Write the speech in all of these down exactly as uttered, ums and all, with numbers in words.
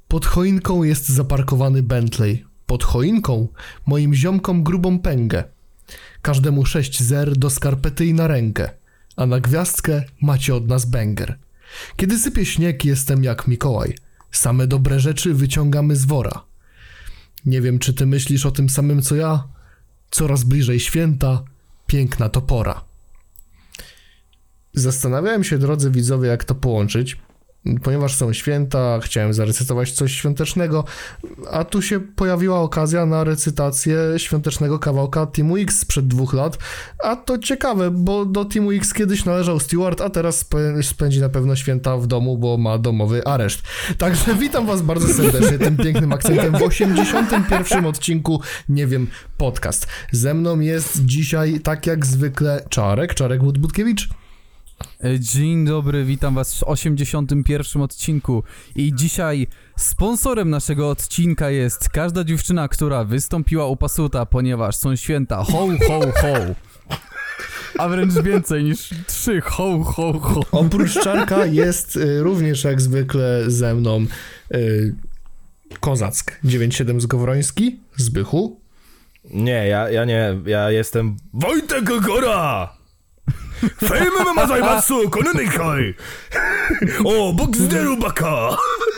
Pod choinką jest zaparkowany Bentley. Pod choinką moim ziomkom grubą pęgę. Każdemu sześć zer do skarpety i na rękę. A na gwiazdkę macie od nas banger. Kiedy sypie śnieg, jestem jak Mikołaj. Same dobre rzeczy wyciągamy z wora. Nie wiem, czy ty myślisz o tym samym co ja? Coraz bliżej święta, piękna to pora. Zastanawiałem się, drodzy widzowie, jak to połączyć. Ponieważ są święta, chciałem zarecytować coś świątecznego, a tu się pojawiła okazja na recytację świątecznego kawałka Teamu X sprzed dwóch lat, a to ciekawe, bo do Teamu X kiedyś należał Stewart, a teraz spędzi na pewno święta w domu, bo ma domowy areszt. Także witam was bardzo serdecznie tym pięknym akcentem w osiemdziesiątym pierwszym odcinku Nie wiem, podcast. Ze mną jest dzisiaj, tak jak zwykle, Czarek, Czarek Wód-Budkiewicz. Dzień dobry, witam was w osiemdziesiątym pierwszym odcinku i dzisiaj sponsorem naszego odcinka jest każda dziewczyna, która wystąpiła u Pasuta, ponieważ są święta. Ho, ho, ho. A wręcz więcej niż trzy. Ho, ho, ho. Oprócz Czarka jest y, również jak zwykle ze mną y, Kozack dziewięćdziesiąt siedem z Gowroński, Zbychu. Nie, ja, ja nie, ja jestem Wojtek Gora! Fejmy ma zajmatsu, kononykai! O, boxderu baka!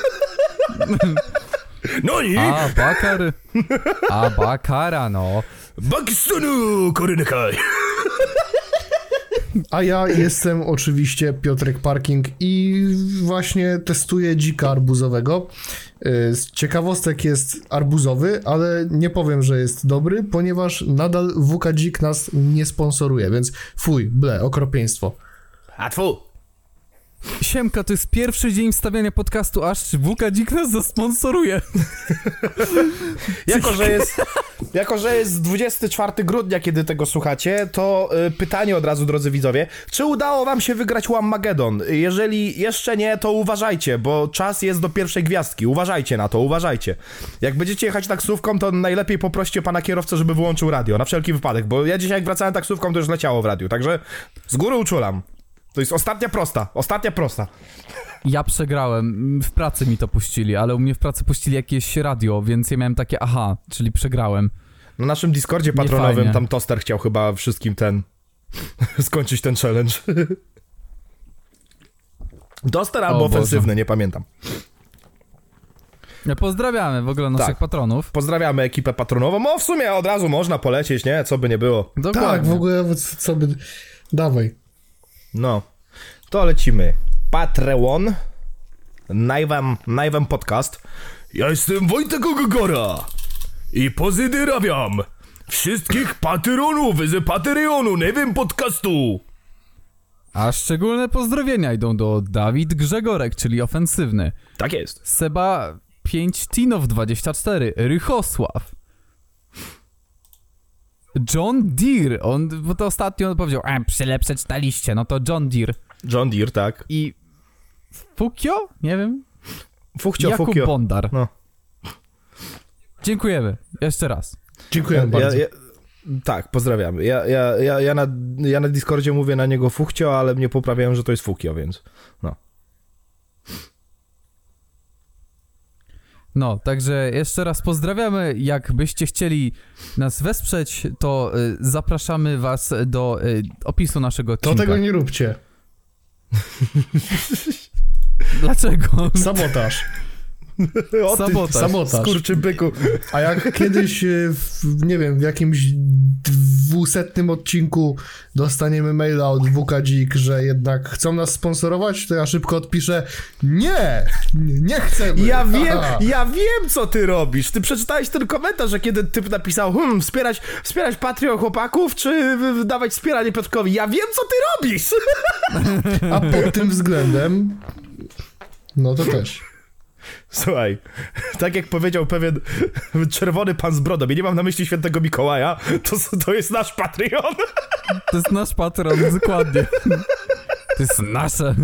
No i... A, bakar... A, bakara, no. Bakstunu, kononykai! A ja jestem oczywiście Piotrek Parking i właśnie testuję dzika arbuzowego. Z ciekawostek jest arbuzowy, ale nie powiem, że jest dobry, ponieważ nadal W K Dzik nas nie sponsoruje, więc fuj, ble, okropieństwo. A tfu! Siemka, to jest pierwszy dzień wstawiania podcastu, aż W K Dzik nas zasponsoruje. Jako, że jest, jako, że jest dwudziestego czwartego grudnia, kiedy tego słuchacie, to y, pytanie od razu, drodzy widzowie. Czy udało wam się wygrać Whammagedon? Jeżeli jeszcze nie, to uważajcie, bo czas jest do pierwszej gwiazdki. Uważajcie na to, uważajcie. Jak będziecie jechać taksówką, to najlepiej poproście pana kierowcę, żeby wyłączył radio, na wszelki wypadek, bo ja dzisiaj jak wracałem taksówką, to już leciało w radiu, także z góry uczulam. To jest ostatnia prosta, ostatnia prosta. Ja przegrałem, w pracy mi to puścili, ale u mnie w pracy puścili jakieś radio, więc ja miałem takie aha, czyli przegrałem. Na naszym Discordzie patronowym tam Toster chciał chyba wszystkim ten skończyć ten challenge. Toster albo ofensywny, nie pamiętam. Pozdrawiamy w ogóle naszych tak. patronów. Pozdrawiamy ekipę patronową. O, w sumie od razu można polecieć, nie? Co by nie było. Dokładnie. Tak, w ogóle co by... Dawaj. No, to lecimy. Patreon, Najwam, Najwam Podcast. Ja jestem Wojtek Gogora i pozdrawiam wszystkich patronów z Patreonu Najwam Podcastu. A szczególne pozdrowienia idą do Dawid Grzegorek, czyli ofensywny. Tak jest. Seba pięć Tinow dwadzieścia cztery, Rychosław. John Deere, on, bo to ostatnio on powiedział, a przylepsze czytaliście, no to John Deere. John Deere, tak. I Fukio? Nie wiem. Fuchcio, Jakub Fukio. Bondar. No. Dziękujemy, jeszcze raz. Dziękuję ja, bardzo. Ja, ja, tak, pozdrawiamy. Ja, ja, ja, ja, na, ja na Discordzie mówię na niego Fuchcio, ale mnie poprawiają, że to jest Fukio, więc no. No, także jeszcze raz pozdrawiamy. Jakbyście chcieli nas wesprzeć, to y, zapraszamy was do y, opisu naszego odcinka. To tego nie róbcie. Dlaczego? Sabotaż. O, ty, Sabotaż. Sabotaż. Skurczybyku. A jak kiedyś, w, nie wiem, w jakimś dwusetnym odcinku dostaniemy maila od W K Dzik, że jednak chcą nas sponsorować, to ja szybko odpiszę nie, nie chcemy. Ja wiem, Aha. ja wiem, co ty robisz. Ty przeczytałeś ten komentarz, że kiedy typ napisał, hmm, wspierać, wspierać Patreon chłopaków, czy dawać wspieranie Piotrkowi. Ja wiem, co ty robisz. A pod tym względem, no to też. Słuchaj, tak jak powiedział pewien czerwony pan z brodą, ja nie mam na myśli świętego Mikołaja, to, to jest nasz Patreon. To jest nasz patron, dokładnie. To jest nasze.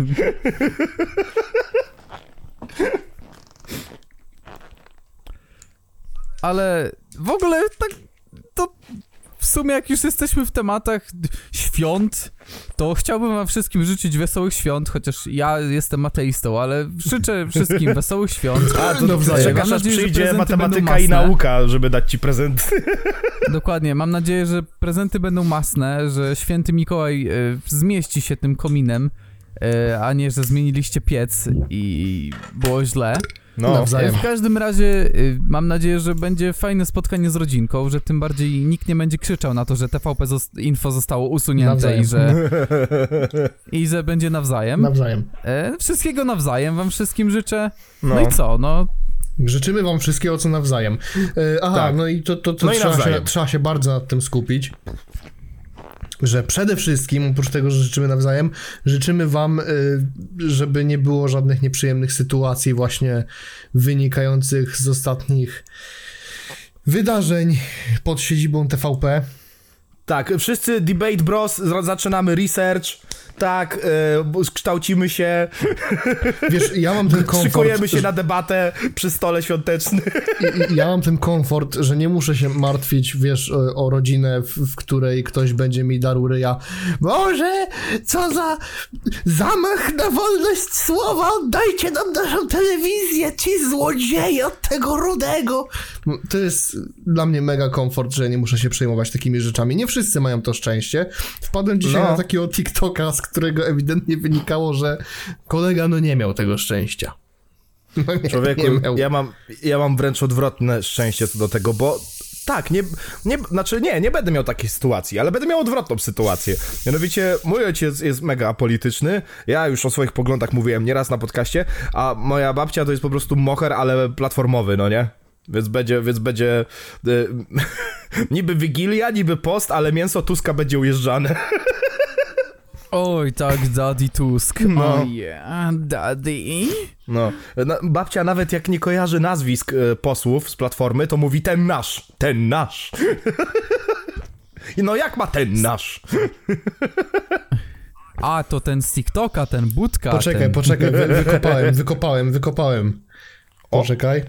Ale w ogóle tak to w sumie jak już jesteśmy w tematach świąt, to chciałbym wam wszystkim życzyć wesołych świąt, chociaż ja jestem ateistą, ale życzę wszystkim wesołych świąt. A, to nawzajem. czekasz, Mam aż nadzieję, że przyjdzie prezenty matematyka będą i masne. nauka, żeby dać ci prezenty. Dokładnie, mam nadzieję, że prezenty będą masne, że święty Mikołaj y, zmieści się tym kominem, y, a nie, że zmieniliście piec i było źle. No, Nawzajem. W każdym razie y, mam nadzieję, że będzie fajne spotkanie z rodzinką, że tym bardziej nikt nie będzie krzyczał na to, że T V P zos- info zostało usunięte Nawzajem. i że, i że będzie nawzajem. Nawzajem. E, wszystkiego nawzajem wam wszystkim życzę. No, No. i co, no Życzymy wam wszystkiego, co nawzajem. E, aha, Tak. no i to, to, to No i trzeba, się, nawzajem. trzeba się bardzo nad tym skupić. Że przede wszystkim, oprócz tego, że życzymy nawzajem, życzymy wam, y, żeby nie było żadnych nieprzyjemnych sytuacji właśnie wynikających z ostatnich wydarzeń pod siedzibą T V P. Tak, wszyscy Debate Bros, z- zaczynamy research, tak, e, kształcimy się, Wiesz, ja mam ten komfort, szykujemy się na debatę przy stole świątecznym. i- i- ja mam ten komfort, że nie muszę się martwić, wiesz, o, o rodzinę, w, w której ktoś będzie mi darł ryja. Boże, co za zamach na wolność słowa, oddajcie nam naszą telewizję, ci złodzieje od tego rudego. To jest dla mnie mega komfort, że nie muszę się przejmować takimi rzeczami. Nie wszyscy mają to szczęście. Wpadłem dzisiaj No. na takiego TikToka, z którego ewidentnie wynikało, że kolega no nie miał tego szczęścia. No nie, Człowieku, nie miał. ja mam, ja mam wręcz odwrotne szczęście co do tego, bo tak, nie, nie, znaczy nie, nie będę miał takiej sytuacji, ale będę miał odwrotną sytuację. Mianowicie, mój ojciec jest mega apolityczny, ja już o swoich poglądach mówiłem nieraz na podcaście, a moja babcia to jest po prostu moher, ale platformowy, no nie? Więc będzie, więc będzie y, niby Wigilia, niby post, ale mięso Tuska będzie ujeżdżane. oj tak, Daddy Tusk, No. oh yeah, Daddy. No, na, babcia nawet jak nie kojarzy nazwisk e, posłów z Platformy, to mówi ten nasz, ten nasz. I no jak ma ten nasz? A, to ten z TikToka, ten Budka, Poczekaj, ten... poczekaj, wy, wykopałem, wykopałem, wykopałem. Poczekaj.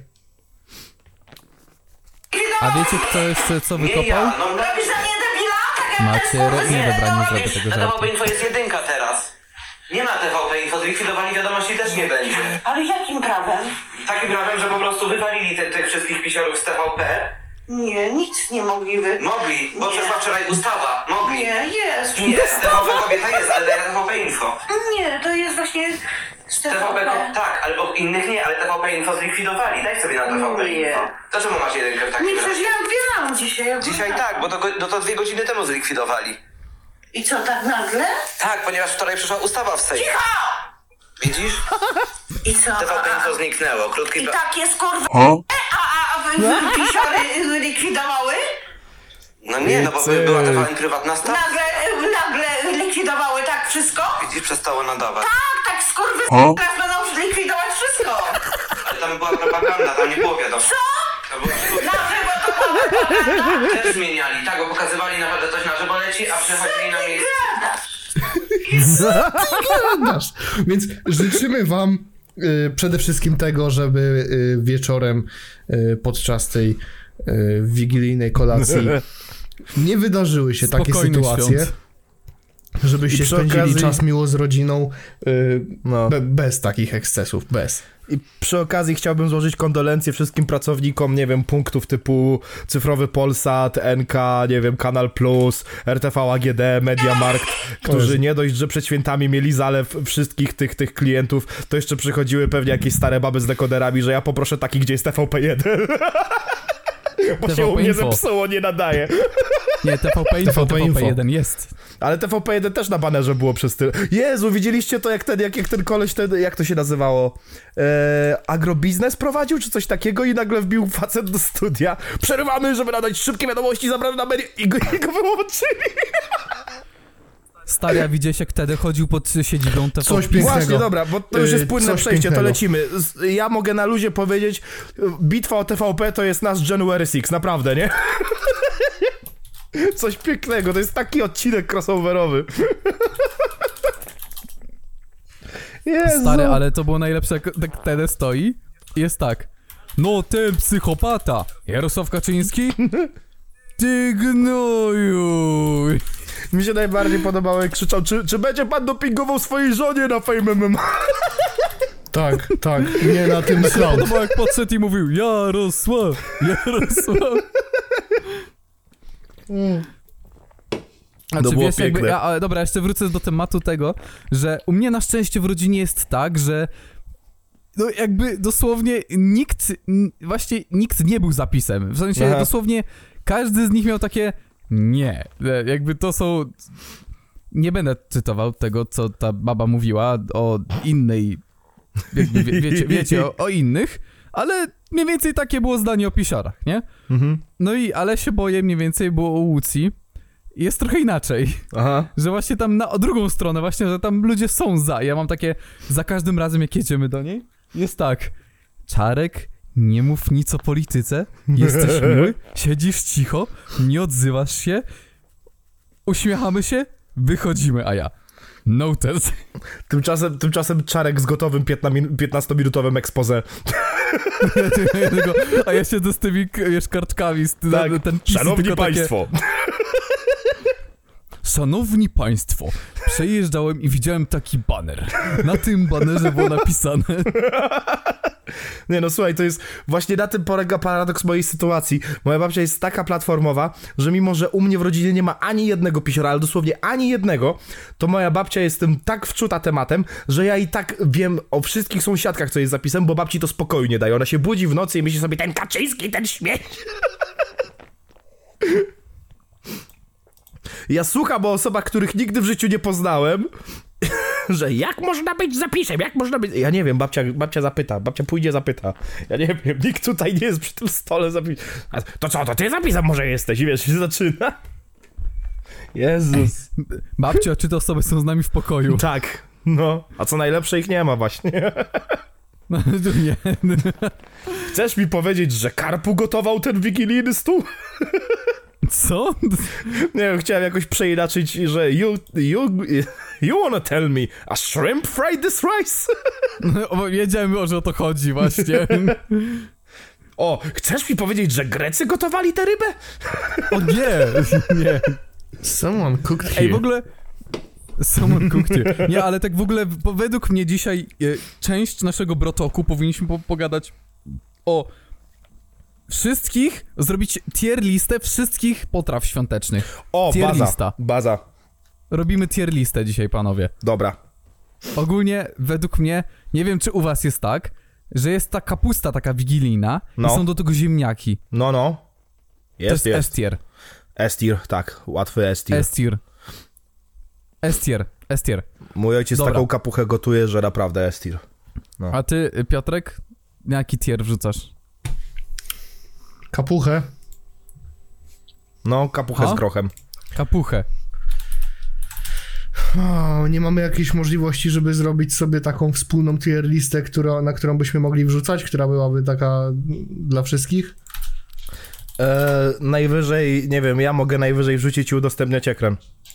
A wiecie kto jeszcze co Nie wykopał? ja, no Robisz za mnie debila? Tak Macie re- nie, dobra, nie zrobię tego na żartu. T V P Info jest jedynka teraz. Nie ma T V P Info, zlikwidowali wiadomości też nie będzie. Ale jakim prawem? Takim prawem, że po prostu wywalili te, tych wszystkich pisiorów z T V P. Nie, nic nie mogli wy... Mogli, bo Nie. przeszła wczoraj ustawa. Mogli. Nie, jest. Nie, T V P kobieta jest, ale daje T V P Info. Nie, to jest właśnie z T V P, ko- tak, albo innych nie, ale T V P Info zlikwidowali. Daj sobie na T V P Nie. Info. To czemu masz jedynkę w takim Nie, przecież razie? ja odbieram dzisiaj. Dzisiaj tak, bo to, go- no to dwie godziny temu zlikwidowali. I co, tak nagle? Tak, ponieważ wczoraj przyszła ustawa w Sejmie. Cicho! Widzisz? I co? T V P A, Info a, zniknęło. Krótki I pra- tak jest kurwa... A, a, a wy, wy pisiory likwidowały? No nie, no bo by- była T V N prywatna stacja. Nagle, nagle likwidowały tak wszystko? Widzisz, przestało nadawać. Tak, tak skurwy... Teraz będą likwidować wszystko. Ale tam była propaganda, tam nie było wiadomo. Co? To było Na żywo to była propaganda? też zmieniali, tak, bo pokazywali nawet, że coś na żywo leci, a przychodzili na miejsce. Gadasz. Więc życzymy wam y, przede wszystkim tego, żeby y, wieczorem y, podczas tej y, wigilijnej kolacji nie wydarzyły się takie Spokojnych sytuacje. świąt. Żebyście I przy spędzili okazji- czas miło z rodziną y, No. be, bez takich ekscesów, bez. I przy okazji chciałbym złożyć kondolencje wszystkim pracownikom, nie wiem, punktów typu Cyfrowy Polsat, N K, nie wiem, Kanal Plus, R T V A G D, Mediamarkt, którzy nie dość, że przed świętami mieli zalew wszystkich tych, tych klientów, to jeszcze przychodziły pewnie jakieś stare baby z dekoderami, że ja poproszę taki, gdzie jest T V P jeden. Bo się T V P u mnie Info. zepsuło, nie nadaje. Nie, T V P Info, T V P T V P Info. jeden jest. Ale T V P jeden też na banerze było przez tyle. Jezu, widzieliście to, jak ten, jak, jak ten koleś, ten, jak to się nazywało? Eee, agrobiznes prowadził, czy coś takiego i nagle wbił facet do studia. Przerywamy, żeby nadać szybkie wiadomości, zabrane na menu i go, i go wyłączyli. Stary, a widziałeś jak wtedy chodził pod siedzibą T V P? Coś pięknego. Właśnie, dobra, bo to już jest Yy, płynne coś przejście, pięknego. to lecimy. Z- Ja mogę na luzie powiedzieć, bitwa o T V P to jest nasz January sixth, naprawdę, nie? Coś pięknego, to jest taki odcinek crossoverowy. Jezu. Stary, ale to było najlepsze, jak tak wtedy stoi i jest tak. No ten psychopata, Jarosław Kaczyński? Ty gnoju! Mi się najbardziej podobało, jak krzyczał, czy, czy będzie pan dopingował swojej żonie na Fame M M A? Tak, tak, nie na tym cloud. Podobało jak podszedł i mówił Jarosław, Jarosław. Mm. Znaczy, To było wiesz, jakby, piękne. ja, ale dobra, jeszcze wrócę do tematu tego, że u mnie na szczęście w rodzinie jest tak, że no jakby dosłownie nikt, n- właśnie nikt nie był zapisem. W sensie Aha. dosłownie każdy z nich miał takie nie, e, jakby to są... Nie będę cytował tego, co ta baba mówiła o innej, jakby wie, wiecie, wiecie o, o innych, ale mniej więcej takie było zdanie o pisiorach, nie? Mhm. No i, ale się boję, mniej więcej było o Łucji. Jest trochę inaczej, Aha. że właśnie tam na drugą stronę, właśnie, że tam ludzie są za. Ja mam takie, za każdym razem jak jedziemy do niej, jest tak, Czarek, nie mów nic o polityce, jesteś miły, siedzisz cicho, nie odzywasz się, uśmiechamy się, wychodzimy, a ja, noted. Tymczasem, tymczasem Czarek z gotowym piętnastominutowym expose. A ja siedzę z tymi k- wiesz, kartkami, z ty- Tak. ten pis, Szanowni tylko takie, państwo. Szanowni Państwo, przejeżdżałem i widziałem taki baner. Na tym banerze było napisane. Nie no, słuchaj, to jest właśnie na tym polega paradoks mojej sytuacji. Moja babcia jest taka platformowa, że mimo, że u mnie w rodzinie nie ma ani jednego pisiora, ale dosłownie ani jednego, to moja babcia jest tym tak wczuta tematem, że ja i tak wiem o wszystkich sąsiadkach, co jest zapisem, bo babci to spokoju nie daje. Ona się budzi w nocy i myśli sobie, ten Kaczyński, ten śmieć. Ja słucham o osobach, których nigdy w życiu nie poznałem, że jak można być zapisem, jak można być... Ja nie wiem, babcia, babcia zapyta, babcia pójdzie zapyta. Ja nie wiem, nikt tutaj nie jest przy tym stole zapisem. To co, to ty zapisem może jesteś? I wiesz, się zaczyna. Jezus. Babcia, czy te osoby są z nami w pokoju? Tak, no. A co najlepsze, ich nie ma właśnie. No, nie. Chcesz mi powiedzieć, że Karpu gotował ten wigilijny stół? Co? Nie wiem, chciałem jakoś przeinaczyć, że you, you, you wanna tell me a shrimp fried this rice? No, wiedziałem, że o to chodzi właśnie. O, chcesz mi powiedzieć, że Grecy gotowali tę rybę? O nie, nie. Someone cooked here. Ej, w ogóle... Someone cooked it. Nie, ale tak w ogóle, bo według mnie dzisiaj e, część naszego brotoku powinniśmy po pogadać o wszystkich, zrobić tier listę wszystkich potraw świątecznych. O, Tier baza, lista. baza. Robimy tier listę dzisiaj, panowie. Dobra. Ogólnie, według mnie, nie wiem czy u was jest tak, że jest ta kapusta taka wigilijna No. i są do tego ziemniaki. No, no. To Jest, jest jest. S-tier. S-tier, tak. Łatwy S-tier. S-tier. S-tier. S-tier. Mój ojciec Dobra. taką kapuchę gotuje, że naprawdę S-tier. No. A ty, y, Piotrek, jaki tier wrzucasz? Kapuchę. No, kapuchę Ha? z grochem. Kapuchę. O, nie mamy jakiejś możliwości, żeby zrobić sobie taką wspólną tier listę, która, na którą byśmy mogli wrzucać, która byłaby taka dla wszystkich? E, najwyżej, nie wiem, ja mogę najwyżej wrzucić i udostępniać ekran.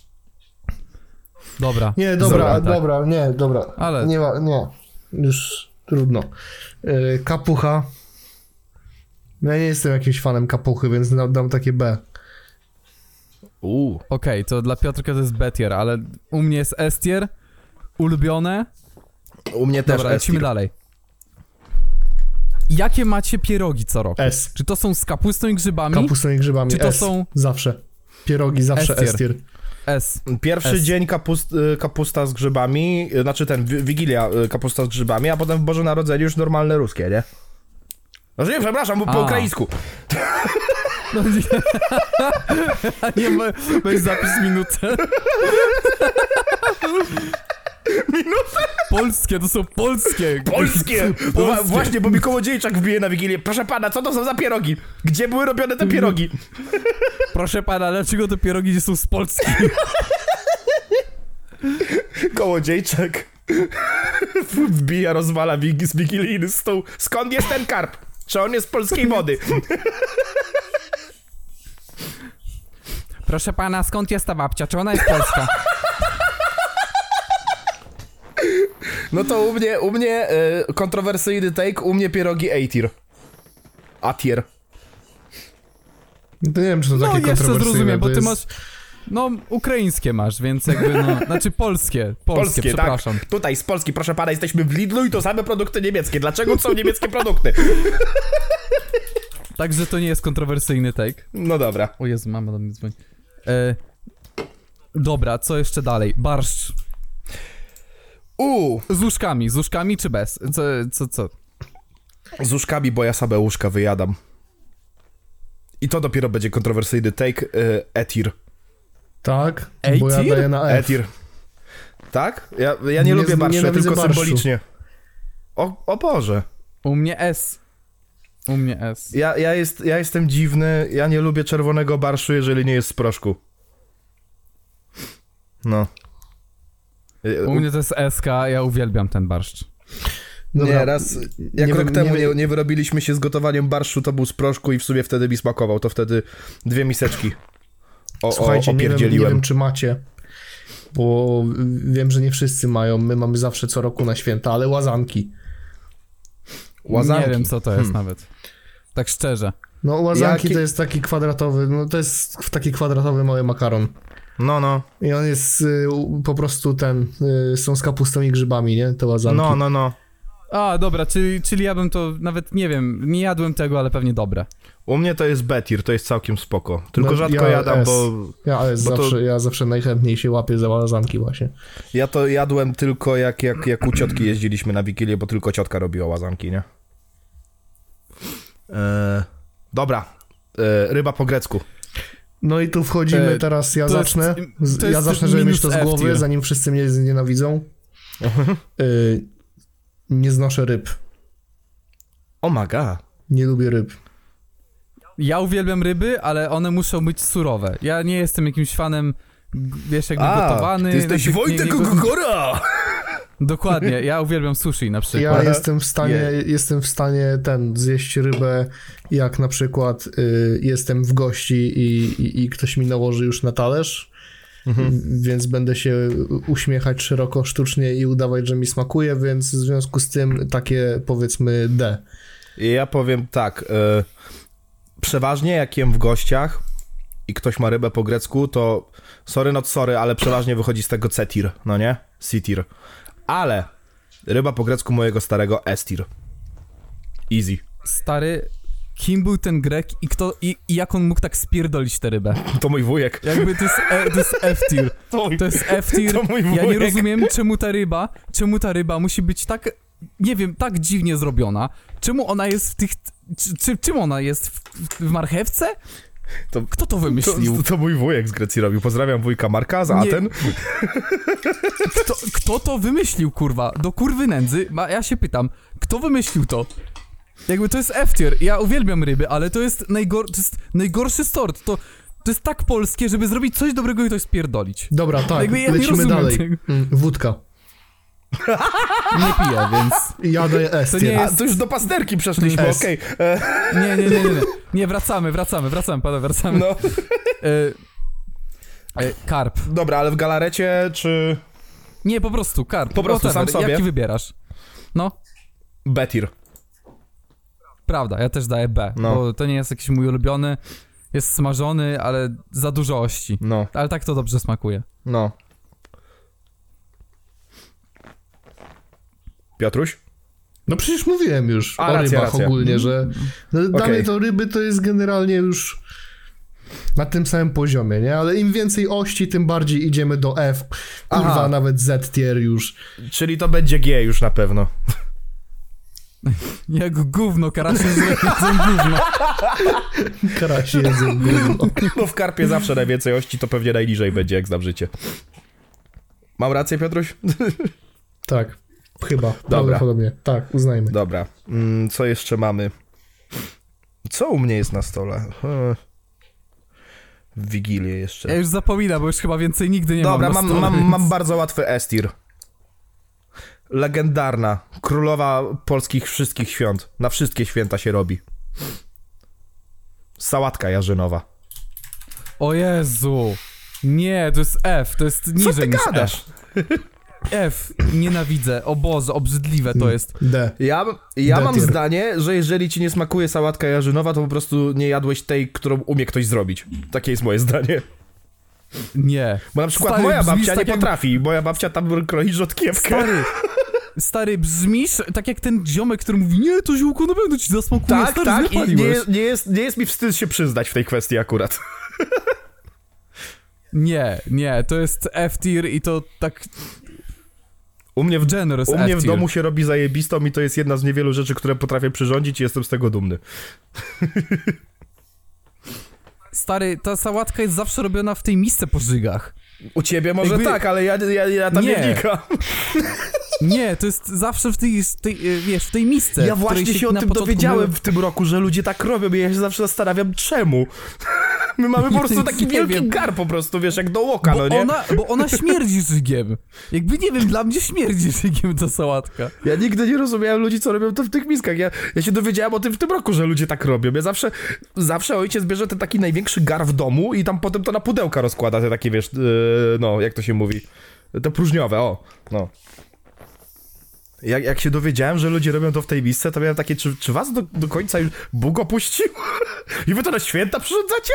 Dobra. Nie, dobra, Zrobię tak. dobra, nie, dobra. Ale- Nie ma, nie. Już trudno. Yy, kapucha. Ja nie jestem jakimś fanem kapuchy, więc dam, dam takie B. Uuu. Okej, to dla Piotrka to jest B tier, ale u mnie jest S tier, ulubione. U mnie też Dobra, lecimy S-tier. dalej. Jakie macie pierogi co roku? S. Czy to są z kapustą i grzybami? Kapustą i grzybami. Czy to S. są- Zawsze. Pierogi zawsze S-tier. S-tier. S. Pierwszy S. dzień kapust, y, kapusta z grzybami, y, znaczy ten, wi- Wigilia y, kapusta z grzybami, a potem w Boże Narodzenie już normalne ruskie, nie? Znaczy nie, przepraszam, bo po A. ukraińsku. No nie, A nie ma- weź zapis minutę. Minutę? Polskie, to są polskie. Polskie! No, Polskie. właśnie, bo mi kołodziejczak wbije na Wigilię. Proszę pana, co to są za pierogi? Gdzie były robione te pierogi? Proszę pana, dlaczego te pierogi nie są z Polski? Kołodziejczak wbija, rozwala wigi, z wigilijny stół. Skąd jest ten karp? Czy on jest z polskiej wody? Proszę pana, skąd jest ta babcia? Czy ona jest polska? No to u mnie, u mnie y, kontrowersyjny take, u mnie pierogi A-tier. A-tier. To nie wiem, czy to No takie jeszcze kontrowersyjne. zrozumiem, bo to ty jest... masz... No, ukraińskie masz, więc jakby no... Znaczy polskie, polskie, przepraszam. tak. Tutaj z Polski, proszę pana, jesteśmy w Lidlu i to same produkty niemieckie. Dlaczego są niemieckie produkty? Także to nie jest kontrowersyjny take. No dobra. O Jezu, mama do mnie dzwoni. E, dobra, co jeszcze dalej? Barszcz. Uuu, Z łóżkami, z łóżkami czy bez? Co, co, co? z łóżkami, bo ja same łóżka wyjadam. I to dopiero będzie kontrowersyjny take, y, etir. Tak, Ej, bo ja tir? daję na F. Etir. Tak? Ja, ja nie, Nie lubię z- barszu, ja nienawidzę tylko barszu. symbolicznie. O, o Boże. U mnie S. U mnie S. Ja, ja, jest, ja jestem dziwny, ja nie lubię czerwonego barszu, jeżeli nie jest z proszku. No. Y, U mnie to jest S K, ja uwielbiam ten barszcz. Dobra, Nie, raz, jak nie rok wiem- temu nie nie, nie wyrobiliśmy się z gotowaniem barszu, to był z proszku i w sumie wtedy mi smakował, to wtedy dwie miseczki o, Słuchajcie, o, nie wiem, nie opierdzieliłem. wiem, czy macie, bo wiem, że nie wszyscy mają, my mamy zawsze co roku na święta, ale łazanki. Łazanki. Nie wiem, co to jest Hmm. nawet. Tak szczerze. No łazanki Jaki- to jest taki kwadratowy, no to jest taki kwadratowy mały makaron. No, no, I on jest y, u- po prostu ten, y, są z kapustą i grzybami, nie? Te łazanki. no, no, no. A, dobra, czyli, czyli ja bym to nawet, nie wiem, nie jadłem tego, ale pewnie dobre. U mnie to jest betir, to jest całkiem spoko. Tylko No, rzadko ja jadam, S. bo Ja, ale bo to- zawsze, ja zawsze najchętniej się łapię za łazanki właśnie. ja to jadłem tylko jak, jak, jak u ciotki jeździliśmy na Wigilię, bo tylko ciotka robiła łazanki, nie? Eee, dobra, eee, ryba po grecku. No i tu wchodzimy E, teraz, ja to jest- zacznę. Z- to ja jest zacznę, żeby mieć minus to z F głowy, tier. zanim wszyscy mnie znienawidzą. Y, nie znoszę ryb. Oh my god. Nie lubię ryb. Ja uwielbiam ryby, ale one muszą być surowe. Ja nie jestem jakimś fanem, g- wiesz, jakby gotowany. ty jesteś znaczy, Wojtek nie- nie- Ogora! Dokładnie, ja uwielbiam sushi na przykład. Ja jestem w stanie, jestem w stanie ten, zjeść rybę, jak na przykład y, jestem w gości i, i, i ktoś mi nałoży już na talerz, Mhm. więc będę się uśmiechać szeroko, sztucznie i udawać, że mi smakuje, więc w związku z tym takie, powiedzmy, D. Ja powiem tak, e, przeważnie jak jem w gościach i ktoś ma rybę po grecku, to sorry not sorry, ale przeważnie wychodzi z tego cetir, no nie? Sitir. Ale ryba po grecku mojego starego estir. Easy. Stary, kim był ten Grek i kto, i, i jak on mógł tak spierdolić tę rybę? To mój wujek. Jakby to jest, e, to jest F-tier. To mój, To jest F-tier. to mój Ja nie wujek. rozumiem, czemu ta ryba, czemu ta ryba musi być tak, nie wiem, tak dziwnie zrobiona. Czemu ona jest w tych, czy, czy, czym ona jest? W, w marchewce? To- Kto to To, wymyślił? to, to mój wujek z Grecji robił. Pozdrawiam wujka Marka z Aten. Nie. Kto, kto to wymyślił, kurwa? Do kurwy nędzy? Ma, ja się pytam, kto wymyślił to? Jakby to jest F-tier. Ja uwielbiam ryby, ale to jest, najgor, to jest najgorszy sort. To, to jest tak polskie, żeby zrobić coś dobrego i to spierdolić. Dobra, tak, Jakby ja nie lecimy rozumiem dalej. tego. Mm, wódka. Nie piję, więc... Ja daję S. To tier. nie A, jest- to już do pasterki przeszliśmy, S. okej. E, Nie, nie, nie, nie, nie. Nie, wracamy, wracamy, wracamy, pana, wracamy. No, E, e, karp. dobra, ale w galarecie czy Nie, po prostu karp. Po prostu, Whatever. sam sobie. Jaki wybierasz? No, betir? prawda, ja też daję B, No. bo to nie jest jakiś mój ulubiony. Jest smażony, ale za dużo ości. No, Ale tak to dobrze smakuje. no. Piotruś? No przecież mówiłem już A, o racja, rybach racja. ogólnie, że no, dla Okej. mnie to ryby to jest generalnie już na tym samym poziomie, nie? Ale im więcej ości, tym bardziej idziemy do F. Kurwa, Aha. nawet Z tier już. Czyli to będzie G już na pewno. Jak gówno, karasie jedzą gówno. Karasie jedzą gówno. No w karpie zawsze najwięcej ości, to pewnie najniżej będzie, jak znam życie. Mam rację, Piotruś? Tak, chyba. Dobra. Prawdopodobnie. Tak, uznajmy. Dobra. Mm, co jeszcze mamy? Co u mnie jest na stole? Hmm. W Wigilię jeszcze. Ja już zapominam, bo już chyba więcej nigdy nie Dobra, mam na mam, stole, mam, więc- mam bardzo łatwy estir. Legendarna. Królowa polskich wszystkich świąt. Na wszystkie święta się robi. Sałatka jarzynowa. O Jezu. Nie, to jest F, to jest Co niżej ty niż gadasz? F. F, nienawidzę, o Boże, obrzydliwe to jest. D. Ja, ja mam Detier. zdanie, że jeżeli ci nie smakuje sałatka jarzynowa, to po prostu nie jadłeś tej, którą umie ktoś zrobić. Takie jest moje zdanie. Nie. Bo na przykład Stary, moja brzmisz babcia nie tak jak- potrafi. Moja babcia tam kroi rzodkiewkę. Stary, stary, brzmisz tak jak ten ziomek, który mówi, nie, to ziółko na pewno ci zasmakuje, Tak, stary, tak, i nie, wypaliłeś. jest- nie, jest, nie jest mi wstyd się przyznać w tej kwestii akurat. Nie, nie, to jest F-tier i to tak U mnie w, generous u mnie w F-tier. domu się robi zajebistą i to jest jedna z niewielu rzeczy, które potrafię przyrządzić i jestem z tego dumny. Stary, ta sałatka jest zawsze robiona w tej misce po żygach. U ciebie może Jakby- tak, ale ja, ja, ja tam nie, Nie. wnikam. Nie, to jest zawsze w tej, tej e, wiesz, w tej misce. Ja w której właśnie się o na tym początku dowiedziałem myłem- w tym roku, że ludzie tak robią i ja się zawsze zastanawiam, czemu. My mamy po prostu taki Nie wielki wiem. gar po prostu, wiesz, jak do łoka, Bo no nie? ona, bo ona śmierdzi żygiem. Jakby, nie wiem, dla mnie śmierdzi żygiem ta sałatka. Ja nigdy nie rozumiałem ludzi, co robią to w tych miskach. Ja, ja się dowiedziałem o tym w tym roku, że ludzie tak robią. Ja zawsze, zawsze ojciec bierze ten taki największy gar w domu i tam potem to na pudełka rozkłada, te takie, wiesz, yy, no, jak to się mówi, te próżniowe, o, no. Jak, jak się dowiedziałem, że ludzie robią to w tej misce, to miałem takie, czy, czy was do, do końca już Bóg opuścił? I wy to na święta przyrządzacie?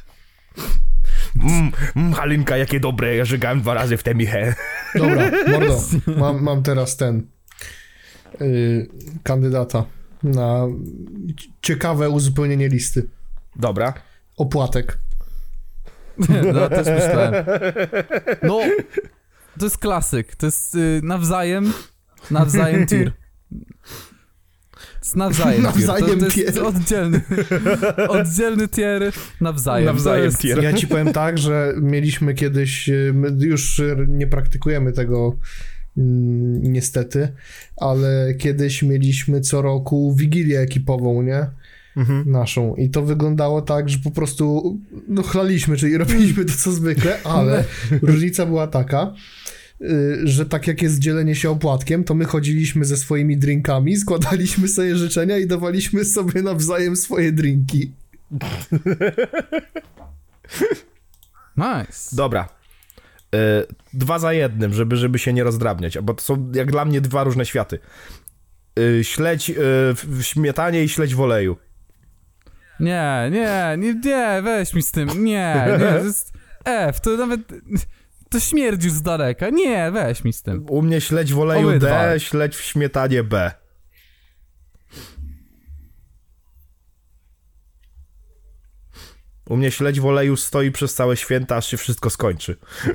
Mmm, mm, Halinka, jakie dobre, ja żygałem dwa razy w tę michę. Dobra, mordo, mam, mam teraz ten yy, kandydata na ciekawe uzupełnienie listy. Dobra. Opłatek. No, też myślałem. No, to jest klasyk. To jest y, nawzajem, nawzajem tier. To jest nawzajem, Nawzajem tier. To, to jest tier. oddzielny, oddzielny tier, nawzajem. Nawzajem to jest, tier. Ja ci powiem tak, że mieliśmy kiedyś, yy, my już nie praktykujemy tego mm, niestety, ale kiedyś mieliśmy co roku wigilię ekipową, nie? Mhm. Naszą. I to wyglądało tak, że po prostu no chlaliśmy, czyli robiliśmy to co zwykle, ale różnica była taka, y, że tak jak jest dzielenie się opłatkiem, to my chodziliśmy ze swoimi drinkami, składaliśmy sobie życzenia i dawaliśmy sobie nawzajem swoje drinki. Nice. Dobra. E, dwa za jednym, żeby, żeby się nie rozdrabniać, bo to są jak dla mnie dwa różne światy. E, śledź e, w w śmietanie i śledź w oleju. Nie, nie, nie, nie, weź mi z tym. Nie, nie, to jest F, to nawet... To śmierdzisz z daleka. Nie, weź mi z tym. U mnie śledź w oleju Obydwa. D, śledź w śmietanie B. U mnie śledź w oleju stoi przez całe święta, aż się wszystko skończy.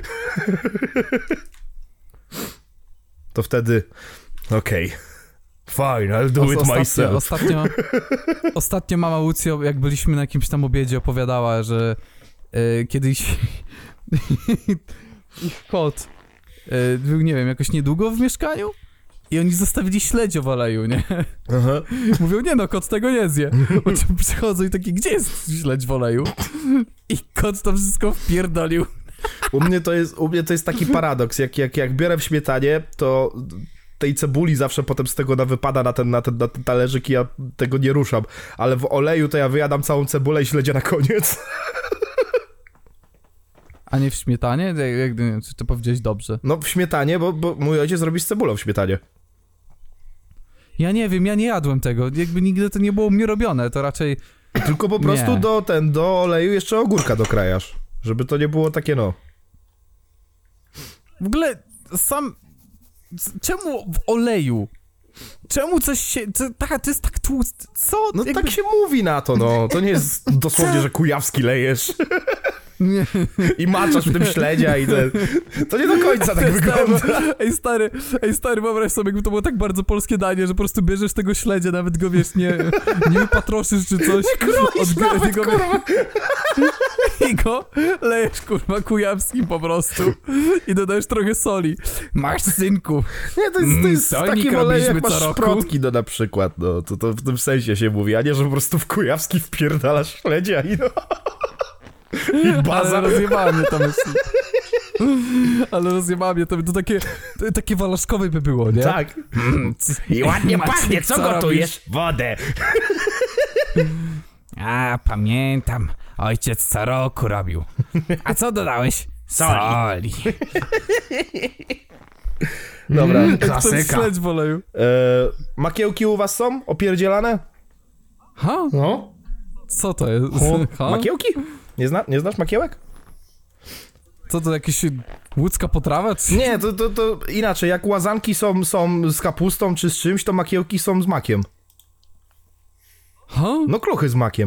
To wtedy... Okej. Okay. Fine, I'll do Os- it ostatnio, myself. Ostatnio, ostatnio mama Łucjo, jak byliśmy na jakimś tam obiedzie, opowiadała, że e, kiedyś ich kot e, był, nie wiem, jakoś niedługo w mieszkaniu i oni zostawili śledzio w oleju, nie? Aha. Mówią, nie no, kot tego nie zje. Po czym przychodzą i taki, gdzie jest śledź w oleju? I kot to wszystko wpierdolił. U mnie to jest, u mnie to jest taki paradoks, jak, jak, jak biorę w śmietanie, to tej cebuli zawsze potem z tego na wypada na ten, na, ten, na ten talerzyk i ja tego nie ruszam, ale w oleju to ja wyjadam całą cebulę i śledzie na koniec. A nie w śmietanie? Jak, jak, nie wiem, czy to powiedziałeś dobrze? No w śmietanie, bo, bo mój ojciec robi z cebulą w śmietanie. Ja nie wiem, ja nie jadłem tego. Jakby nigdy to nie było u mnie robione, to raczej... Tylko po prostu Nie. do ten, do oleju jeszcze ogórka dokrajasz, żeby to nie było takie no. W ogóle sam... c- Czemu w oleju? Czemu coś się... Co, taka, to jest tak tłusty... Co? No Jakby- tak się mówi na to, no. To nie jest dosłownie, że kujawski lejesz Nie. i maczasz w tym śledzia i ten... To nie do końca tak wygląda. Ej stary, ej stary, wyobraź sobie, jakby to było tak bardzo polskie danie, że po prostu bierzesz tego śledzia, nawet go wiesz, nie, nie wypatroszysz czy coś. Nie kroisz nawet, kurwa. I go lejesz, kurwa, kujawskim po prostu i dodajesz trochę soli. Masz, synku. Nie, to jest, to jest Mm, w takim solnik oleju, jak robiliśmy masz co roku. szprotki, no na przykład, no. To, to w tym sensie się mówi, a nie, że po prostu w kujawski wpierdalasz śledzia i no... I Ale baza. rozjebała mnie to myśli. Ale rozjebała mnie to, to takie, to, takie walaszkowe by było, nie? Tak. I ładnie pachnie, co gotujesz? Wodę. A, pamiętam. Ojciec co roku robił. A co dodałeś? Soli. Dobra. Mm, Ten klasyka. śledź w oleju. E, makiełki u was są? Opierdzielane? Ha? No. Co to jest? O, Ha? makiełki? Nie, zna, nie znasz makiełek? Co to, jakieś łódzka potrawa? Czy... Nie, to, to, to inaczej. Jak łazanki są, są z kapustą czy z czymś, to makiełki są z makiem. Ha? No kluchy z makiem.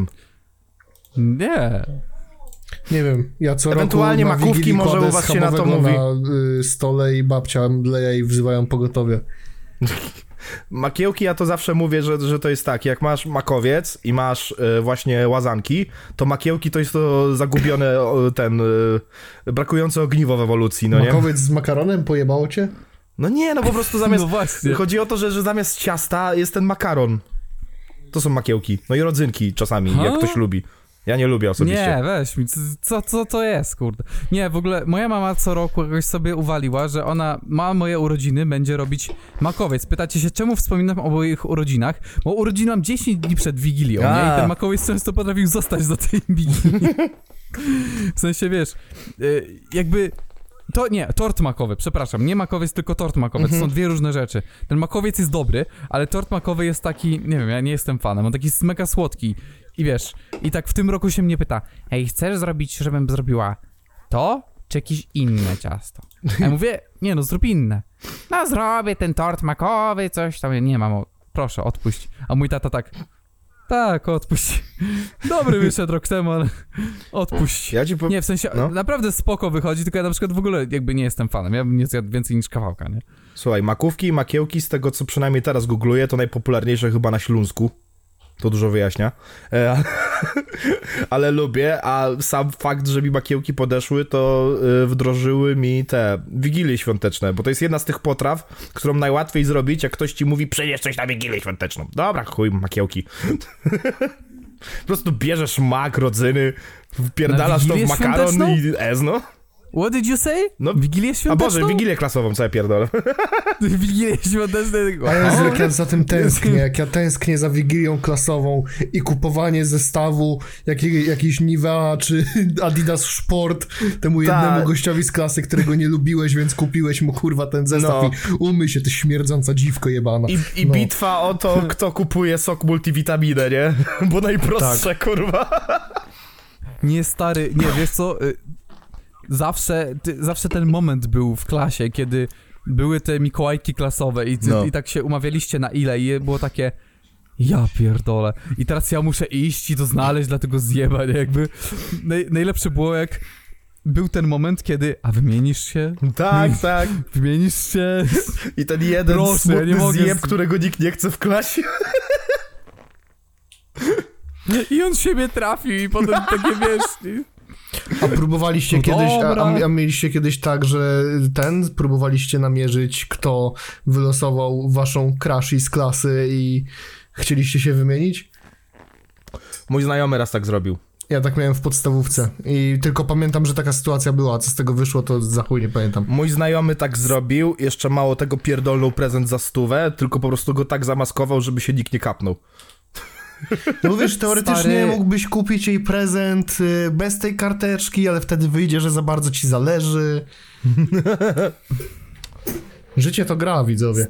Nie. Nie wiem, ja co Ewentualnie roku na makówki Wigilii może kładę u was się na to schabowego mówi. na y, stole i babcia mleje i wzywają pogotowie. Makiełki, ja to zawsze mówię, że, że to jest tak, jak masz makowiec i masz e, właśnie łazanki, to makiełki to jest to zagubione, o, ten, e, brakujące ogniwo w ewolucji, no nie? Makowiec z makaronem, pojebało cię? No nie, no po prostu zamiast... No właśnie. Chodzi o to, że, że zamiast ciasta jest ten makaron. To są makiełki. No i rodzynki czasami, Ha? jak ktoś lubi. Ja nie lubię osobiście. Nie, weź mi, co, co, co to jest, kurde. Nie, w ogóle moja mama co roku jakoś sobie uwaliła, że ona ma moje urodziny, będzie robić makowiec. Pytacie się, czemu wspominam o moich urodzinach? Bo urodziny mam dziesięć dni przed Wigilią, A. nie? I ten makowiec często potrafił zostać do tej Wigilii. W sensie, wiesz, y, jakby... To nie, tort makowy, przepraszam, nie makowiec, tylko tort makowy, to są dwie różne rzeczy. Ten makowiec jest dobry, ale tort makowy jest taki, nie wiem, ja nie jestem fanem, on taki jest mega słodki. I wiesz, i tak w tym roku się mnie pyta, ej, chcesz zrobić, żebym zrobiła to, czy jakieś inne ciasto? A ja mówię, nie no, zrób inne. No zrobię ten tort makowy, coś tam, nie mamo, proszę, odpuść. A mój tata tak, tak, odpuść. Dobry wyszedł rok temu, ale odpuść. Ja ci po... Nie, w sensie, No. naprawdę spoko wychodzi, tylko ja na przykład w ogóle jakby nie jestem fanem, ja bym nie zjadł więcej niż kawałka, nie? Słuchaj, makówki i makiełki, z tego co przynajmniej teraz googluję, to najpopularniejsze chyba na Śląsku. To dużo wyjaśnia. E, ale lubię, a sam fakt, że mi makiełki podeszły, to y, wdrożyły mi te wigilie świąteczne, bo to jest jedna z tych potraw, którą najłatwiej zrobić, jak ktoś ci mówi, przynieś coś na wigilię świąteczną. Dobra, chuj, makiełki. Po prostu bierzesz mak, rodzyny, wpierdalasz to w Wigilię makaron świąteczną? i ez, no. What did you say? No, Wigilię A świąteczną? Boże, wigilię klasową, co ja pierdolę. Wigilię świąteczną. A Jezu, jak ja za tym tęsknię, jak ja tęsknię za Wigilią klasową i kupowanie zestawu jakiej, jakiejś Nivea czy Adidas Sport temu jednemu Tak. gościowi z klasy, którego nie lubiłeś, więc kupiłeś mu kurwa ten zestaw No. i umyj się, ty śmierdząca dziwko jebana. I, i No. bitwa o to, kto kupuje sok multivitaminę, nie? Bo najprostsze, kurwa. Nie, stary, nie, wiesz co, y, zawsze, ty, zawsze ten moment był w klasie, kiedy były te Mikołajki klasowe i, ty, No. i tak się umawialiście na ile i było takie, ja pierdolę, i teraz ja muszę iść i to znaleźć, dlatego zjeba, nie, jakby naj, najlepsze było jak był ten moment, kiedy, a wymienisz się? Tak, tak. Wymienisz się? I ten jeden Proszę, ja smutny nie mogę zjeb, z- którego nikt nie chce w klasie. I on siebie trafił i potem takie, wiesz... nie? A próbowaliście No kiedyś, a, dobra. a, a mieliście kiedyś tak, że ten, próbowaliście namierzyć, kto wylosował waszą crushie z klasy i chcieliście się wymienić? Mój znajomy raz tak zrobił. Ja tak miałem w podstawówce i tylko pamiętam, że taka sytuacja była, a co z tego wyszło, to za chuj nie pamiętam. Mój znajomy tak zrobił, jeszcze mało tego pierdolnął prezent za stówę, tylko po prostu go tak zamaskował, żeby się nikt nie kapnął. No wiesz, teoretycznie Stary- mógłbyś kupić jej prezent y, bez tej karteczki, ale wtedy wyjdzie, że za bardzo ci zależy. Życie to gra, widzowie.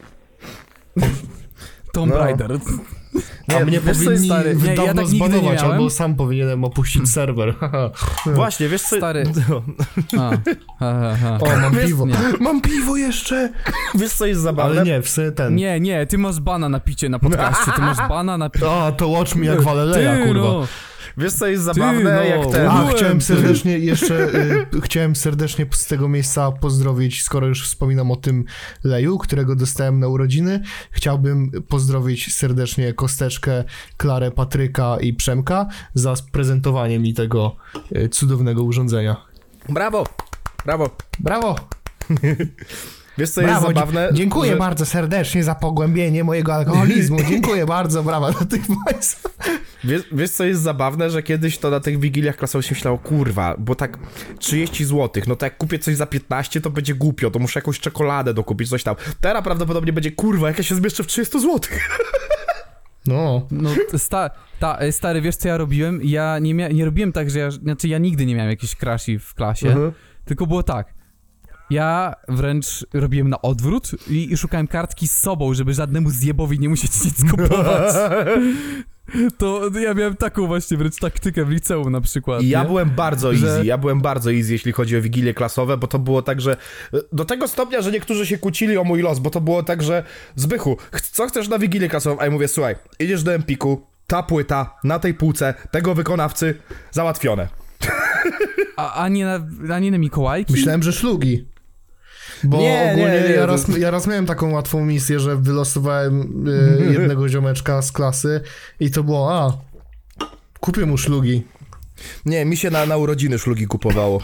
Tomb No. Raider. A mnie wiesz co, powinni stary, nie, ja dawno tak nigdy nie zbanować, miałem. albo sam powinienem opuścić serwer. Właśnie, wiesz co... Stary. No. A, ha, ha, ha. O, mam Wiesz- piwo. nie. Mam piwo jeszcze! Wiesz co jest zabawne? Ale nie, w sensie ten. Nie, nie, ty masz bana na picie na podcaście, ty masz bana na picie. A, to watch me jak Waleleja, Ty, kurwa. no. Wiesz co jest zabawne? no. Jak ten... A, Byłem, chciałem ty. serdecznie jeszcze, y, chciałem serdecznie z tego miejsca pozdrowić, skoro już wspominam o tym leju, którego dostałem na urodziny, chciałbym pozdrowić serdecznie Kosteczkę, Klarę, Patryka i Przemka za sprezentowanie mi tego y, cudownego urządzenia. Brawo! Brawo! Brawo! Wiesz co Brawo, jest zabawne? dzie- dziękuję że... bardzo serdecznie za pogłębienie mojego alkoholizmu. Dziękuję bardzo, brawa dla tych państwa. Wiesz, wiesz co jest zabawne, że kiedyś to na tych wigiliach klasowych się myślało, kurwa, bo tak trzydzieści złotych, no to jak kupię coś za piętnaście, to będzie głupio, to muszę jakąś czekoladę dokupić, coś tam. Teraz prawdopodobnie będzie, kurwa, jak ja się zmieszczę w trzydzieści złotych. No. No, sta, ta, stary, wiesz co ja robiłem? Ja nie, mia- nie robiłem tak, że ja, znaczy ja nigdy nie miałem jakiejś crushi w klasie, Mhm. tylko było tak. Ja wręcz robiłem na odwrót i, i szukałem kartki z sobą, żeby żadnemu zjebowi nie musieć nic kupować. To ja miałem taką właśnie wręcz taktykę w liceum na przykład. I ja nie? byłem bardzo Że- easy, ja byłem bardzo easy, jeśli chodzi o wigilie klasowe, bo to było tak, że do tego stopnia, że niektórzy się kłócili o mój los, bo to było tak, że Zbychu, ch- co chcesz na wigilię klasową? A ja mówię, słuchaj, idziesz do Empiku, ta płyta, na tej półce, tego wykonawcy, załatwione. A, a, nie na, a nie na Mikołajki? Myślałem, że szlugi. Bo Nie, ogólnie nie, nie, ja, to- raz, ja raz miałem taką łatwą misję, że wylosowałem y, jednego ziomeczka z klasy i to było, a, kupię mu szlugi. Nie, mi się na, na urodziny szlugi kupowało.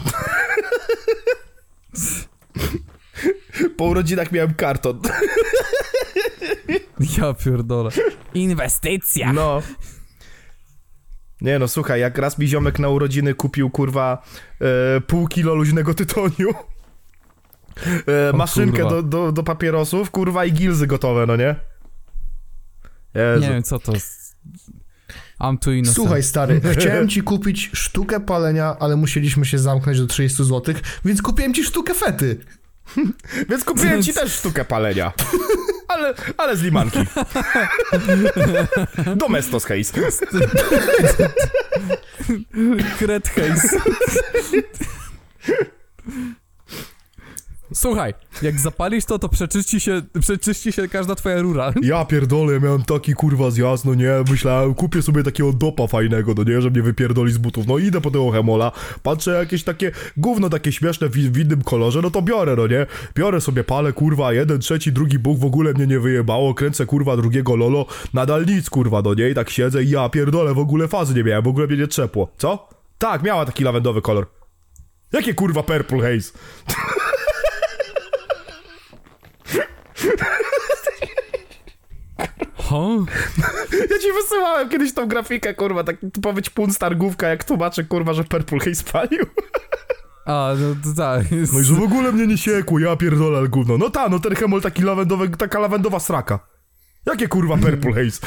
Po urodzinach miałem karton. Ja pierdolę. Inwestycja! No. Nie no, słuchaj, jak raz mi ziomek na urodziny kupił, kurwa, e, pół kilo luźnego tytoniu, e, O, maszynkę kurwa. do, do, do papierosów, kurwa, i gilzy gotowe, no nie? Jezu. Nie wiem co to jest. I'm too innocent. Słuchaj stary, chciałem ci kupić sztukę palenia, ale musieliśmy się zamknąć do trzydzieści złotych, więc kupiłem ci sztukę fety. Więc kupiłem ci też sztukę palenia. Ale, ale z limanki. Domestos case. Kret Hayes. Słuchaj, jak zapalisz to, to przeczyści się, przeczyści się każda twoja rura. Ja pierdolę, ja miałem taki kurwa zjazd, no nie, myślałem, kupię sobie takiego dopa fajnego, no nie, że mnie wypierdoli z butów, no idę po tego Hemola, patrzę jakieś takie gówno takie śmieszne w, w innym kolorze, no to biorę, no nie, biorę sobie palę, kurwa, jeden, trzeci, drugi Bóg w ogóle mnie nie wyjebało, kręcę kurwa drugiego Lolo, nadal nic, kurwa, no nie, i tak siedzę i ja pierdolę, w ogóle fazy nie miałem, w ogóle mnie nie trzepło, co? Tak, miała taki lawendowy kolor. Jakie kurwa Purple Haze? Ho? Ja ci wysyłałem kiedyś tą grafikę, kurwa, tak typowy ćpun stargówka, jak tłumaczę, kurwa, że Purple Haze palił. A, no to tak. No i że w ogóle mnie nie siekło, ja pierdolę, ale gówno. No ta, no ten Hemol taki lawendowy, taka lawendowa sraka. Jakie kurwa Purple Haze?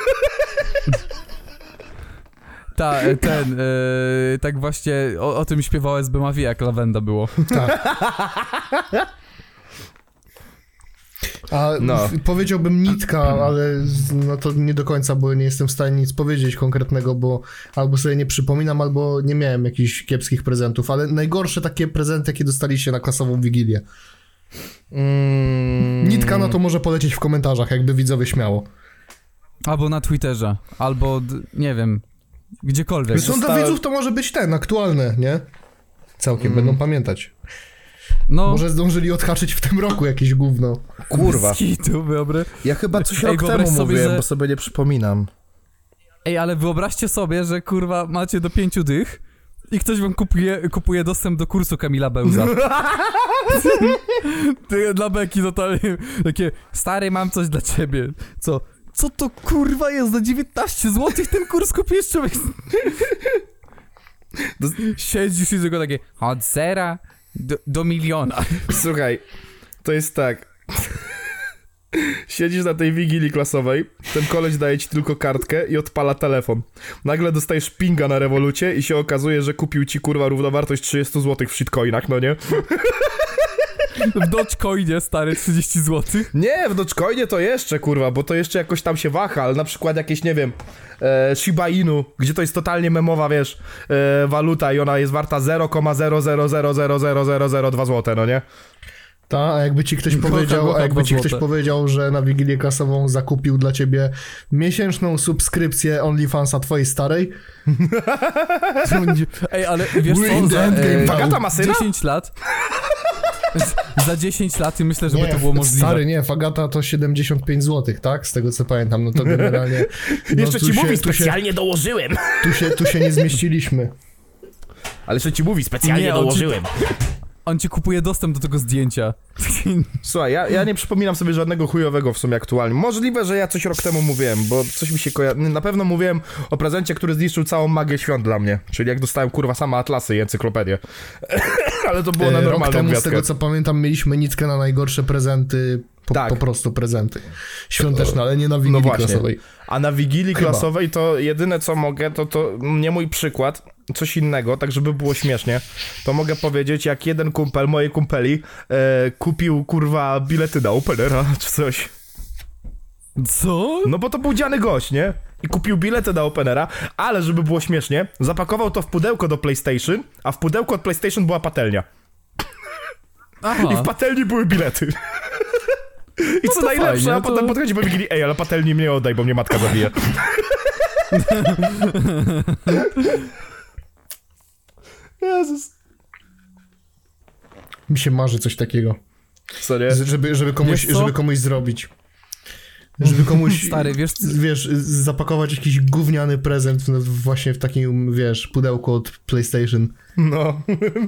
Ta, ten, e, tak właśnie o, o tym śpiewał S B Mafia, jak lawenda było. A No. w- powiedziałbym nitka, ale z- no to nie do końca, bo nie jestem w stanie nic powiedzieć konkretnego, bo albo sobie nie przypominam, albo nie miałem jakichś kiepskich prezentów, ale najgorsze takie prezenty, jakie dostaliście na klasową wigilię. Mm, Nitka, no to może polecieć w komentarzach, jakby widzowie śmiało. Albo na Twitterze, albo, d- nie wiem, gdziekolwiek. Zresztą dla Zostałem- widzów to może być ten, aktualne, nie? Całkiem będą pamiętać. No, Może zdążyli odhaczyć w tym roku jakieś gówno. kurwa. bez kitu, wyobraź. Ja chyba coś Ej, rok wyobraź temu sobie, mówiłem, że- bo sobie nie przypominam. Ej, ale wyobraźcie sobie, że kurwa macie do pięciu dych i ktoś wam kupuje, kupuje dostęp do kursu Kamila Bełza. Ty, dla beki totalnie takie, stary, mam coś dla ciebie. Co? Co to kurwa jest? Za dziewiętnaście złotych ten kurs kupisz, człowiek? Siedzisz i tylko takie, od zera do, do miliona. Słuchaj, to jest tak. Siedzisz na tej wigilii klasowej, ten koleś daje ci tylko kartkę i odpala telefon. Nagle dostajesz pinga na rewolucie i się okazuje, że kupił ci kurwa równowartość trzydzieści złotych w shitcoinach, no nie? W Dogecoinie, stary, trzydzieści złotych. Nie, w Dogecoinie to jeszcze, kurwa, bo to jeszcze jakoś tam się waha, ale na przykład jakieś, nie wiem, e, Shiba Inu, gdzie to jest totalnie memowa, wiesz, e, waluta i ona jest warta zero przecinek zero zero zero zero zero zero zero dwa złote, no nie? Ta, a jakby ci ktoś Gocha, powiedział, gocha, a jakby dwa ci ktoś złote. powiedział, że na Wigilię klasową zakupił dla ciebie miesięczną subskrypcję OnlyFansa twojej starej, Ej, ale wiesz We're co, in the za endgame, e, pal. Fagata ma syna? dziesięć lat... Za dziesięć lat i myślę, żeby nie, to było możliwe. stary, nie, Fagata to siedemdziesiąt pięć złotych, tak? Z tego co pamiętam, no to generalnie... No, Jeszcze tu ci się- mówi, tu się, specjalnie dołożyłem. tu, się, tu się nie zmieściliśmy. Ale jeszcze ci mówi, specjalnie Nie, on ci- dołożyłem. On ci kupuje dostęp do tego zdjęcia. Słuchaj, ja, ja nie przypominam sobie żadnego chujowego w sumie aktualnie. Możliwe, że ja coś rok temu mówiłem, bo coś mi się kojarzy. Na pewno mówiłem o prezencie, który zniszczył całą magię świąt dla mnie. Czyli jak dostałem kurwa same atlasy i encyklopedię. Ale to było na E, Rok normalną temu, z gwiazdkę. tego co pamiętam, mieliśmy nitkę na najgorsze prezenty, po, Tak. po prostu prezenty świąteczne, ale nie na Wigilii No właśnie. klasowej. A na Wigilii Chyba. klasowej to jedyne co mogę, to, to nie mój przykład, coś innego, tak żeby było śmiesznie, to mogę powiedzieć, jak jeden kumpel, mojej kumpeli, e, kupił, kurwa, bilety na Openera, czy coś. Co? No bo to był dziany gość, nie? I kupił bilety na Openera, ale żeby było śmiesznie, zapakował to w pudełko do PlayStation, a w pudełku od PlayStation była patelnia. Aha. I w patelni były bilety. I No co to najlepsze, fajnie, a to- potem podchodzi po Wigilii, ej, ale patelni mnie oddaj, bo mnie matka zabije. Jezus. Mi się marzy coś takiego. Co nie? Z- Żeby, żeby, komuś, Wiesz co? żeby komuś zrobić. Żeby komuś, Stary, wiesz co- wiesz, zapakować jakiś gówniany prezent w, właśnie w takim, wiesz, pudełku od PlayStation. No.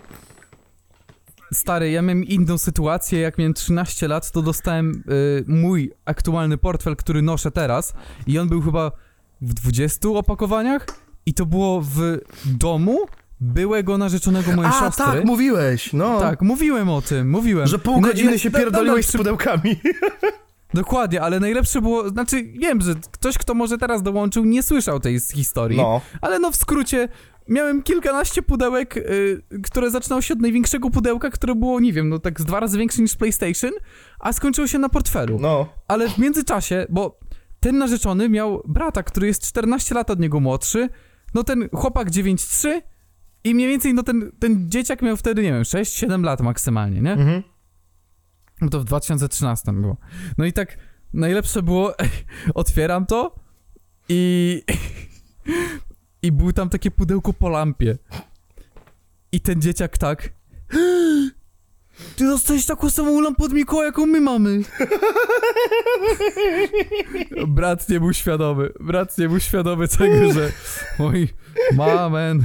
Stary, ja miałem inną sytuację, jak miałem trzynaście lat, to dostałem y, mój aktualny portfel, który noszę teraz i on był chyba w dwudziestu opakowaniach i to było w domu byłego narzeczonego mojej A, siostry. tak, mówiłeś, no. Tak, mówiłem o tym, mówiłem. Że pół No, godziny no, się no, pierdoliłeś z no, pudełkami. Dokładnie, ale najlepsze było, znaczy wiem, że ktoś, kto może teraz dołączył, nie słyszał tej z historii, No. ale no w skrócie miałem kilkanaście pudełek, y, które zaczynały się od największego pudełka, które było, nie wiem, no tak z dwa razy większe niż PlayStation, a skończyło się na portfelu. No. Ale w międzyczasie, bo ten narzeczony miał brata, który jest czternaście lat od niego młodszy, no ten chłopak dziewięć trzy i mniej więcej no ten, ten dzieciak miał wtedy, nie wiem, sześć siedem lat maksymalnie, nie? Mhm. No to w dwa tysiące trzynastym było. No i tak najlepsze było, otwieram to i i było tam takie pudełko po lampie. I ten dzieciak tak: ty dostałeś taką samą lampę od Mikołaja, jaką my mamy. Brat nie był świadomy. Brat nie był świadomy tego, że oj, mamen.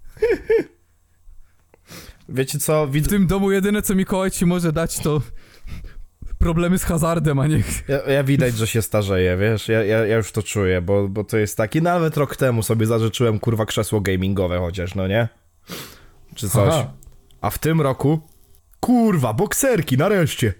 Wiecie co, W widzę... tym domu jedyne, co Mikołaj ci może dać, to problemy z hazardem, a nie... Ja, ja widać, że się starzeję, wiesz, ja, ja, ja już to czuję, bo, bo to jest taki, nawet rok temu sobie zażyczyłem, kurwa, krzesło gamingowe chociaż, no nie? Czy coś. Aha. A w tym roku, kurwa, bokserki, nareszcie.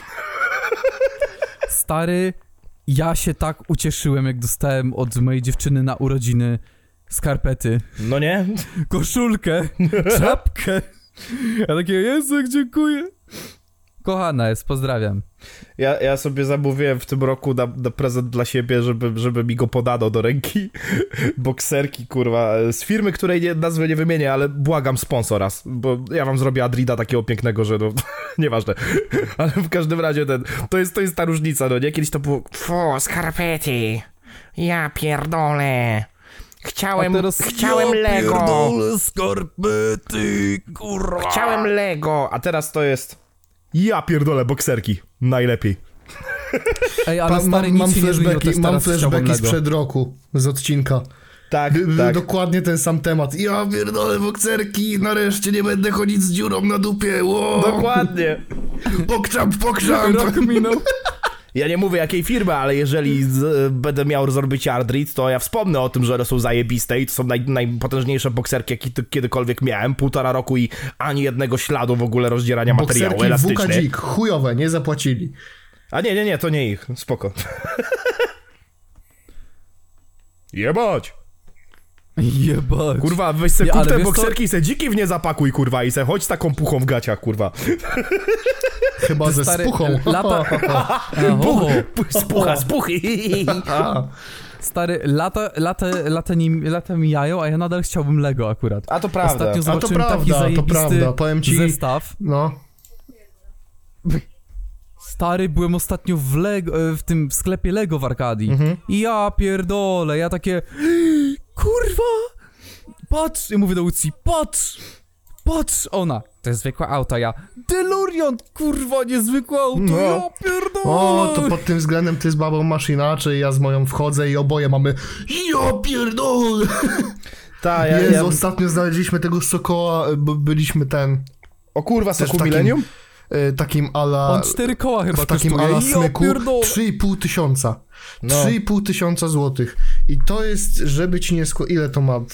Stary, ja się tak ucieszyłem, jak dostałem od mojej dziewczyny na urodziny skarpety, No nie? koszulkę, czapkę. Ja takie, Jezu, jak dziękuję. Kochana jest, pozdrawiam. Ja, ja sobie zamówiłem w tym roku na, na prezent dla siebie, żeby, żeby mi go podano do ręki. Bokserki, kurwa, z firmy, której nie, nazwy nie wymienię, ale błagam sponsor raz, bo ja wam zrobię Adrida takiego pięknego, że no, nieważne. Ale w każdym razie ten, to jest, to jest ta różnica, no nie? Kiedyś to było, Fu, skarpety. Ja pierdolę. Chciałem, A teraz chciałem ja Lego. pierdolę skarpety, kurwa. Chciałem Lego. a teraz to jest, ja pierdolę bokserki, najlepiej. Ej, ale Pa- stary, mam, nic mam się nie zmieniło, flashbacki, też mam teraz chciałbym flashbacki Lego. sprzed roku, z odcinka. Tak, By- by tak. Dokładnie ten sam temat. Ja pierdolę bokserki, nareszcie nie będę chodzić z dziurą na dupie. Ło! Dokładnie. Pokrzam, pokrzam. Rok minął. Ja nie mówię jakiej firmy, ale jeżeli z, będę miał zrobić Ardrit, to ja wspomnę o tym, że one są zajebiste i to są naj, najpotężniejsze bokserki, jakie ty- kiedykolwiek miałem. Półtora roku i ani jednego śladu w ogóle rozdzierania materiału Bokserki W K elastyczny. Dzik, chujowe, nie zapłacili. A nie, nie, nie, to nie ich. Spoko. Jebać! Jebać. Kurwa, weź se Nie, kup ale te wiesz co? bokserki i se dziki w nie zapakuj, kurwa, i se chodź z taką puchą w gaciach, kurwa. Chyba ze Stary, spuchą. lata... Oho. Spucha, spuchy. A, Stary, lata, lata, lata, nim, lata mijają, a ja nadal chciałbym Lego akurat. A to prawda. Ostatnio A to zobaczyłem taki prawda, to zajebisty prawda. Powiem ci- zestaw. no. Stary, byłem ostatnio w, Lego, w tym sklepie Lego w Arkadii. Mhm. I ja pierdolę, ja takie... Kurwa! Patrz! I mówię do Łucji, patrz! Patrz! Ona, to jest zwykłe auto, ja... DeLorean! Kurwa, niezwykłe auto, No. ja pierdolę! O, to pod tym względem ty z babą masz inaczej, ja z moją wchodzę i oboje mamy ja pierdolę. Ta, ja, Jezu, ja... ostatnio znaleźliśmy tego sokoła, bo byliśmy ten... O kurwa, Też Soku w takim- Millennium? y, takim ala... On cztery koła chyba w takim kosztuje. ala Ja smyku pierdolę! trzy i pół tysiąca. No. trzy i pół tysiąca złotych. I to jest, żeby ci nie skło... Ile to ma?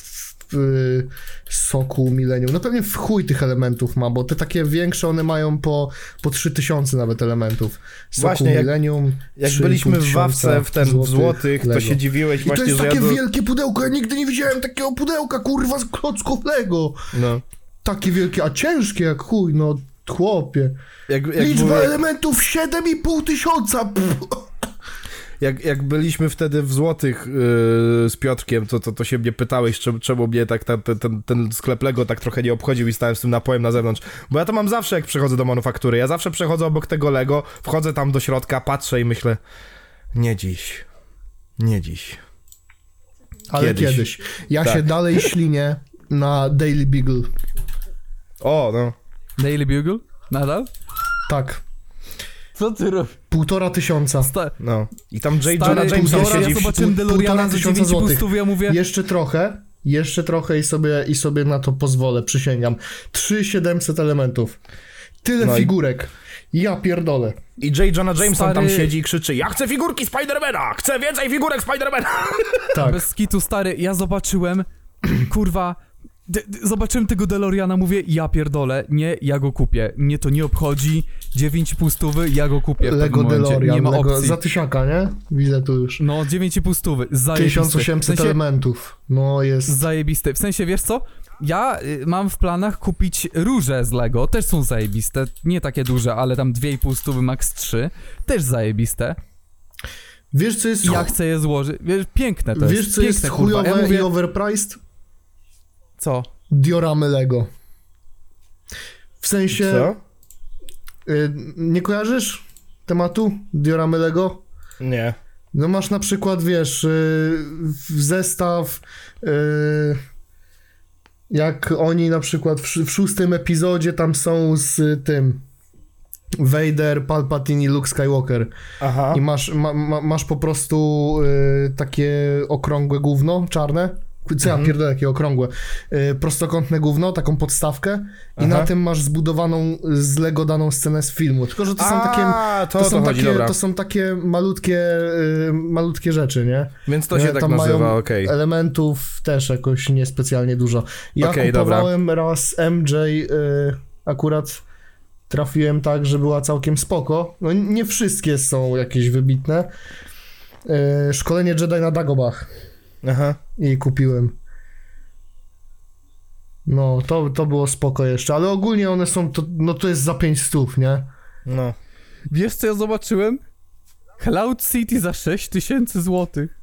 y, soku Millennium. No pewnie w chuj tych elementów ma, bo te takie większe, one mają po, po trzy tysiące nawet elementów. Soku Właśnie, jak- Millennium, Jak trzy i pół byliśmy w tysiąca Wawce w ten w złotych, to Lego. się dziwiłeś I to właśnie, jest że takie ja do... wielkie pudełko, ja nigdy nie widziałem takiego pudełka, kurwa, z klocków Lego. No. Takie wielkie, a ciężkie jak chuj, no chłopie. Jak, jak, Liczba były, elementów siedem i pół tysiąca. Pff. jak, jak byliśmy wtedy w Złotych yy, z Piotrkiem, to, to, to się mnie pytałeś, czemu, czemu mnie tak ta, ten, ten, ten sklep Lego tak trochę nie obchodził i stałem z tym napojem na zewnątrz. Bo ja to mam zawsze, jak przychodzę do manufaktury. Ja zawsze przechodzę obok tego Lego, wchodzę tam do środka, patrzę i myślę, nie dziś. Nie dziś. Ale Kiedyś. kiedyś. Ja Tak. się dalej ślinię na Daily Beagle. O, no. Daily Bugle? Nadal? Tak. Co ty robisz? Półtora tysiąca. Sta- No. I tam J. Stary, Johna Jamesa półtora, siedzi ja w... zobaczyłem pół- DeLoreana półtora za tysiąca dziewięć i pół złotych. stówy, ja mówię... Jeszcze trochę, jeszcze trochę i sobie, i sobie na to pozwolę, przysięgam. trzy tysiące siedemset elementów. Tyle No i- figurek. Ja pierdolę. I J. Jonah Jameson Stary- tam siedzi i krzyczy, ja chcę figurki Spidermana! Chcę więcej figurek Spidermana! Tak. Bez skitu, stary, ja zobaczyłem, kurwa, d- d- zobaczyłem tego DeLoreana, mówię, ja pierdolę, nie, ja go kupię, mnie to nie obchodzi, dziewięć i pół stówy, ja go kupię w Lego pewnym momencie, DeLorean, nie ma Lego opcji. za tysiaka, nie? Widzę tu już. No, dziewięć i pół stówy, zajebisty. tysiąc osiemset w sensie, elementów. No jest... Zajebisty, w sensie, wiesz co, ja y, mam w planach kupić róże z Lego, też są zajebiste, nie takie duże, ale tam dwie i pół stówy, max trzy, też zajebiste. Wiesz co jest... Ja chcę je złożyć, wiesz, piękne to Wiesz jest, co jest piękne, kurwa. chujowe Ja mówię, i overpriced? co? Dioramy Lego. W sensie... Co? Y, nie kojarzysz tematu dioramy Lego? Nie. No masz na przykład, wiesz, y, w zestaw, y, jak oni na przykład w, sz- w szóstym epizodzie tam są z tym Vader, Palpatine i Luke Skywalker Aha. i masz, ma, ma, masz po prostu y, takie okrągłe gówno, czarne. Co ja pierdolę, jakie okrągłe. Y, prostokątne gówno, taką podstawkę i Aha. na tym masz zbudowaną z Lego daną scenę z filmu. Tylko, że to są takie... A, to, To to, są, chodzi, takie, dobra. to są takie malutkie, y, malutkie rzeczy, nie? Więc to Nie, się tak tam nazywa, mają okej. elementów też jakoś niespecjalnie dużo. Ja Okej, kupowałem raz M J, y, akurat trafiłem tak, że była całkiem spoko. No nie wszystkie są jakieś wybitne. Y, szkolenie Jedi na Dagobah Aha. i kupiłem. No, to, to było spoko jeszcze, ale ogólnie one są, to, no to jest za pięć stów, nie? No. Wiesz co ja zobaczyłem? Cloud City za sześć tysięcy złotych.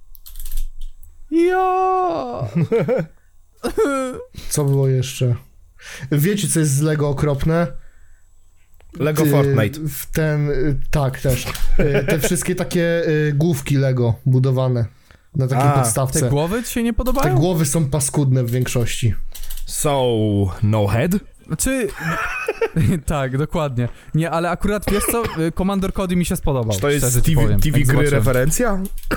Ja. Co było jeszcze? Wiecie, co jest z Lego okropne? Lego Ty- Fortnite. W ten, y, tak, też. Y, Te wszystkie takie y, główki Lego budowane na takiej A, podstawce. Te głowy ci się nie Te podobają? głowy są paskudne w większości. So, no head? Czy... tak, dokładnie. Nie, ale akurat wiesz co? Y, Commander Cody mi się spodobał. Czy to jest szczerze ci T V, powiem, T V jak gry zobaczyłem. referencja?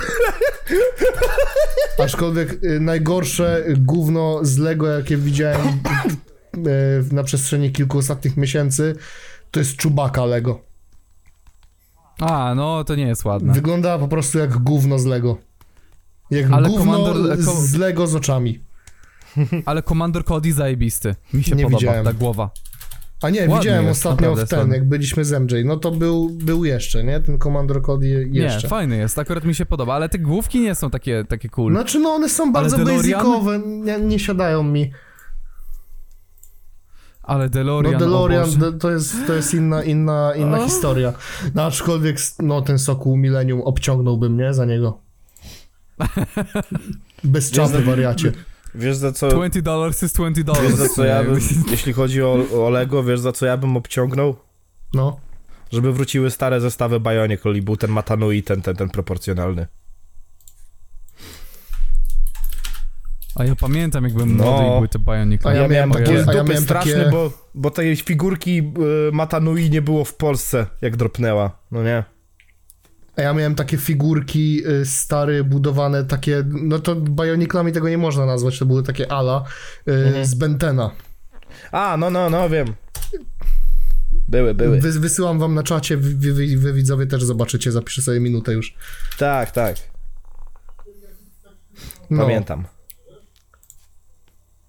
Aczkolwiek y, najgorsze gówno z Lego, jakie widziałem y, na przestrzeni kilku ostatnich miesięcy, to jest Chewbacca Lego. A, no to nie jest ładne. Wygląda po prostu jak gówno z Lego. Jak Ale gówno Commander- z, z Lego z oczami. Ale Commander Cody zajebisty. Mi się Nie podoba widziałem. ta głowa. A nie, Ładny widziałem jest, ostatnio naprawdę w ten, ładny. jak byliśmy z M J, no to był, był jeszcze, nie? Ten Commander Cody je- jeszcze. Nie, fajny jest, akurat mi się podoba, ale te główki nie są takie, takie cool. Znaczy, no one są bardzo DeLorean? basicowe, nie, nie siadają mi. Ale DeLorean, No o DeLorean Boże. de, to jest, to jest inna, inna, inna O. historia. No aczkolwiek, no ten Sokół Millennium obciągnąłbym, nie? Za niego. Bez czapy, wariacie. Wiesz za co... twenty dollars is twenty dollars. Wiesz za co ja bym, jeśli chodzi o, o Lego, wiesz za co ja bym obciągnął? No. Żeby wróciły stare zestawy Bionicle i był ten Matanui, ten, ten, ten proporcjonalny. A ja pamiętam, jak byłem No. młody i były te Bionicle. A ja miałem takie takie- z a ja dupy miałem straszny, takie- bo, bo tej figurki y, Matanui nie było w Polsce, jak dropnęła, no nie? A ja miałem takie figurki y, stare, budowane, takie, no to Bioniclami tego nie można nazwać, to były takie ala y, Mhm. z Bentena. A, no, no, no, wiem. Były, były. Wy, wysyłam wam na czacie, wy, wy, wy widzowie też zobaczycie, zapiszę sobie minutę już. Tak, tak, No. pamiętam.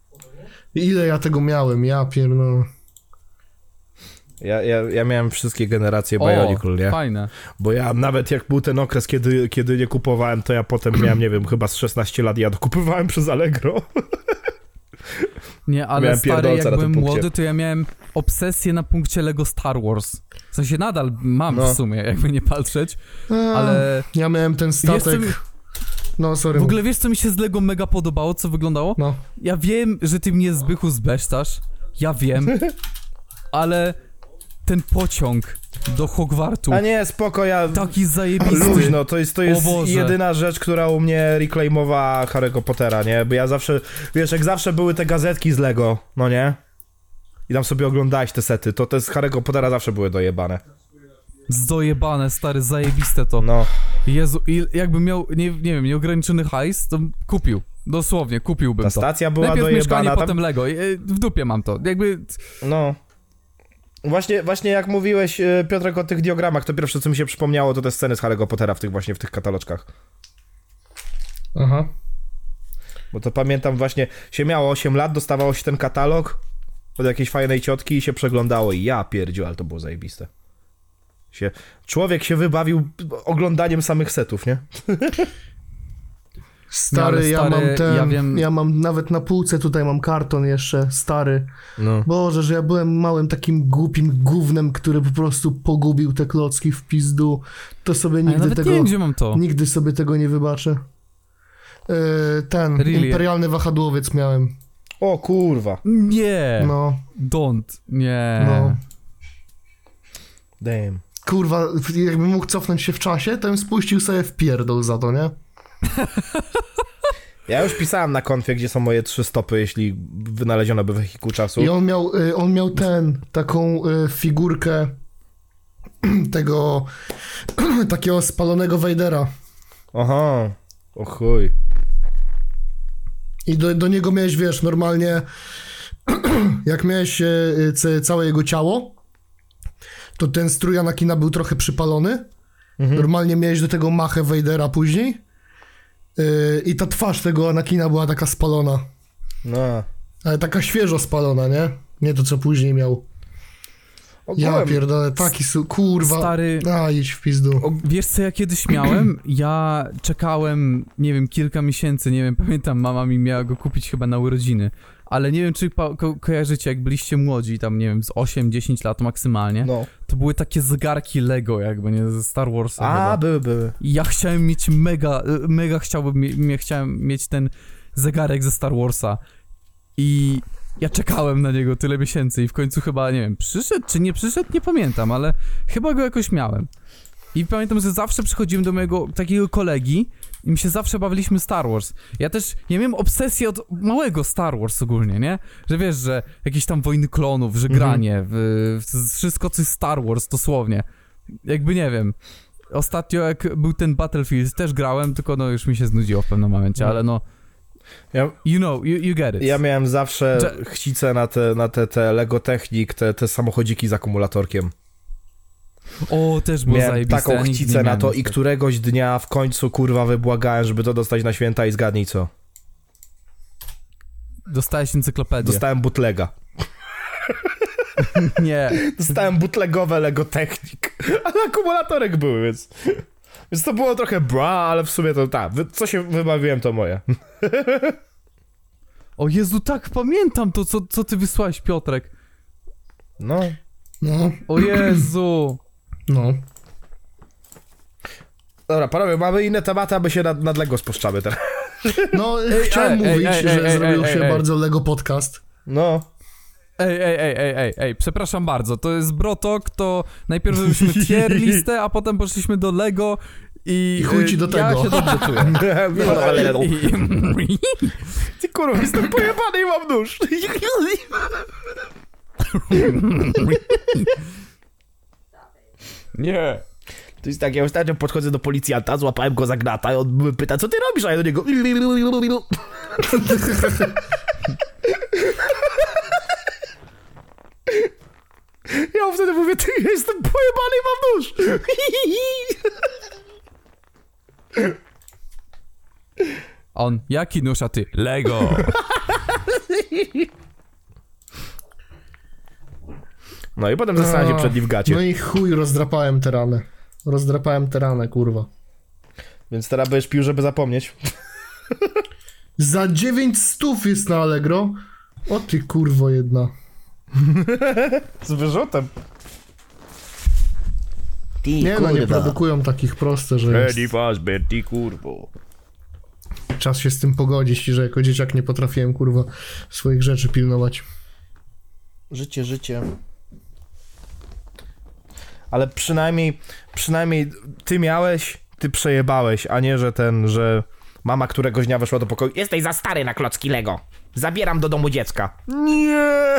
Ile ja tego miałem, ja pierdolę. Ja, ja, ja miałem wszystkie generacje O, Bionicle, nie? fajne. Bo ja nawet jak był ten okres, kiedy, kiedy nie kupowałem, to ja potem miałem, nie wiem, chyba z szesnaście lat ja dokupywałem przez Allegro. Nie, ale Miałem stary, pierdolca jak na tym byłem punkcie. młody, to ja miałem obsesję na punkcie Lego Star Wars. W sensie nadal mam No. w sumie, jakby nie patrzeć, A, ale... Ja miałem ten Wiesz, co statek... mi... No, sorry. W ogóle wiesz, co mi się z Lego mega podobało, co wyglądało? No. Ja wiem, że ty mnie Zbychu zbesztasz, ja wiem, ale ten pociąg do Hogwartu, A nie, spoko, ja... taki zajebisty. Luźno, to jest, to jest Boże. jedyna rzecz, która u mnie reclaimowała Harry'ego Pottera, nie? Bo ja zawsze, wiesz, jak zawsze były te gazetki z Lego, no nie? I tam sobie oglądałeś te sety, to te z Harry'ego Pottera zawsze były dojebane. Zdojebane, stary, zajebiste to. No. Jezu, i jakbym miał, nie, nie wiem, nieograniczony hajs, to kupił. Dosłownie, kupiłbym Ta to. stacja była Najpierw dojebana. mieszkanie, Tam... potem Lego. I, w dupie mam to. Jakby... No. Właśnie, właśnie jak mówiłeś, e, Piotrek, o tych diagramach, to pierwsze, co mi się przypomniało, to te sceny z Harry'ego Pottera w tych właśnie, w tych kataloczkach. Aha. Bo to pamiętam właśnie, się miało osiem lat, dostawało się ten katalog od jakiejś fajnej ciotki i się przeglądało i ja pierdziu, ale to było zajebiste. Się, człowiek się wybawił oglądaniem samych setów, nie? Stary, ale ja stary, mam ten... ja wiem- Ja mam nawet na półce tutaj mam karton jeszcze, stary. No. Boże, że ja byłem małym takim głupim gównem, który po prostu pogubił te klocki w pizdu. To sobie A ja nigdy nawet tego... nie wiem, gdzie mam to. Nigdy sobie tego nie wybaczę. Yy, ten, Really? imperialny wahadłowiec miałem. O kurwa. Nie! No, Don't. Nie. no. Damn. Kurwa, jakbym mógł cofnąć się w czasie, to bym spuścił sobie w pierdol za to, nie? Ja już pisałem na konfie, gdzie są moje trzy stopy, jeśli wynaleziono by wehikuł czasu. I on miał, y, on miał ten, taką y, figurkę tego takiego spalonego Vadera. Aha. O chuj. I do, do niego miałeś, wiesz, normalnie jak miałeś y, c- całe jego ciało, to ten strój Anakina był trochę przypalony. Mhm. Normalnie miałeś do tego machę Vadera później. Y, I ta twarz tego Anakina była taka spalona. No. Ale taka świeżo spalona, nie? Nie to, co później miał. Ja Ogółem- pierdolę, taki su... Kurwa. Stary- A, idź w pizdu. O, wiesz co ja kiedyś miałem? Ja czekałem, nie wiem, kilka miesięcy, nie wiem, pamiętam, mama mi miała go kupić chyba na urodziny. Ale nie wiem, czy pa- ko- kojarzycie, jak byliście młodzi, tam nie wiem, z osiem dziesięć lat maksymalnie, No. to były takie zegarki Lego jakby, nie, ze Star Warsa A, chyba. były, były. I ja chciałem mieć mega, mega chciałbym, mie- mie- chciałem mieć ten zegarek ze Star Warsa. I ja czekałem na niego tyle miesięcy i w końcu chyba, nie wiem, przyszedł czy nie przyszedł, nie pamiętam, ale chyba go jakoś miałem. I pamiętam, że zawsze przychodziłem do mojego takiego kolegi i my się zawsze bawiliśmy Star Wars. Ja też, ja miałem obsesję od małego Star Wars ogólnie, nie? Że wiesz, że jakieś tam wojny klonów, że granie, w, w, wszystko co jest Star Wars dosłownie. Jakby nie wiem. Ostatnio jak był ten Battlefield też grałem, tylko no już mi się znudziło w pewnym momencie, ale no Ja, you know, you, you get it. ja miałem zawsze Cze- chcice na te, na te, te Lego Technik, te, te samochodziki z akumulatorkiem. O, też było Miałem zajebiste. taką ja nigdy nie chcicę na miałem to i niestety. któregoś dnia w końcu kurwa wybłagałem, żeby to dostać na święta i zgadnij co. Dostałeś encyklopedię. Dostałem bootlega. Nie. Dostałem bootlegowe Lego Technik, ale akumulatorek były, więc... Więc to było trochę bra, ale w sumie to tak, wy- co się wybawiłem to moje. O Jezu, tak, pamiętam to, co, co ty wysłałeś, Piotrek. No. No, O Jezu. no. Dobra, panowie, mamy inne tematy, aby się nad, nad Lego spuszczamy teraz. No, chciałem ej, mówić, ej, ej, że ej, zrobił ej, się ej. bardzo Lego podcast. No. Ej, ej, ej, ej, ej, ej, przepraszam bardzo, to jest Brotok, to najpierw zrobiliśmy tier listę, a potem poszliśmy do Lego i... I chuj ci do ja tego. się dobrze czuję. I, Ty kurwa, jestem pojebany i mam nóż. nie. To jest tak, ja ostatnio podchodzę do policjanta, złapałem go za gnata i on pyta, co ty robisz, a ja do niego... Ja wtedy mówię, ty, ja jestem pojebany i mam nóż. On, jaki nóż, a ty? Lego. No i potem zastanawiam się przed nim w gacie. No i chuj, rozdrapałem tę ranę. Rozdrapałem tę ranę, kurwa. Więc teraz będziesz pił, żeby zapomnieć. Za dziewięć stów jest na Allegro. O ty kurwo jedna. Z wyrzutem. Ty Nie no, nie produkują takich proste, że jest. Eddie Fazbear, ty kurwo. Czas się z tym pogodzić, że jako dzieciak nie potrafiłem, kurwa, swoich rzeczy pilnować. Życie, życie. Ale przynajmniej, przynajmniej ty miałeś, ty przejebałeś, a nie, że ten, że mama któregoś dnia weszła do pokoju. Jesteś za stary na klocki Lego. Zabieram do domu dziecka. Nie!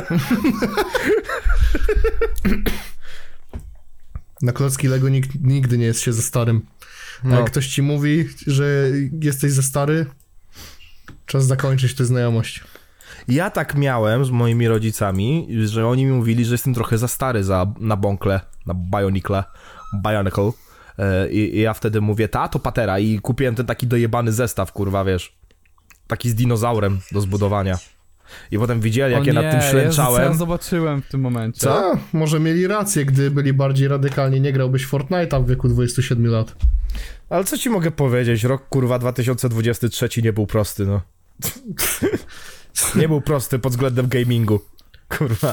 Na klocki Lego nikt, nigdy nie jest się za starym. A No. jak ktoś ci mówi, że jesteś za stary, czas zakończyć tę znajomość. Ja tak miałem z moimi rodzicami, że oni mi mówili, że jestem trochę za stary za, na Bonkle, na Bionicle, Bionicle. E, I, I ja wtedy mówię, ta, to patera. I kupiłem ten taki dojebany zestaw, kurwa, wiesz. Taki z dinozaurem do zbudowania. I potem widzieli, jak O ja nie, nad tym Jezu, co ślęczałem. ja zobaczyłem w tym momencie. Co? Może mieli rację, gdy byli bardziej radykalni. Nie grałbyś Fortnite'a w wieku dwudziestu siedmiu lat. Ale co ci mogę powiedzieć? Rok, kurwa, dwa tysiące dwudziesty trzeci nie był prosty, no. Nie był prosty pod względem gamingu. Kurwa.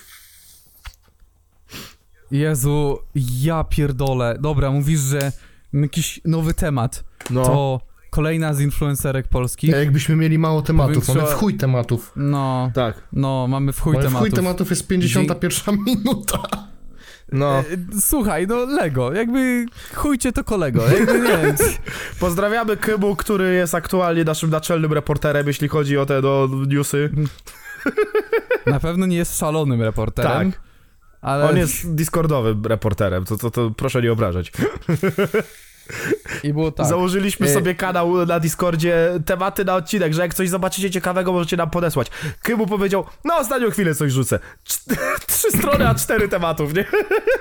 Jezu, ja pierdolę. Dobra, mówisz, że jakiś nowy temat. No. To kolejna z influencerek polskich. A jakbyśmy mieli mało tematów, Powiększyła- mamy w chuj tematów. No, Tak. no, mamy w chuj Mamy w tematów. chuj tematów jest pięćdziesiąta pierwsza minuta. No. E, Słuchaj, no Lego, jakby chujcie to kolego, jakby nie wiem. Pozdrawiamy Kybu, który jest aktualnie naszym naczelnym reporterem, jeśli chodzi o te no, newsy. Na pewno nie jest szalonym reporterem, Tak. ale On jest discordowym reporterem, to, to, to proszę nie obrażać. i było tak. Założyliśmy Y- sobie kanał na Discordzie, tematy na odcinek, że jak coś zobaczycie ciekawego, możecie nam podesłać. Kybu powiedział, no ostatnią chwilę coś rzucę. Cz- trzy strony, a cztery tematów, nie?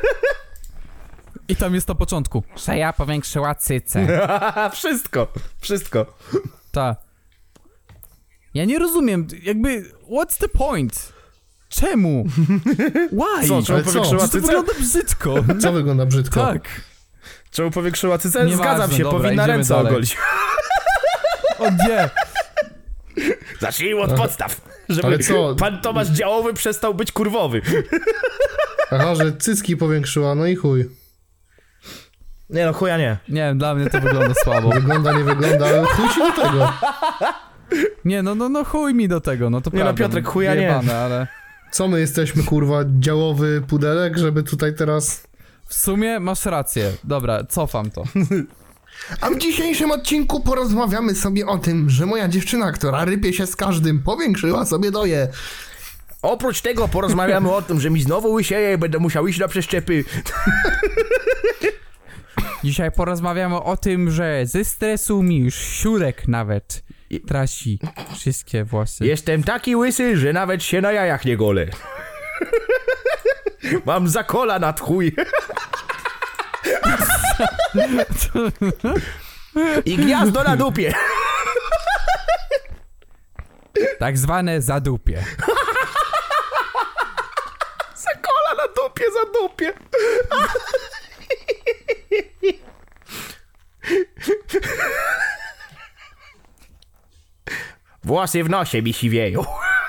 I tam jest na początku. Że ja powiększyła cycę. Wszystko, wszystko. Ta. Ja nie rozumiem, jakby, what's the point? Czemu? Why? Co, czemu Ale co? powiększyła Przecież to cycę? wygląda brzydko. Co wygląda brzydko? Tak. Czemu powiększyła cycę? Nieważne, Zgadzam się, dobra, powinna idziemy ręce dalej. ogolić. O nie. Zacznijmy od podstaw, żeby Ale co? pan Tomasz Działowy przestał być kurwowy. Aha, że cycki powiększyła, no i chuj. Nie no, chuja nie. Nie wiem, dla mnie to wygląda słabo. Wygląda, nie wygląda, ale chuj ci do tego. Nie, no, no, no chuj mi do tego, no to Nie no, prawda. Piotrek, chuja nie. Wyjebane, ale Co my jesteśmy, kurwa, działowy pudelek, żeby tutaj teraz... w sumie masz rację. Dobra, cofam to. A w dzisiejszym odcinku porozmawiamy sobie o tym, że moja dziewczyna, która rypie się z każdym, powiększyła sobie doje. Oprócz tego porozmawiamy o tym, że mi znowu łysieje i będę musiał iść na przeszczepy. Dzisiaj porozmawiamy o tym, że ze stresu mi już siurek nawet trasi wszystkie włosy. Jestem taki łysy, że nawet się na jajach nie golę. Mam zakola nad chuj. I gniazdo na dupie. Tak zwane zadupie. Zakola na dupie, za dupie. Włosy w nosie mi siwieją.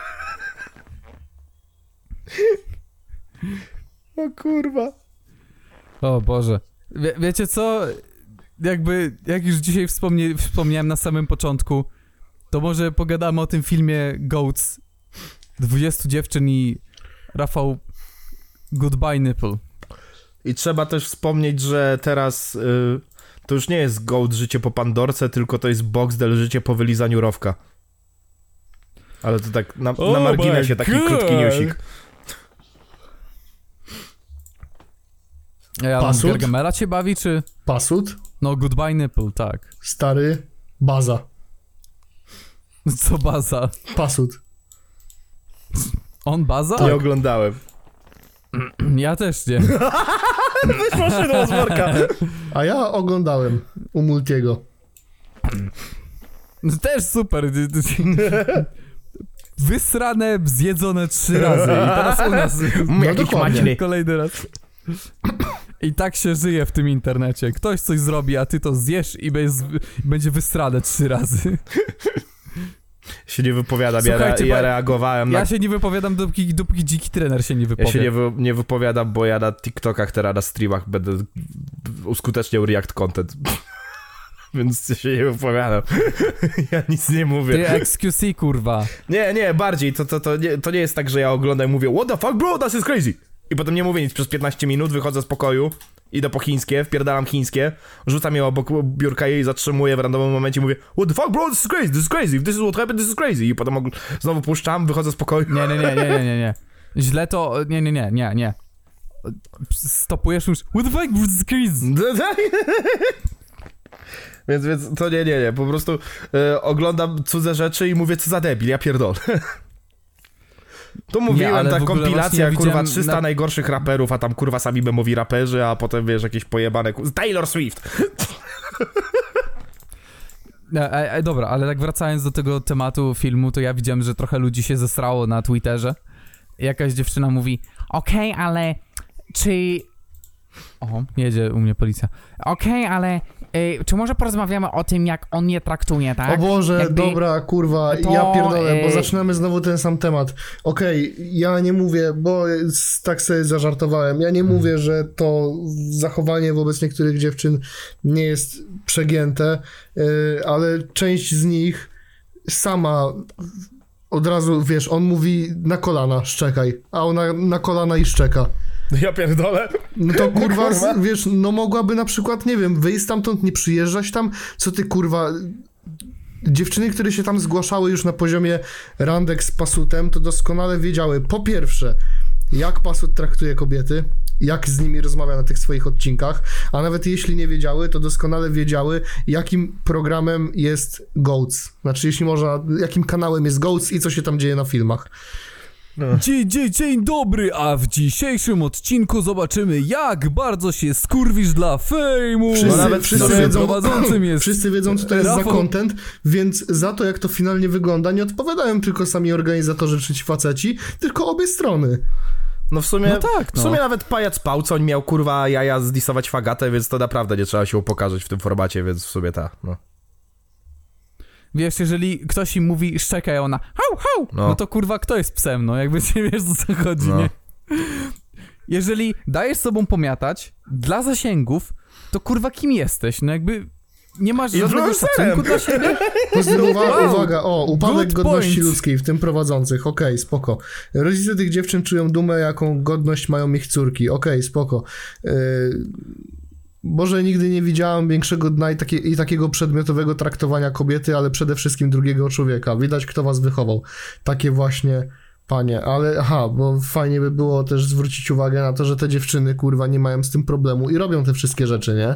O kurwa. O Boże. Wie, wiecie co? Jakby, jak już dzisiaj wspomnie, wspomniałem na samym początku, to może pogadamy o tym filmie Goats. dwudziestu dziewczyn i Rafał Goodbye Nipple. I trzeba też wspomnieć, że teraz y, to już nie jest Goat życie po Pandorce, tylko to jest Boxdel życie po wylizaniu rowka. Ale to tak na, Oh na marginesie my taki God. krótki newsik. Ej, Alan, Pasut? Gargamela cię bawi, czy... Pasut, No, Goodbye Nipple, tak. stary, baza. Co baza? Pasut. On baza? Nie oglądałem. Ja też nie. Proszę do worka. A ja oglądałem u Multiego. No, też super. wysrane, zjedzone trzy razy. I teraz u nas Mm, jakiś dokładnie. maciny. kolejny raz. I tak się żyje w tym internecie. Ktoś coś zrobi, a ty to zjesz i bez, będzie wysrane trzy razy. Się nie wypowiadam, ja, re, Słuchajcie, ja bo- reagowałem na... Ja się nie wypowiadam, dopóki, dopóki dziki trener się nie wypowie. Ja się nie, wy, nie wypowiadam, bo ja na TikTokach teraz na streamach będę uskuteczniał react content. Więc ja się nie wypowiadam. Ja nic nie mówię. Ty X Q C, kurwa. Nie, nie, bardziej. To, to, to, nie, to nie jest tak, że ja oglądam i mówię what the fuck bro, that is crazy. I potem nie mówię nic przez piętnaście minut, wychodzę z pokoju, idę po chińskie, wpierdalam chińskie, rzucam je obok biurka jej, zatrzymuję w randomowym momencie i mówię what the fuck bro, this is crazy, this is crazy, if this is what happened, this is crazy. I potem ogl- znowu puszczam, wychodzę z pokoju. Nie, nie, nie, nie, nie, nie, nie. Źle to... Nie, nie, nie, nie, nie. Stopujesz już... What the fuck, this is crazy. Więc, więc to nie, nie, nie, po prostu e, oglądam cudze rzeczy i mówię co za debil, ja pierdolę. To mówiłem, ale ta w ogóle właśnie kompilacja, ja kurwa, widziałem trzysta na- najgorszych raperów, a tam kurwa sami memowi raperzy, a potem wiesz, jakieś pojebane, ku- Taylor Swift. E, e, e, dobra, ale tak wracając do tego tematu filmu, to ja widziałem, że trochę ludzi się zesrało na Twitterze. Jakaś dziewczyna mówi, okej, ale czy... O, jedzie u mnie policja. Okej, ale y, czy może porozmawiamy o tym, jak on je traktuje, tak? O Boże, Jakby- dobra, kurwa, to, ja pierdolę, bo ej. zaczynamy znowu ten sam temat. Okej, ja nie mówię, bo s- tak sobie zażartowałem, ja nie mówię, że to zachowanie wobec niektórych dziewczyn nie jest przegięte, yy, ale część z nich sama od razu, wiesz, on mówi na kolana, szczekaj, a ona na kolana i szczeka. Ja pierdolę. No to kurwa, Kurwa. z- wiesz, no mogłaby na przykład, nie wiem, wyjść stamtąd, nie przyjeżdżać tam, co ty kurwa... Dziewczyny, które się tam zgłaszały już na poziomie randek z Pasutem, to doskonale wiedziały, po pierwsze, jak Pasut traktuje kobiety, jak z nimi rozmawia na tych swoich odcinkach, a nawet jeśli nie wiedziały, to doskonale wiedziały, jakim programem jest Goats. Znaczy, jeśli można, jakim kanałem jest Goats i co się tam dzieje na filmach. Dzień, dzień, dzień dobry, a w dzisiejszym odcinku zobaczymy, jak bardzo się skurwisz dla fejmu. Wszyscy, No nawet wszyscy, sobie wiedzą, prowadzącym jest wszyscy wiedzą, co to jest Rafał. za content, więc za to, jak to finalnie wygląda, nie odpowiadają tylko sami organizatorzy czy ci faceci, tylko obie strony. No w sumie, No tak, no. w sumie nawet pajac Pałcoń miał kurwa jaja zdisować Fagatę, więc to naprawdę nie trzeba się upokarzać w tym formacie, więc w sumie ta, no. Wiesz, jeżeli ktoś im mówi szczekaj, a ona hał, hał, no. No. to kurwa kto jest psem, no jakby nie wiesz, o co chodzi, No. nie? Jeżeli dajesz sobą pomiatać dla zasięgów, to kurwa kim jesteś? No jakby nie masz żadnego Influencerem. szacunku dla siebie? Uwaga, Wow. uwaga, o, upadek Good godności point. ludzkiej, w tym prowadzących, okej, spoko. Rodzice tych dziewczyn czują dumę, jaką godność mają ich córki, okej, spoko. Yy, Boże, nigdy nie widziałam większego dna i, takie, i takiego przedmiotowego traktowania kobiety, ale przede wszystkim drugiego człowieka. Widać, kto was wychował. Takie właśnie panie, ale aha, bo fajnie by było też zwrócić uwagę na to, że te dziewczyny, kurwa, nie mają z tym problemu i robią te wszystkie rzeczy, nie?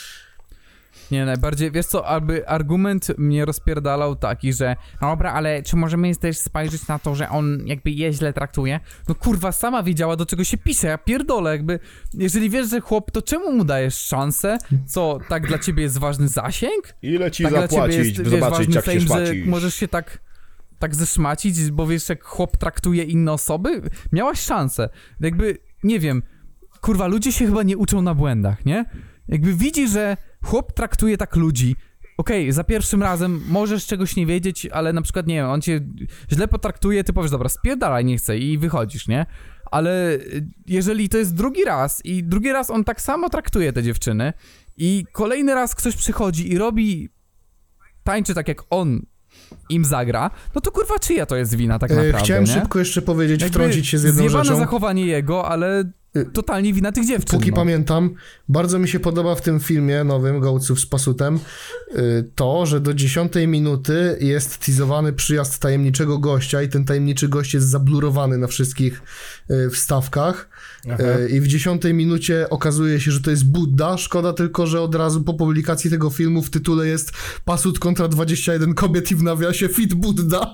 Nie, najbardziej, wiesz co, aby argument mnie rozpierdalał taki, że no dobra, ale czy możemy też spojrzeć na to, że on jakby je źle traktuje? No kurwa, sama wiedziała, do czego się pisze, ja pierdolę, jakby, jeżeli wiesz, że chłop, to czemu mu dajesz szansę? Co, tak dla ciebie jest ważny zasięg? Ile ci Tak dla ciebie jest, wiesz, zobaczyć ważny jak się fame, że szmacisz. możesz się tak, tak zeszmacić, bo wiesz, jak chłop traktuje inne osoby? Miałaś szansę, jakby, nie wiem, kurwa, ludzie się chyba nie uczą na błędach, nie? Jakby widzi, że chłop traktuje tak ludzi. Okej, okay, za pierwszym razem możesz czegoś nie wiedzieć, ale na przykład, nie wiem, on cię źle potraktuje, ty powiesz, dobra, spierdalaj, nie chcę i wychodzisz, nie? Ale jeżeli to jest drugi raz i drugi raz on tak samo traktuje te dziewczyny i kolejny raz ktoś przychodzi i robi, tańczy tak jak on im zagra, no to kurwa czyja to jest wina tak E, naprawdę, Chciałem nie? szybko jeszcze powiedzieć, Jakby wtrącić się z jedną zjebane rzeczą. zachowanie jego, ale totalnie wina tych dziewczyn. Póki no. pamiętam, bardzo mi się podoba w tym filmie nowym Gołców z Pasutem y, to, że do dziesiątej minuty jest teasowany przyjazd tajemniczego gościa i ten tajemniczy gość jest zablurowany na wszystkich y, wstawkach y, i w dziesiątej minucie okazuje się, że to jest Budda. Szkoda tylko, że od razu po publikacji tego filmu w tytule jest Pasut kontra dwadzieścia jeden kobiet i w nawiasie Fit Budda.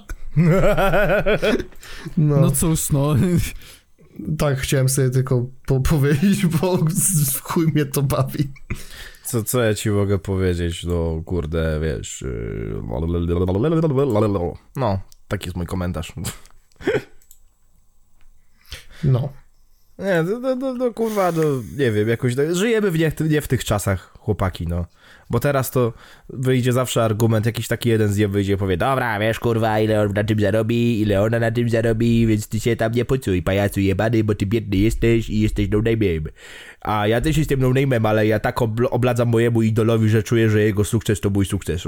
No. No cóż, no. Tak, chciałem sobie tylko po powiedzieć, bo w chuj mnie to bawi. Co, co ja ci mogę powiedzieć, no kurde, wiesz... yy, No, Taki jest mój komentarz. No. Nie, no, no, no, no kurwa, no nie wiem, jakoś, no, żyjemy w nie, nie w tych czasach, chłopaki, no. Bo teraz to wyjdzie zawsze argument, jakiś taki jeden z nie wyjdzie i powie, dobra, wiesz, kurwa, ile on na tym zarobi, ile ona na tym zarobi, więc ty się tam nie pocuj, pajacu jebany, bo ty biedny jesteś i jesteś no-name'em. A ja też jestem no-name'em, ale ja tak obl- obladzam mojemu idolowi, że czuję, że jego sukces to mój sukces.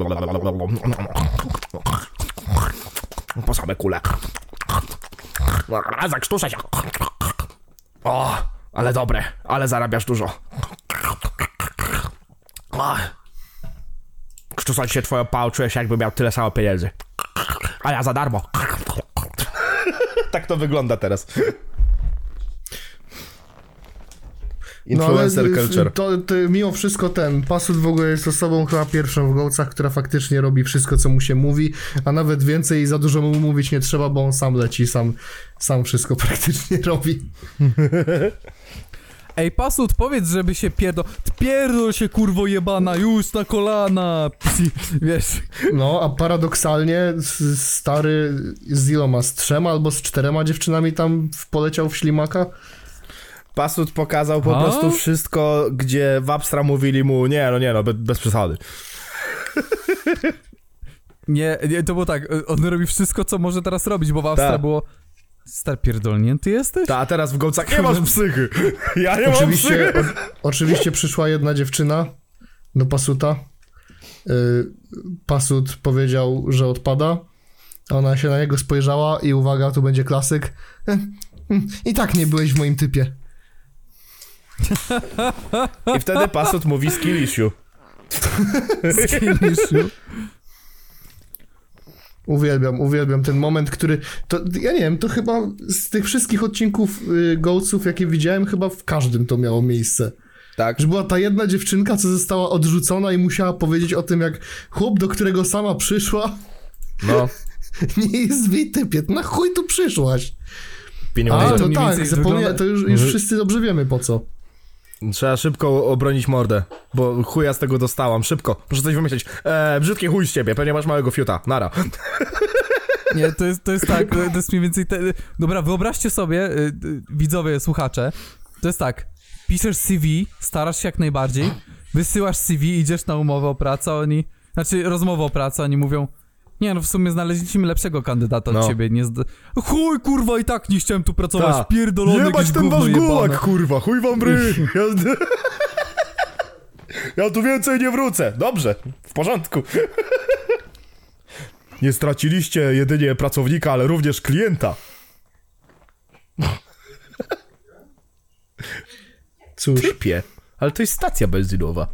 Po same kule. Zakrztuszę się. O, ale dobre, ale zarabiasz dużo. O. Krztusać się twoją pałą, czujesz się, jakby miał tyle samo pieniędzy. A ja za darmo. Tak to wygląda teraz. Influencer no, ale culture. To, to mimo wszystko ten Pasut w ogóle jest osobą chyba pierwszą w Gołcach, która faktycznie robi wszystko, co mu się mówi, a nawet więcej i za dużo mu mówić nie trzeba, bo on sam leci, sam, sam wszystko praktycznie robi. Ej, Pasut, powiedz, żeby się pierdol... Pierdol się, kurwo jebana, już na kolana! Psi, wiesz... No, a paradoksalnie s- stary z iloma, z trzema albo z czterema dziewczynami tam w- poleciał w ślimaka. Pasut pokazał po A? prostu wszystko, gdzie w Abstra mówili mu, nie no, nie no, bez, bez przesady. Nie, nie, to było tak, on robi wszystko, co może teraz robić, bo w Awstra Tak. było... Star pierdolnięty jesteś? Ta, a teraz w Gołcach nie masz psychy. Ja nie mam Oczywiście, psychy. o, oczywiście przyszła jedna dziewczyna do Pasuta. Y, Pasut powiedział, że odpada. A ona się na niego spojrzała i uwaga, tu będzie klasyk. I tak nie byłeś w moim typie. I wtedy Pasut mówi skillisiu. Skilliszu. Uwielbiam, uwielbiam ten moment, który... To, ja nie wiem, to chyba z tych wszystkich odcinków y, Gołców, jakie widziałem, chyba w każdym to miało miejsce. Tak. Że była ta jedna dziewczynka, co została odrzucona i musiała powiedzieć o tym, jak chłop, do którego sama przyszła, No. nie jest w jej typie. Na chuj tu przyszłaś? Pieniądze. A, to to mniej tak, więcej zapomnia... wygląda- to już, już wszyscy dobrze wiemy po co. Trzeba szybko obronić mordę, bo chuja z tego dostałam. Szybko, muszę coś wymyślić. Eee, brzydki chuj z ciebie, pewnie masz małego fiuta. Nara. Nie, to jest, to jest tak, to jest mniej więcej... Te... Dobra, wyobraźcie sobie, y, y, widzowie, słuchacze, to jest tak, piszesz C V, starasz się jak najbardziej, wysyłasz C V, idziesz na umowę o pracę, a oni... Znaczy, rozmowę o pracę, oni mówią... Nie, no w sumie znaleźliśmy lepszego kandydata od No. ciebie, nie zda... Chuj, kurwa, i tak nie chciałem tu pracować, Ta. pierdolony Jebać jakieś ten gówno wasz jebane. gułak, kurwa, chuj wam bry. Ja... ja tu więcej nie wrócę. Dobrze, w porządku. Nie straciliście jedynie pracownika, ale również klienta. Cóż, Typie, ale to jest stacja benzynowa.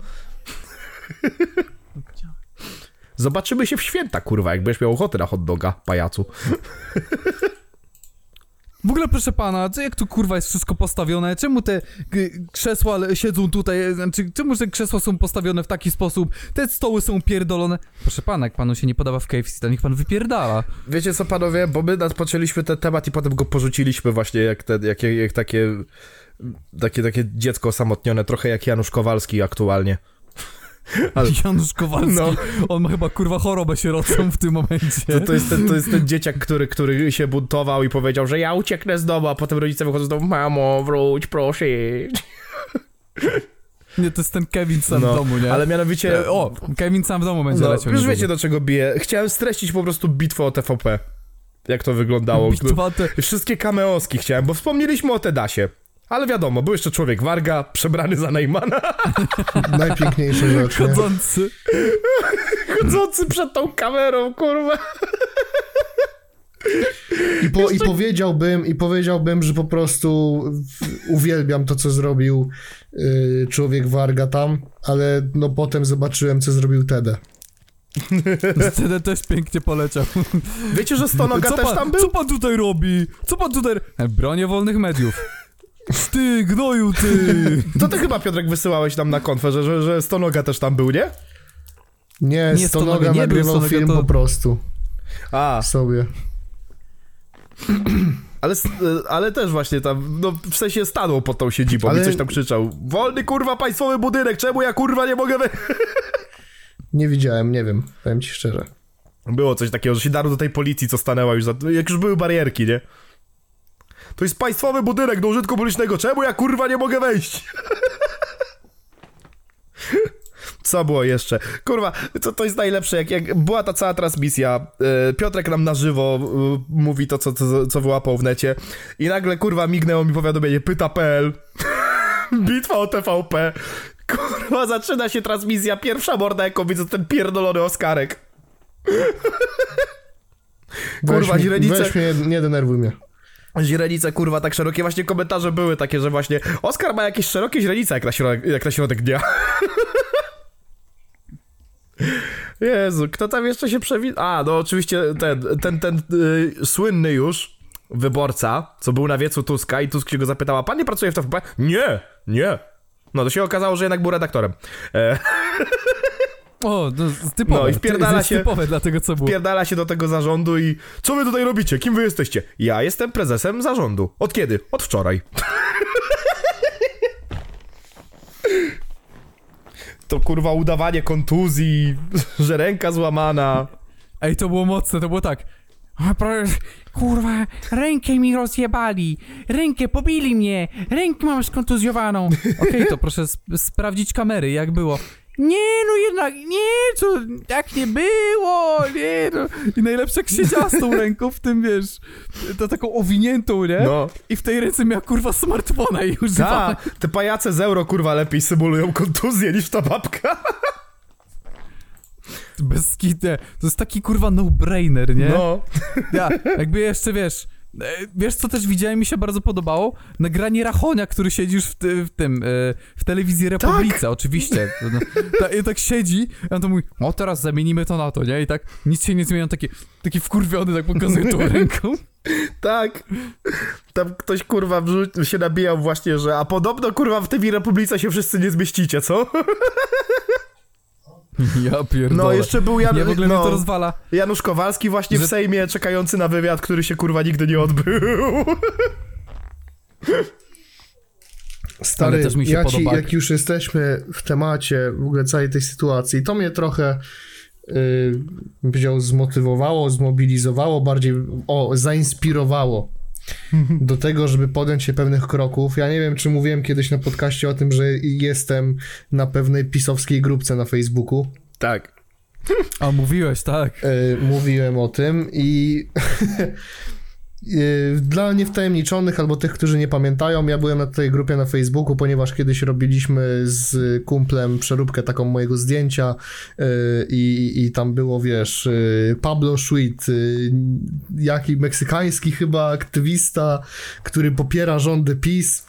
Zobaczymy się w święta, kurwa, jak będziesz miał ochotę na hot doga, pajacu. W ogóle, proszę pana, co- jak tu kurwa jest wszystko postawione? Czemu te y, krzesła le- siedzą tutaj? Znaczy, czemu te krzesła są postawione w taki sposób? Te stoły są pierdolone. Proszę pana, jak panu się nie podoba w K F C, to niech pan wypierdala. Wiecie co, panowie, bo my nadpoczęliśmy ten temat i potem go porzuciliśmy właśnie jak, te, jak, jak takie, takie takie dziecko osamotnione, trochę jak Janusz Kowalski aktualnie. Ale- Janusz Kowalski, No. on ma chyba kurwa chorobę sierocą w tym momencie. To, to, jest ten, to jest ten dzieciak, który, który się buntował i powiedział, że ja ucieknę z domu, a potem rodzice wychodzą z domu, mamo, wróć, proszę. Nie, to jest ten Kevin sam No, w domu, nie? ale mianowicie... E, o, Kevin sam w domu będzie no, leciał. już niedługo. wiecie, do czego bije. Chciałem streścić po prostu bitwę o T V P. Jak to wyglądało. Bitwa te... Wszystkie kameoski chciałem, bo wspomnieliśmy o Tedasie. Ale wiadomo, był jeszcze człowiek Warga, przebrany za Neymana, najpiękniejsza rzecz, nie? Chodzący. chodzący przed tą kamerą, kurwa. I, po, I powiedziałbym, i powiedziałbym, że po prostu w- uwielbiam to, co zrobił y, człowiek Warga tam, ale no potem zobaczyłem, co zrobił Tede. Wtedy też pięknie poleciał. Wiecie, że Stonoga co też pan, tam był? Co pan tutaj robi? Co pan tutaj... E, Bronię wolnych mediów. Ty, gnoju, ty! To ty chyba, Piotrek, wysyłałeś nam na konfę, że, że, że Stonoga też tam był, nie? Nie, Nie, Stonoga Stonoga nie był, nagrywał Stonoga film to- po prostu A, sobie. ale, ale też właśnie tam, no w sensie stanął pod tą siedzibą Ale- i coś tam krzyczał. Wolny, kurwa, państwowy budynek, czemu ja, kurwa, nie mogę wy... Nie widziałem, nie wiem, powiem ci szczerze. Było coś takiego, że się darł do tej policji, co stanęła już za... Jak już były barierki, nie? To jest państwowy budynek do użytku publicznego, czemu ja kurwa nie mogę wejść? Co było jeszcze? Kurwa, to, to jest najlepsze, jak, jak była ta cała transmisja, yy, Piotrek nam na żywo yy, mówi to, co, co, co wyłapał w necie i nagle, kurwa, mignęło mi powiadomienie, pyta kropka pe el, bitwa o te ve pe, kurwa, zaczyna się transmisja, pierwsza morda, jaką widzę, ten pierdolony Oskarek. Kurwa, weź, źrenice... Weź mnie, nie denerwuj mnie. Źrenice, kurwa, tak szerokie, właśnie komentarze były takie, że właśnie Oskar ma jakieś szerokie źrenice jak na środek, jak na środek dnia. Jezu, kto tam jeszcze się przewinął? A, no oczywiście ten, ten, ten yy, słynny już wyborca, co był na wiecu Tuska i Tusk się go zapytała, pan nie pracuje w te ve pe? Nie, nie. No to się okazało, że jednak był redaktorem. E... O, no, typowe. No i wpierdala to jest się- typowe dla tego, co było. Wpierdala się do tego zarządu i co wy tutaj robicie? Kim wy jesteście? Ja jestem prezesem zarządu. Od kiedy? Od wczoraj. To kurwa udawanie kontuzji, że ręka złamana. Ej, to było mocne, to było tak. A, proszę, kurwa, rękę mi rozjebali, rękę pobili mnie, rękę mam skontuzjowaną. Okej, to proszę sp- sprawdzić kamery, jak było. Nie, no jednak, nie, to tak nie było, nie, no. I najlepsze, jak siedziała z tą ręką w tym, wiesz, to taką owiniętą, nie? No. I w tej ręce miała, kurwa, smartfona i używała. Ta, te pajace z euro kurwa lepiej symulują kontuzję niż ta babka. Bezkitne. To jest taki, kurwa, no-brainer, nie? No. Ja, jakby jeszcze, wiesz, e, wiesz co też widziałem, mi się bardzo podobało? Nagranie Rachonia, który siedzi już w, ty, w tym, e, w telewizji Republice, Tak. oczywiście. No, ta, I tak siedzi, i on to mówi, o teraz zamienimy to na to, nie? I tak nic się nie zmienia, on taki, taki wkurwiony, tak pokazuje tą ręką. Tak. Tam ktoś kurwa wrzu- się nabijał właśnie, że a podobno kurwa w tej Republice się wszyscy nie zmieścicie, co? Ja pierdolę. No jeszcze był Jan... Nie, w ogóle no, mnie to rozwala. Janusz Kowalski właśnie Że- w Sejmie czekający na wywiad, który się kurwa nigdy nie odbył. Stary, Ale też mi się ja ci, podoba. jak już jesteśmy w temacie w ogóle całej tej sytuacji, to mnie trochę yy, bym powiedział, zmotywowało, zmobilizowało, bardziej o, zainspirowało do tego, żeby podjąć się pewnych kroków. Ja nie wiem, czy mówiłem kiedyś na podcaście o tym, że jestem na pewnej pisowskiej grupce na Facebooku. Tak. A mówiłeś, tak. Yy, mówiłem o tym i yy, dla niewtajemniczonych albo tych, którzy nie pamiętają, ja byłem na tej grupie na Facebooku, ponieważ kiedyś robiliśmy z kumplem przeróbkę taką mojego zdjęcia yy, i, i tam było, wiesz, yy, Pablo Schwit, yy, jaki meksykański chyba aktywista, który popiera rządy PiS.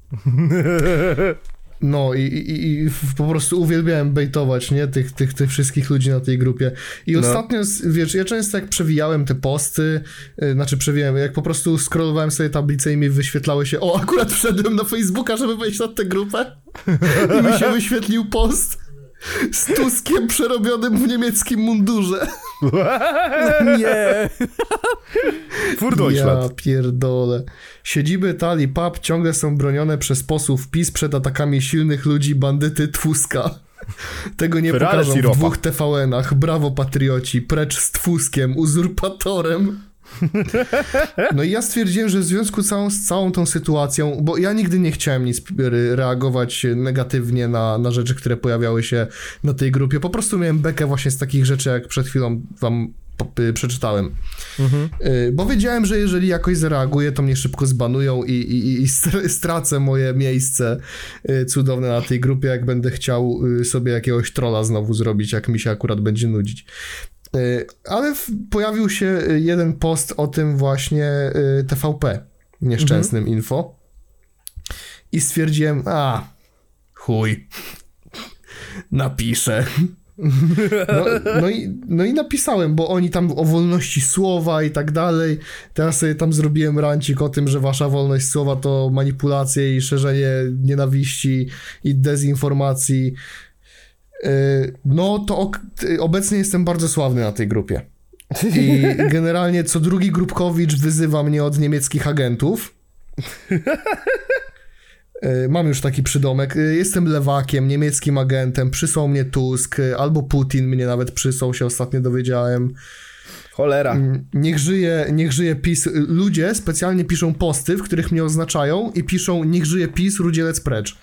No i, i, i po prostu uwielbiałem bejtować, nie, tych, tych, tych wszystkich ludzi na tej grupie. I No. ostatnio, wiesz, ja często jak przewijałem te posty, yy, znaczy przewijałem, jak po prostu scrollowałem sobie tablicę i mi wyświetlały się, o, akurat wszedłem na Facebooka, żeby wejść na tę grupę i mi się wyświetlił post z Tuskiem przerobionym w niemieckim mundurze. Nie. Fur Deutschland. Ja pierdolę. Siedziby Tali Pub ciągle są bronione przez posłów PiS przed atakami silnych ludzi bandyty Tuska. Tego nie Ferrari pokażą w Siropa. dwóch T V N-ach. Brawo patrioci, precz z Tuskiem, uzurpatorem. No i ja stwierdziłem, że w związku całą, z całą tą sytuacją, bo ja nigdy nie chciałem nic re- reagować negatywnie na, na rzeczy, które pojawiały się na tej grupie. Po prostu miałem bekę właśnie z takich rzeczy, jak przed chwilą wam po- y, przeczytałem. Y, Bo wiedziałem, że jeżeli jakoś zareaguję, to mnie szybko zbanują i, i, i str- stracę moje miejsce y, cudowne na tej grupie, jak będę chciał y, sobie jakiegoś trolla znowu zrobić, jak mi się akurat będzie nudzić. Y, Ale w, pojawił się y, jeden post o tym właśnie y, T V P, nieszczęsnym info. I stwierdziłem, a chuj, napiszę. No, no, i, no i napisałem, bo oni tam o wolności słowa i tak dalej. Teraz sobie tam zrobiłem rancik o tym, że wasza wolność słowa to manipulacje i szerzenie nienawiści i dezinformacji. Yy, No to ok- obecnie jestem bardzo sławny na tej grupie. I generalnie co drugi grupkowicz wyzywa mnie od niemieckich agentów. Yy, Mam już taki przydomek. Yy, Jestem lewakiem, niemieckim agentem. Przysłał mnie Tusk, yy, albo Putin mnie nawet przysłał, się ostatnio dowiedziałem. Cholera. Niech żyje, niech żyje PiS. Ludzie specjalnie piszą posty, w których mnie oznaczają i piszą niech żyje PiS, rudzielec precz.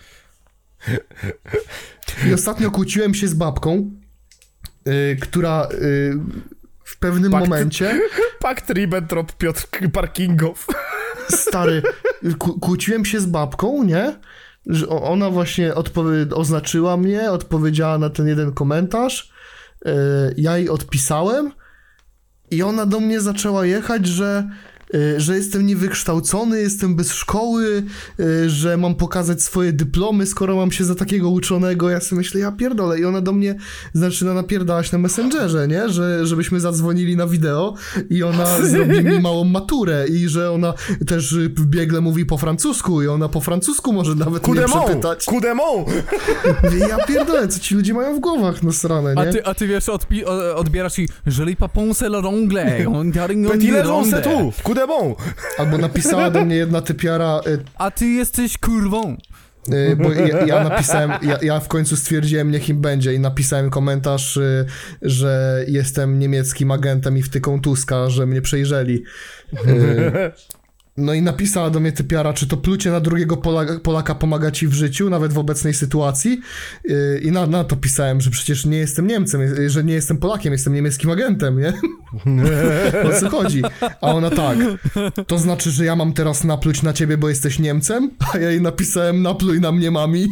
I ostatnio kłóciłem się z babką, yy, która yy, w pewnym Pakt- momencie... Pakt Ribbentrop Piotr Parkingow. Stary, kłó- kłóciłem się z babką, nie? Że o- ona właśnie odpowie- oznaczyła mnie, odpowiedziała na ten jeden komentarz, yy, ja jej odpisałem i ona do mnie zaczęła jechać, że, yy, że jestem niewykształcony, jestem bez szkoły, yy, że mam pokazać swoje dyplomy, skoro mam się za takiego uczonego. Ja sobie myślę, ja pierdolę. I ona do mnie zaczyna napierdalać na Messengerze, nie? Że, żebyśmy zadzwonili na wideo i ona zrobi mi małą maturę i że ona też y, biegle mówi po francusku i ona po francusku może nawet mnie Kudemon! przepytać. Kudemon! Ja pierdolę, co ci ludzie mają w głowach nasrane, nie? A ty, a ty wiesz, odpi- o- odbierasz i je lis pas penser le anglais, on dirait on Petit dit leżą se ronde. tu! Kudemon! Albo napisała do mnie jedna typiara, y, A ty jesteś kurwą. y, bo ja, ja napisałem, ja, ja w końcu stwierdziłem, niech im będzie i napisałem komentarz, y, że jestem niemieckim agentem i wtyką Tuska, że mnie przejrzeli. Y, No i napisała do mnie typiara, czy to plucie na drugiego Polaka, Polaka pomaga ci w życiu, nawet w obecnej sytuacji. Yy, I na, na to pisałem, że przecież nie jestem Niemcem, yy, że nie jestem Polakiem, jestem niemieckim agentem, nie? O co chodzi? A ona tak, to znaczy, że ja mam teraz napluć na ciebie, bo jesteś Niemcem? A ja jej napisałem, napluj na mnie, mami.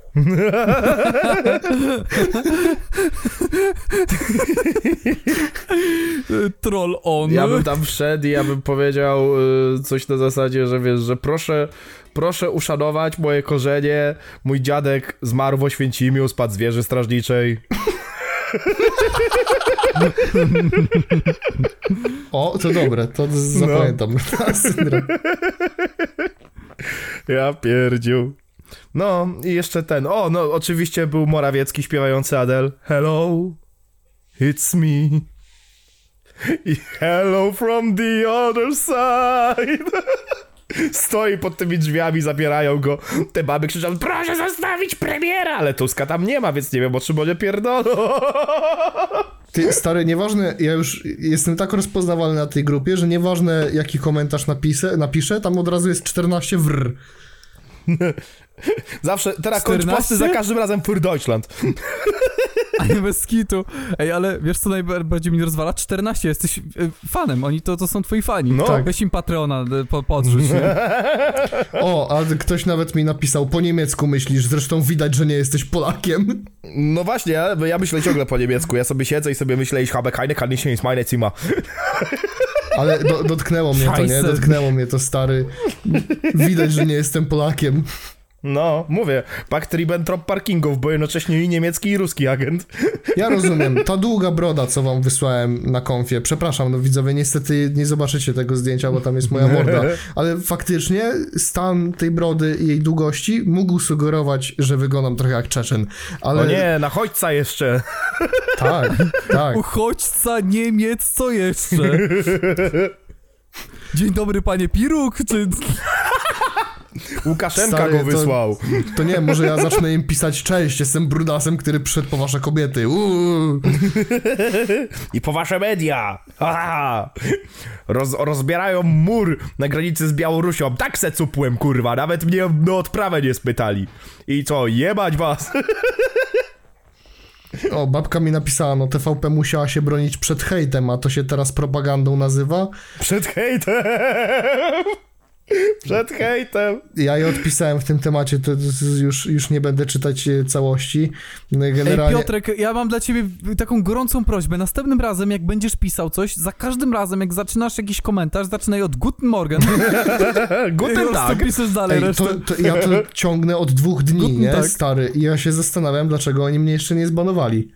Troll on. Ja bym tam wszedł i ja bym powiedział y, coś na zasadzie, że wiesz, że proszę, proszę uszanować moje korzenie. Mój dziadek zmarł w Oświęcimiu, spadł z wieży strażniczej. O, to dobre, to z- zapamiętam. Ja pierdził. No i jeszcze ten, o no oczywiście był Morawiecki śpiewający Adele. Hello, it's me. I hello from the other side. Stoi pod tymi drzwiami, zabierają go. Te baby krzyczą, proszę zostawić premiera, ale Tuska tam nie ma, więc nie wiem o czym one pierdolą. Ty, stary, nieważne, ja już jestem tak rozpoznawalny na tej grupie, że nieważne jaki komentarz napiszę, napiszę, tam od razu jest czternaście wr. Zawsze, teraz kończ czternaście? posty za każdym razem für Deutschland. A nie bez kitu. Ej, ale wiesz co najbardziej mnie rozwala? czternaście, jesteś y, fanem, oni to, to są twoi fani. No. Tak. Weź im Patreona, y, po, podrzuć, nie? O, a ktoś nawet mi napisał, po niemiecku myślisz, zresztą widać, że nie jesteś Polakiem. No właśnie, ja, ja myślę ciągle po niemiecku. Ja sobie siedzę i sobie myślę, ich habe keine Kaninchen ist meine Zimmer. Ale do, dotknęło mnie to, nie? Scheiße. Dotknęło mnie to, stary. Widać, że nie jestem Polakiem. No, mówię, pakt Ribbentrop Parkingow, bo jednocześnie i niemiecki i ruski agent. Ja rozumiem, ta długa broda, co wam wysłałem na konfie, przepraszam, no widzowie, niestety nie zobaczycie tego zdjęcia, bo tam jest moja morda, ale faktycznie stan tej brody i jej długości mógł sugerować, że wyglądam trochę jak Czeczen, ale... O nie, na chodźca jeszcze. Tak, tak. Uchodźca Niemiec, co jeszcze? Dzień dobry, panie Piruk, czy... Łukaszenka Stary, go to- wysłał. To nie, może ja zacznę im pisać, cześć, jestem brudasem, który przyszedł po wasze kobiety. Uuu. I po wasze media. Aha. Roz, rozbierają mur na granicy z Białorusią. Tak se cupłem, kurwa. Nawet mnie o odprawę nie spytali. I co, jebać was? O, babka mi napisała, no T V P musiała się bronić przed hejtem, a to się teraz propagandą nazywa. Przed hejtem. Przed hejtem. Ja jej odpisałem w tym temacie, to, to już, już nie będę czytać e, całości. Generalnie... Ej, Piotrek, ja mam dla ciebie taką gorącą prośbę. Następnym razem, jak będziesz pisał coś, za każdym razem, jak zaczynasz jakiś komentarz, zaczynaj od Guten Morgen. Guten I Tag. piszesz dalej Ej, resztę. to, to ja to ciągnę od dwóch dni, Guten nie, Tag. stary? I ja się zastanawiam, dlaczego oni mnie jeszcze nie zbanowali.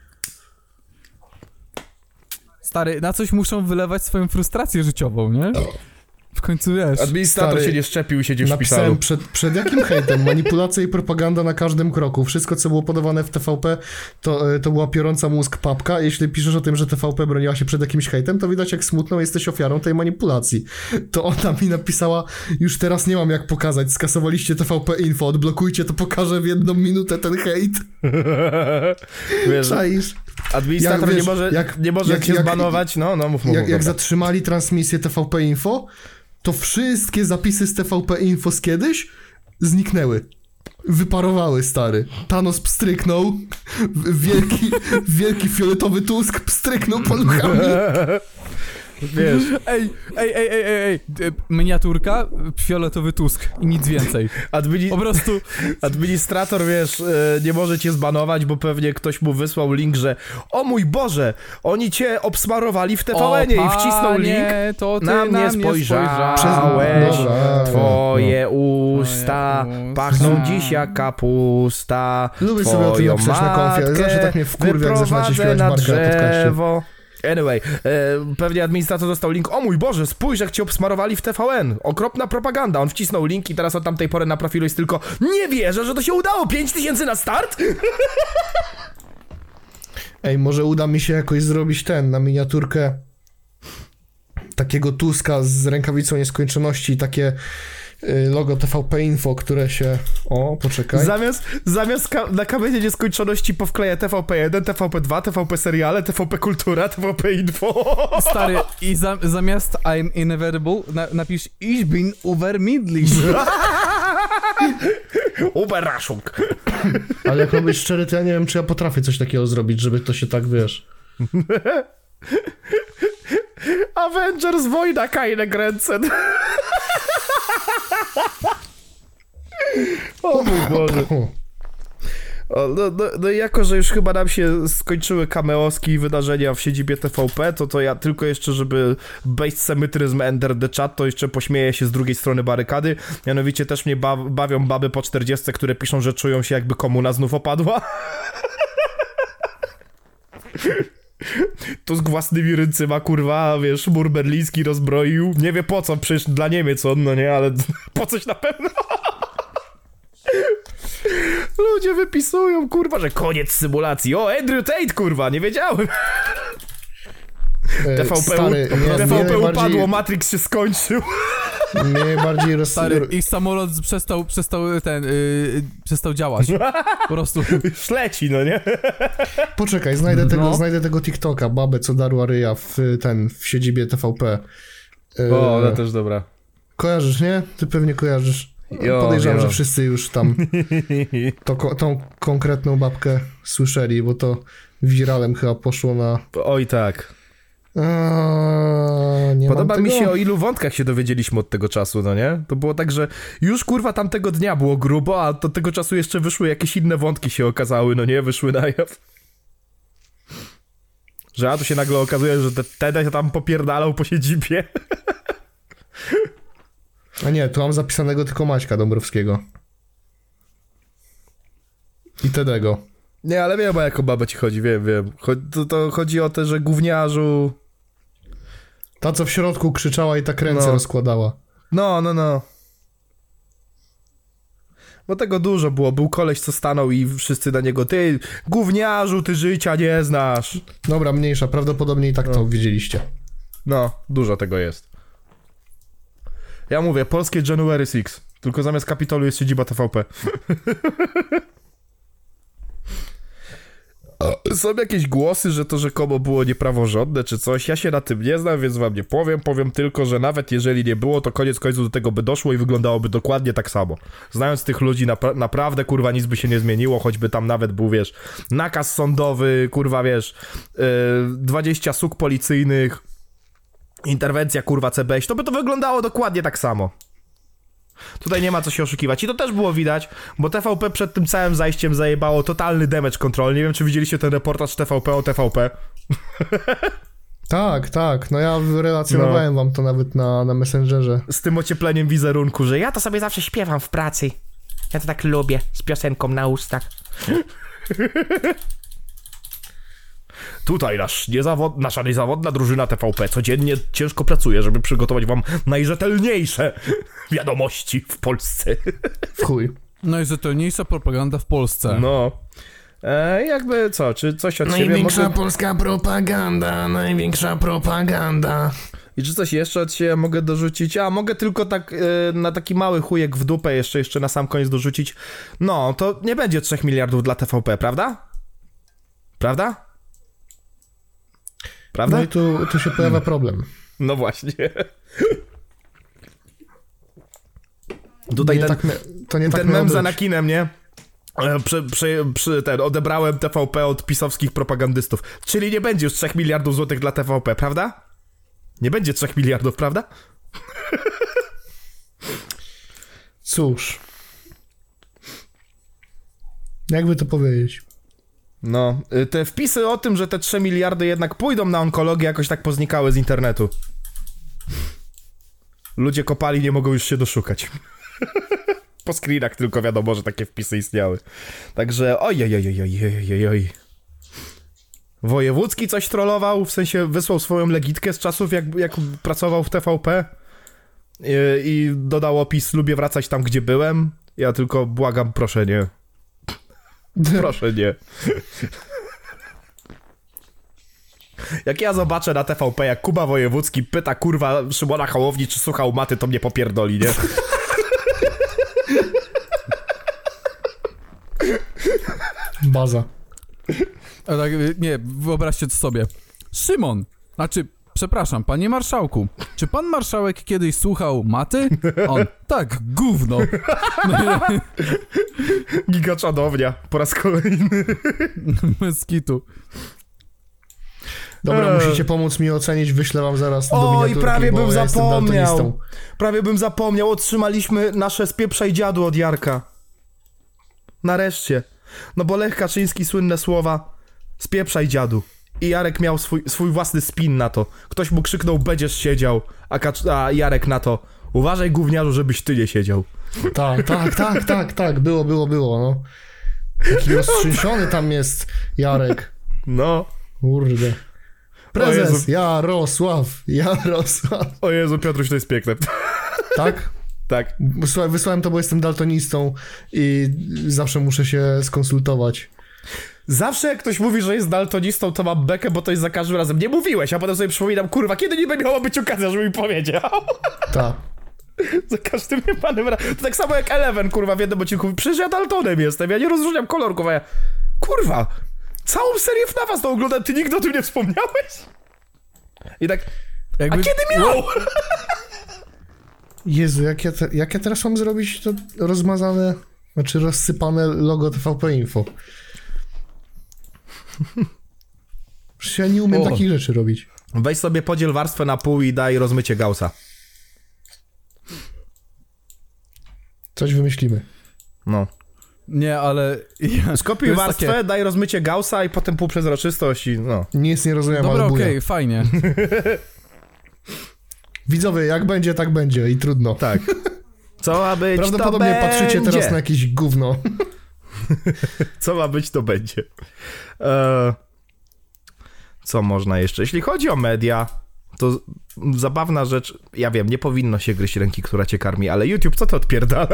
Stary, na coś muszą wylewać swoją frustrację życiową, nie? W końcu wiesz. Administrator Stary, się nie szczepił i siedzi w Napisałem szpitalu. przed, przed jakim hejtem? Manipulacja i propaganda na każdym kroku. Wszystko, co było podawane w T V P, to, e, to była piorąca mózg papka. Jeśli piszesz o tym, że T V P broniła się przed jakimś hejtem, to widać, jak smutną jesteś ofiarą tej manipulacji. To ona mi napisała, już teraz nie mam jak pokazać, skasowaliście T V P Info, odblokujcie, to pokażę w jedną minutę ten hejt. Wiesz, Czaisz? Administrator Jak, wiesz, nie może, jak- nie może jak- cię jak- zbanować, no, no mów, mów, Jak, mów, jak dobra. zatrzymali transmisję T V P Info, to wszystkie zapisy z T V P Info z kiedyś zniknęły. Wyparowały, stary. Thanos pstryknął, wielki, wielki fioletowy Tusk pstryknął paluchami. Wiesz, Ej, ej, ej, ej, ej, ej. e, Miniaturka, fioletowy Tusk i nic więcej. admini- Po prostu administrator, wiesz, e, nie może cię zbanować, bo pewnie ktoś mu wysłał link, że o mój Boże, oni cię obsmarowali w T V N-ie i wcisnął link. panie, to ty Na mnie spojrzałeś. spojrzałeś, Dobra, twoje usta Moje pachną usta. dziś jak kapusta. Lubię sobie o tym Twoją napisać na konfie, ale zawsze tak mnie wkurwia, jak zaczynacie wyprowadzę śpiewać na Marka na podcaście. drzewo. Anyway, e, pewnie administrator dostał link. O mój Boże, spójrz jak cię obsmarowali w T V N. Okropna propaganda. On wcisnął link i teraz od tamtej pory na profilu jest tylko nie wierzę, że to się udało. pięć tysięcy na start? Ej, może uda mi się jakoś zrobić ten, na miniaturkę takiego Tuska z rękawicą nieskończoności, takie y, logo T V P Info, które się... O, poczekaj. Zamiast, zamiast ka- na kamienie nieskończoności powkleję T V P jeden, T V P dwa, T V P Seriale, T V P Kultura, T V P Info. Stary, i za, zamiast I'm inevitable na, napisz Ich bin übermidlich. Überraschung. Ale jak mam być szczery, to ja nie wiem, czy ja potrafię coś takiego zrobić, żeby to się tak, wiesz... Avengers wojna keine Grenzen. O mój Boże. O, no, no, no i jako, że już chyba nam się skończyły kameoski i wydarzenia w siedzibie T V P, to to ja tylko jeszcze, żeby based symmetryzm enter the chat, to jeszcze pośmieję się z drugiej strony barykady. Mianowicie też mnie ba- bawią baby po czterdziestce, które piszą, że czują się jakby komuna znów opadła. Tusk własnymi ręcyma, kurwa, wiesz, mur berliński rozbroił. Nie wie po co, przecież dla Niemiec on, no nie, ale po coś na pewno. Ludzie wypisują, kurwa, że koniec symulacji. O, Andrew Tate, kurwa, nie wiedziałem. E, T V P, stary, u- mnie, T V P mnie upadło, najbardziej, Matrix się skończył. mnie najbardziej roz... Stary, ich samolot przestał, przestał ten, yy, przestał działać. Po prostu. Już leci, no nie? Poczekaj, znajdę tego, No. znajdę tego TikToka, babę, co darła ryja w ten, w siedzibie T V P. E, O, ona też dobra. Kojarzysz, nie? Ty pewnie kojarzysz. Jo, Podejrzewam, jo. że wszyscy już tam to, ko- tą konkretną babkę słyszeli, bo to wiralem chyba poszło na... Oj tak. A, nie Podoba mam mi tego. się, o ilu wątkach się dowiedzieliśmy od tego czasu, no nie? To było tak, że już kurwa tamtego dnia było grubo, a do tego czasu jeszcze wyszły jakieś inne wątki się okazały, no nie? Wyszły na jaw. Że a tu się nagle okazuje, że te- Tede się tam popierdalał po siedzibie. A nie, tu mam zapisanego tylko Maćka Dąbrowskiego. I Tedego. Nie, ale wiem o jaką babę ci chodzi, wiem, wiem. Cho- to, to chodzi o to, że gówniarzu... Ta, co w środku krzyczała i tak ręce No. rozkładała. No, no, no. Bo tego dużo było. Był koleś, co stanął i wszyscy na niego, ty gówniarzu, ty życia nie znasz. Dobra, mniejsza, prawdopodobnie i tak to wiedzieliście. No, dużo tego jest. Ja mówię, polskie January sixth. Tylko zamiast Kapitolu jest siedziba T V P. Są jakieś głosy, że to rzekomo było niepraworządne czy coś. Ja się na tym nie znam, więc wam nie powiem. Powiem tylko, że nawet jeżeli nie było, to koniec końców do tego by doszło i wyglądałoby dokładnie tak samo. Znając tych ludzi, napra- naprawdę, kurwa, nic by się nie zmieniło, choćby tam nawet był, wiesz, nakaz sądowy, kurwa, wiesz, yy, dwadzieścia suk policyjnych, interwencja, kurwa, C B S, to by to wyglądało dokładnie tak samo. Tutaj nie ma co się oszukiwać. I to też było widać, bo T V P przed tym całym zajściem zajebało totalny damage control. Nie wiem, czy widzieliście ten reportaż T V P o T V P. Tak, tak, no ja relacjonowałem wam to nawet na, na Messengerze. Z tym ociepleniem wizerunku, że ja to sobie zawsze śpiewam w pracy. Ja to tak lubię, z piosenką na ustach. Tutaj nasz niezawod... nasza niezawodna drużyna T V P codziennie ciężko pracuje, żeby przygotować wam najrzetelniejsze wiadomości w Polsce. W chuj. Najrzetelniejsza propaganda w Polsce. No. E, jakby co, czy coś od siebie może... polska propaganda, największa propaganda. I czy coś jeszcze od siebie mogę dorzucić? A, mogę tylko tak e, na taki mały chujek w dupę jeszcze, jeszcze na sam koniec dorzucić. No, to nie będzie trzech miliardów dla T V P, prawda? Prawda? Prawda? No i tu, tu się pojawia problem. No właśnie. Tutaj nie ten, tak, to nie tak ten miało mem być. za Anakinem, nie? E, Przy, przy, przy ten, odebrałem T V P od pisowskich propagandystów. Czyli nie będzie już trzech miliardów złotych dla T V P, prawda? Nie będzie trzech miliardów, prawda? Cóż. Jakby to powiedzieć? No, y, te wpisy o tym, że te trzy miliardy jednak pójdą na onkologię, jakoś tak poznikały z internetu. Ludzie kopali, nie mogą już się doszukać. Po screenach tylko wiadomo, że takie wpisy istniały. Także ojej. Wojewódzki coś trollował, w sensie wysłał swoją legitkę z czasów, jak, jak pracował w T V P i, i dodał opis, lubię wracać tam, gdzie byłem. Ja tylko błagam, proszę nie. Proszę nie. Jak ja zobaczę na T V P, jak Kuba Wojewódzki pyta kurwa Szymona Hołowni, czy słuchał maty, to mnie popierdoli, nie? Baza. A tak, y, nie, wyobraźcie to sobie. Szymon, znaczy, przepraszam, panie marszałku, czy pan marszałek kiedyś słuchał maty? On, tak, gówno. Gigaczadownia, po raz kolejny. Bez kitu. Dobra, Eee. musicie pomóc mi ocenić, wyślę wam zaraz do O, i miniaturki, prawie bo bym ja jestem zapomniał. daltonistą. Prawie bym zapomniał, otrzymaliśmy nasze spieprzaj dziadu od Jarka. Nareszcie. No bo Lech Kaczyński, słynne słowa, spieprzaj dziadu. I Jarek miał swój, swój własny spin na to. Ktoś mu krzyknął, będziesz siedział, a, Kacz- a Jarek na to, uważaj gówniarzu, żebyś ty nie siedział. Tak, tak, tak, tak, tak, było, było, było, no. Taki roztrzęsiony tam jest Jarek. No. Kurde. O Jezu. Prezes, Jarosław, Jarosław. O Jezu, Piotruś, to jest piękne. Tak? Tak. Słuchaj, wysłałem to, bo jestem daltonistą i zawsze muszę się skonsultować. Zawsze jak ktoś mówi, że jest daltonistą, to mam bekę, bo to jest za każdym razem. Nie mówiłeś, a potem sobie przypominam, kurwa, kiedy niby miała być okazja, żeby mi powiedział. Tak. Za każdym panem razem. To tak samo jak Eleven, kurwa, w jednym odcinku mówi, przecież ja daltonem jestem, ja nie rozróżniam kolorków, a ja, kurwa, całą serię na was to oglądam, ty nigdy o tym nie wspomniałeś? I tak, Jakby... a kiedy miał? Jezu, jak ja, te, jak ja teraz mam zrobić to rozmazane, znaczy rozsypane logo T V P Info? Przecież ja nie umiem O. takich rzeczy robić. Weź sobie podziel warstwę na pół i daj rozmycie Gaussa. Coś wymyślimy. No. Nie, ale... Ja, Skopiuj to jest warstwę, takie- daj rozmycie Gaussa i potem półprzezroczystość i no. Nic nie rozumiem, Dobra, ale okej, buja. fajnie. Widzowie, jak będzie, tak będzie i trudno. Tak. Co ma być, Prawdopodobnie to patrzycie będzie. teraz na jakieś gówno. Co ma być, to będzie. Eee, co można jeszcze? Jeśli chodzi o media, to z- zabawna rzecz, ja wiem, nie powinno się gryźć ręki, która cię karmi, ale YouTube, co to odpierdala?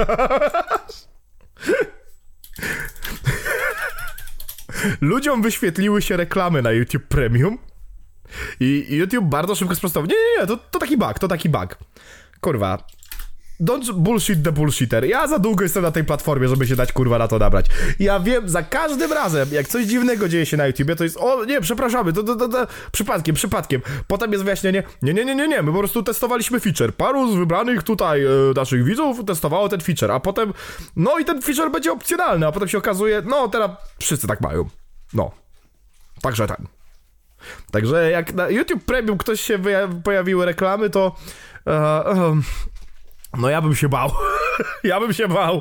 Ludziom wyświetliły się reklamy na YouTube Premium i YouTube bardzo szybko sprostował. Nie, nie, nie, to, to taki bug, to taki bug. Kurwa. Don't bullshit the bullshitter. Ja za długo jestem na tej platformie, żeby się dać kurwa na to nabrać. Ja wiem, za każdym razem, jak coś dziwnego dzieje się na YouTubie, to jest, o nie, przepraszamy, to, to, to, to przypadkiem, przypadkiem. Potem jest wyjaśnienie, nie, nie, nie, nie, nie, my po prostu testowaliśmy feature. Paru z wybranych tutaj e, naszych widzów testowało ten feature, a potem, no i ten feature będzie opcjonalny, a potem się okazuje, no teraz wszyscy tak mają. No. Także ten. Także jak na YouTube Premium ktoś się wyja- pojawiły reklamy, to e, e, no ja bym się bał. Ja bym się bał.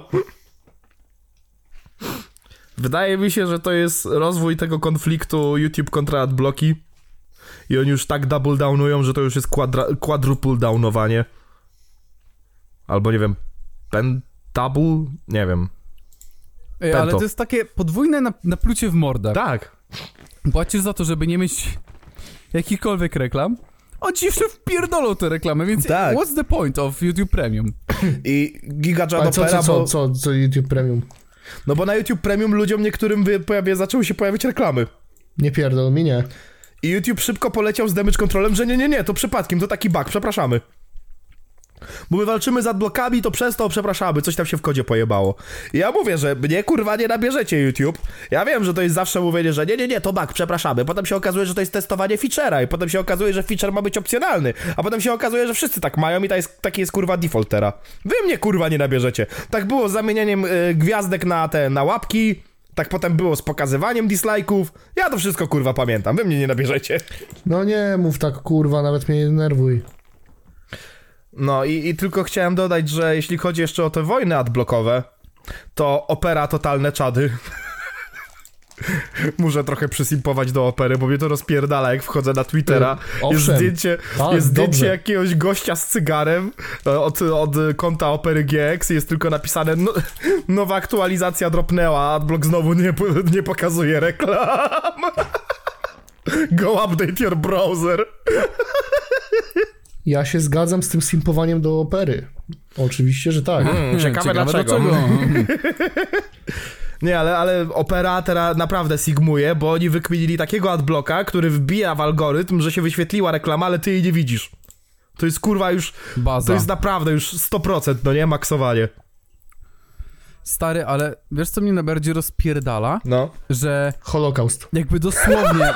Wydaje mi się, że to jest rozwój tego konfliktu YouTube kontra adblocki i oni już tak double downują, że to już jest quadra- quadruple downowanie. Albo nie wiem, pentabul? Nie wiem. Ej, ale Pento. to jest takie podwójne nap- naplucie w mordę. Tak. Płacisz za to, żeby nie mieć jakichkolwiek reklam. On ci jeszcze wpierdolą te reklamy, więc Tak. what's the point of YouTube Premium? I Giga Ale co, Jadopera, co, co, bo... co, co YouTube Premium? No bo na YouTube Premium ludziom niektórym wy- pojawia, zaczęły się pojawiać reklamy. Nie pierdol mi, nie. I YouTube szybko poleciał z damage controlem, że nie, nie, nie, to przypadkiem, to taki bug, przepraszamy. Bo my walczymy z adblockami, to przez to przepraszamy, coś tam się w kodzie pojebało. I ja mówię, że mnie kurwa nie nabierzecie YouTube. Ja wiem, że to jest zawsze mówienie, że nie, nie, nie, to bug, przepraszamy. Potem się okazuje, że to jest testowanie feature'a i potem się okazuje, że feature ma być opcjonalny. A potem się okazuje, że wszyscy tak mają i to jest, taki jest kurwa default teraz. Wy mnie kurwa nie nabierzecie. Tak było z zamienieniem y, gwiazdek na te, na łapki. Tak potem było z pokazywaniem dislike'ów. Ja to wszystko kurwa pamiętam, wy mnie nie nabierzecie. No nie mów tak, kurwa, nawet mnie nie denerwuj. No i, i tylko chciałem dodać, że jeśli chodzi jeszcze o te wojny adblockowe, to Opera totalne czady. Muszę trochę przysimpować do Opery, bo mnie to rozpierdala, jak wchodzę na Twittera. Owszem. Jest zdjęcie, Tak, jest zdjęcie dobrze. jakiegoś gościa z cygarem od, od konta Opery G X i jest tylko napisane no, nowa aktualizacja dropnęła, a adblock znowu nie, nie pokazuje reklam. Go update your browser. Ja się zgadzam z tym simpowaniem do Opery. Oczywiście, że tak. Hmm, ciekawe, dlaczego. Nie, ale, ale Opera teraz naprawdę sigmuje, bo oni wykminili takiego adblocka, który wbija w algorytm, że się wyświetliła reklama, ale ty jej nie widzisz. To jest kurwa już... Baza. To jest naprawdę już sto procent, no nie? Maksowanie. Stary, ale wiesz co mnie najbardziej rozpierdala? No. Że Holokaust. jakby dosłownie...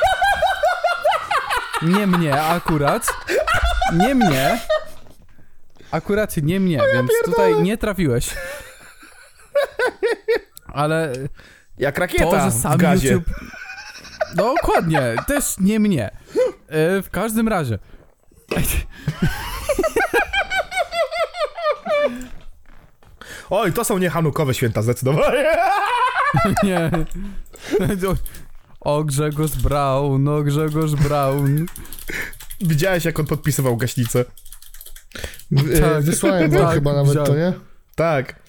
Nie mnie akurat. Nie mnie. Akurat nie mnie, więc tutaj nie trafiłeś. Ale Jak to, rakieta że w sam gazie. YouTube... No dokładnie, też nie mnie. E, w każdym razie. Oj, to są niehanukowe święta zdecydowanie. Nie. O Grzegorz Braun, o Grzegorz Braun. Widziałeś, jak on podpisywał gaśnicę? W, Tak. e, Wysłałem wam Tak, chyba nawet widziałem. to, nie? Tak.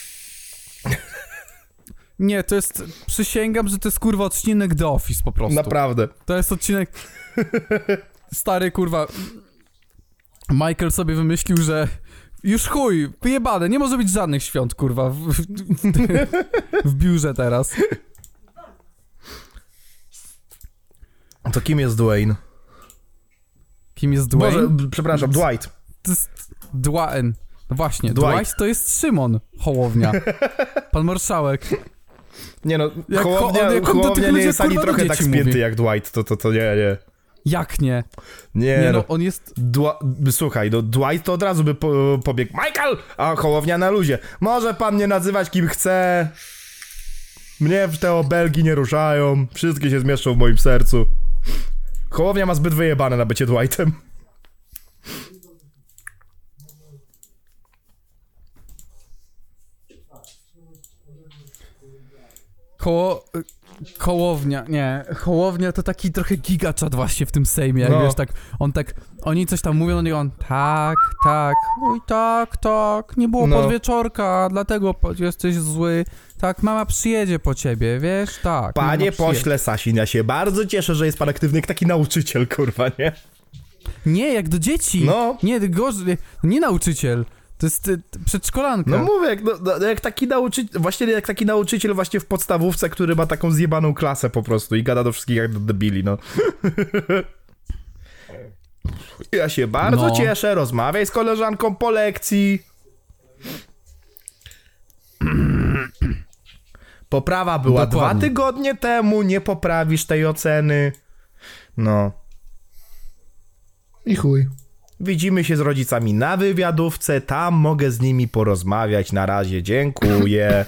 Nie, to jest... Przysięgam, że to jest kurwa odcinek The Office po prostu. Naprawdę. To jest odcinek... Stary kurwa... Michael sobie wymyślił, że... Już chuj, wyjebane, nie może być żadnych świąt, kurwa, w, w, w biurze teraz. To kim jest Dwayne? Kim jest Dwayne? Boże, b- przepraszam, Dwight. To jest Dwayne. No właśnie, Dwight. Dwight to jest Szymon Hołownia. Pan marszałek. Nie no, Jak Hołownia, ho- on- jak on do Hołownia tych nie ludzi, jest ani kurwa, do trochę dzieci tak spięty mówi. jak Dwight, to, to, to nie, nie. Jak nie? Nie, Nie no. no, on jest... Dła... Słuchaj, no Dwight to od razu by po, pobiegł Michael, a Hołownia na luzie. Może pan mnie nazywać kim chce. Mnie te obelgi nie ruszają. Wszystkie się zmieszczą w moim sercu. Hołownia ma zbyt wyjebane na bycie Dwightem. Koło... Kołownia, nie, Hołownia to taki trochę gigaczat właśnie w tym Sejmie, jak No. wiesz, tak, on tak, oni coś tam mówią, no i on, tak, tak, oj tak, tak, nie było No. podwieczorka, dlatego po- jesteś zły, tak, mama przyjedzie po ciebie, wiesz, tak. Panie mama przyjedzie. pośle Sasin, ja się bardzo cieszę, że jest pan aktywny jak taki nauczyciel, kurwa, nie? Nie, jak do dzieci, No. nie, gorzej, nie nauczyciel, to jest y, przedszkolanka. No mówię, jak, no, no, jak taki nauczyciel, właśnie jak taki nauczyciel właśnie w podstawówce, który ma taką zjebaną klasę po prostu i gada do wszystkich jak do debili, no. Ja się bardzo No. cieszę, rozmawiaj z koleżanką po lekcji. Poprawa była Dokładnie. dwa tygodnie temu, nie poprawisz tej oceny. No. I chuj. Widzimy się z rodzicami na wywiadówce, tam mogę z nimi porozmawiać. Na razie, dziękuję.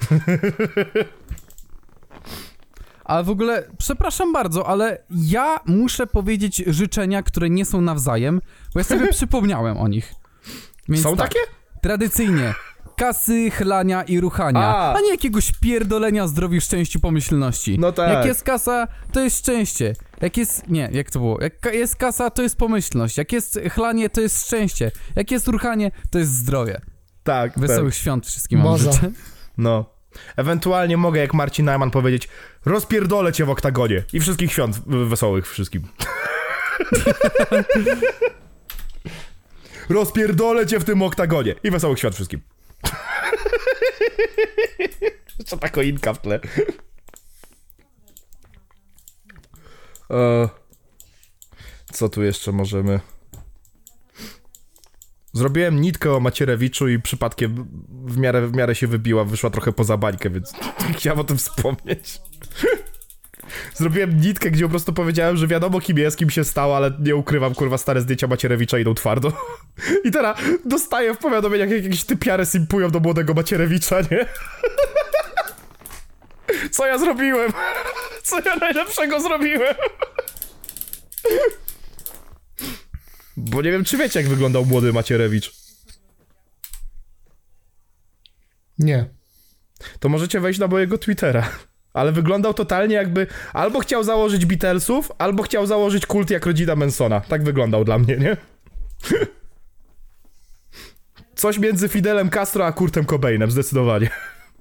Ale w ogóle, przepraszam bardzo, ale ja muszę powiedzieć życzenia, które nie są nawzajem, bo ja sobie przypomniałem o nich. Więc Są tak, takie? tradycyjnie. Kasy, chlania i ruchania, A. a nie jakiegoś pierdolenia zdrowiu, szczęściu, pomyślności. No tak. Jak jest kasa, to jest szczęście. Jak jest... Nie, jak to było? Jak ka- jest kasa, to jest pomyślność. Jak jest chlanie, to jest szczęście. Jak jest ruchanie, to jest zdrowie. Tak, Wesołych tak. świąt wszystkim wam Baza. życzę. No. Ewentualnie mogę jak Marcin Najman powiedzieć: rozpierdolę cię w oktagonie. I wszystkich świąt w- wesołych wszystkim. Rozpierdolę cię w tym oktagonie. I wesołych świąt wszystkim. Co ta koinka w tle. E, co tu jeszcze możemy... Zrobiłem nitkę o Macierewiczu i przypadkiem w miarę, w miarę się wybiła, wyszła trochę poza bańkę, więc chciałem o tym wspomnieć. Zrobiłem nitkę, gdzie po prostu powiedziałem, że wiadomo kim jest, kim się stało, ale nie ukrywam, kurwa, stare zdjęcia Macierewicza idą twardo. I teraz dostaję w powiadomieniach, jak jakieś typiary simpują do młodego Macierewicza, nie? Co ja zrobiłem? Co ja najlepszego zrobiłem? Bo nie wiem, czy wiecie, jak wyglądał młody Macierewicz. Nie. To możecie wejść na mojego Twittera. Ale wyglądał totalnie jakby albo chciał założyć Beatlesów, albo chciał założyć kult jak rodzina Mansona. Tak wyglądał dla mnie, nie? Coś między Fidelem Castro a Kurtem Cobainem, zdecydowanie.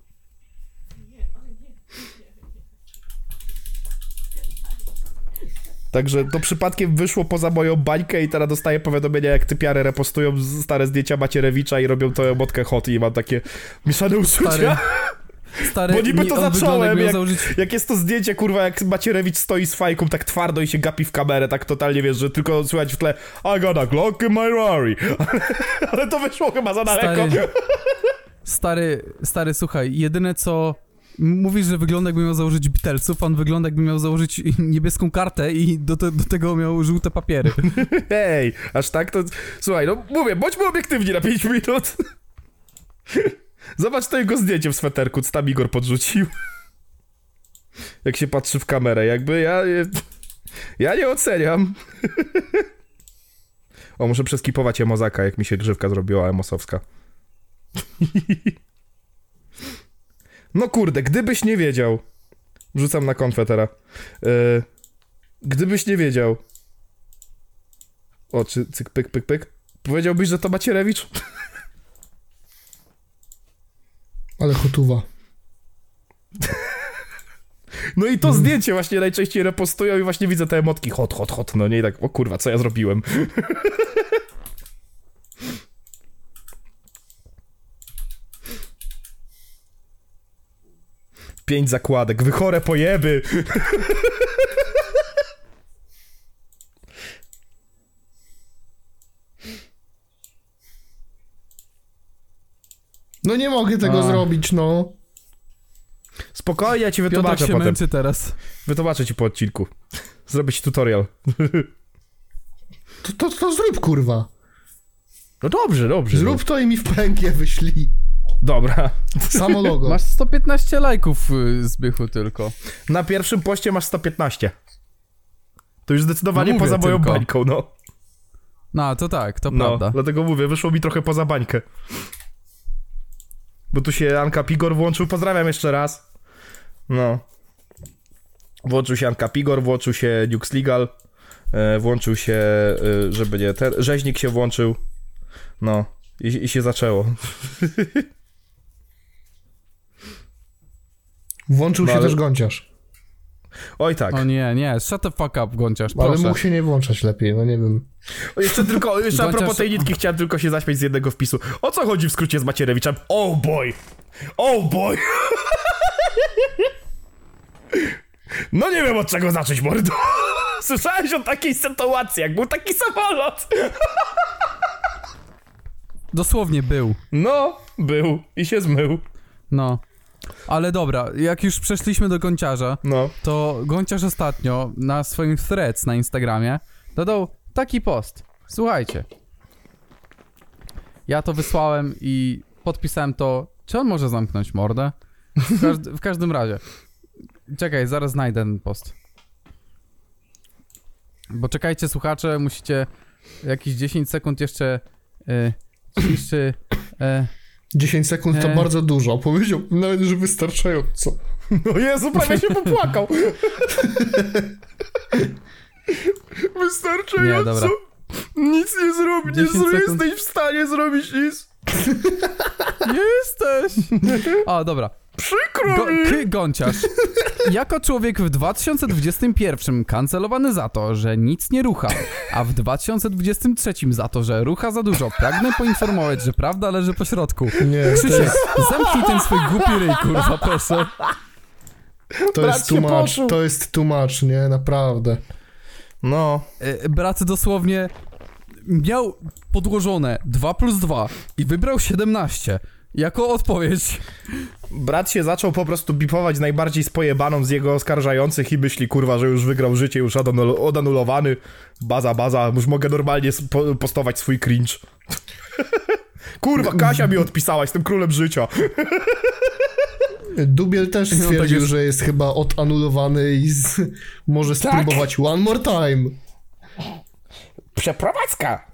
Także to przypadkiem wyszło poza moją bańkę i teraz dostaję powiadomienia, jak typiary repostują stare zdjęcia Macierewicza i robią to emotkę hot i mam takie mieszane uczucia. Stary, stary, Bo niby nie- to on wygląda, zacząłem, jakby miał jak, założyć... jak jest to zdjęcie, kurwa, jak Macierewicz stoi z fajką tak twardo i się gapi w kamerę, tak totalnie, wiesz, że tylko słychać w tle I got a Glock in my Rari. Ale, ale to wyszło chyba za daleko. Stary, stary, stary, słuchaj, jedyne co... Mówisz, że wygląda jakby miał założyć Beatlesów, on wygląda jakby miał założyć niebieską kartę i do, te, do tego miał żółte papiery. Hej, aż tak to... Słuchaj, no mówię, bądźmy obiektywni na pięć minut. Zobacz to jego zdjęcie w sweterku, co tam Igor podrzucił. Jak się patrzy w kamerę, jakby ja... Ja nie oceniam. O, muszę przeskipować Emozaka, jak mi się grzywka zrobiła emosowska. No kurde, gdybyś nie wiedział... Rzucam na konfetera. Yy, gdybyś nie wiedział... O, czy cyk, pyk, pyk, pyk. Powiedziałbyś, że to Macierewicz? Ale chotuwa. No i to zdjęcie właśnie najczęściej repostują i właśnie widzę te emotki hot, hot, hot, no nie, i tak, o kurwa, co ja zrobiłem? Pięć zakładek, wychore pojeby! No nie mogę tego A. zrobić, no. Spokojnie, ja ci Piotrek wytłumaczę się potem. męczy teraz. Wytłumaczę ci po odcinku. Zrobię ci tutorial. To, to, to zrób, kurwa. No dobrze, dobrze. Zrób to i mi w pękie wyślij. Dobra. Samo logo. Masz sto piętnaście lajków, y, Zbychu, tylko. Na pierwszym poście masz sto piętnaście. To już zdecydowanie No mówię poza moją tylko. bańką, no. No, to tak, to No, prawda. dlatego mówię, wyszło mi trochę poza bańkę. Bo tu się Anka Pigor włączył, pozdrawiam jeszcze raz. No. Włączył się Anka Pigor, włączył się Nukes Legal, e, włączył się, e, żeby nie, ten, Rzeźnik się włączył. No, i, i się zaczęło. Włączył No, się ale- też Gąciarz. Oj tak. O nie, nie, shut the fuck up, Gąciarz, Ale proszę. mógł się nie włączać lepiej, no nie wiem. O, jeszcze tylko, jeszcze a Gąciarz- propos tej nitki, chciałem tylko się zaśmiać z jednego wpisu. O co chodzi w skrócie z Macierewiczem? Oh boy! Oh boy! No nie wiem od czego zacząć, mordo. Słyszałeś o takiej sytuacji, jak był taki samolot. Dosłownie był. No, był i się zmył. No. Ale dobra, jak już przeszliśmy do Gąciarza, No. to Gąciarz ostatnio na swoim threads na Instagramie dodał taki post. Słuchajcie. Ja to wysłałem i podpisałem to. Czy on może zamknąć mordę? W, każd w każdym razie. Czekaj, zaraz znajdę ten post. Bo czekajcie, słuchacze, musicie jakieś dziesięć sekund jeszcze y, ciszy. Y, dziesięć sekund to E. bardzo dużo. Powiedział nawet, że wystarczająco. No Jezu, prawie się popłakał. Wystarczająco. Nie, dobra. Nic nie zrobi, nie dziesięć zro- sekund. jesteś w stanie zrobić nic. Jesteś! O, dobra. Przykro Go, mi. K. Gąciarz. Jako człowiek w dwa tysiące dwudziestym pierwszym kancelowany za to, że nic nie rucha, a w dwa tysiące dwudziestym trzecim za to, że rucha za dużo, pragnę poinformować, że prawda leży po środku. Nie, to Krzysiek, jest, zamknij ten swój głupi ryj, kurwa, proszę. to Brat jest się too much, poczuł. to jest too much, nie, naprawdę. No. E, Brat dosłownie miał podłożone dwa plus dwa i wybrał siedemnaście jako odpowiedź. Brat się zaczął po prostu bipować najbardziej spojebaną z jego oskarżających i myśli, kurwa, że już wygrał życie, już odanul- odanulowany. Baza, baza, już mogę normalnie spo- postować swój cringe. Kurwa, Kasia mi odpisała, jestem królem życia. Dubiel też tak stwierdził, jest. że jest chyba odanulowany i z... może spróbować one more time. Przeprowadzka!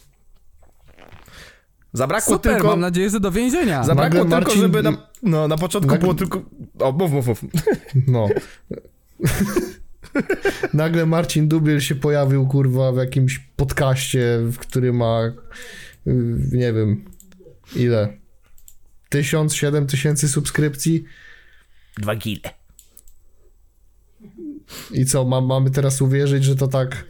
Zabrakło Super, tylko... mam nadzieję, że do więzienia. Zabrakło Nagle tylko, Marcin- żeby na, no, na początku Nagle- było tylko... O, mów, mów, mów. No. Nagle Marcin Dubiel się pojawił, kurwa, w jakimś podcaście, w którym ma, y, nie wiem, ile? Tysiąc, siedem tysięcy subskrypcji? Dwa gile. I co, ma, mamy teraz uwierzyć, że to tak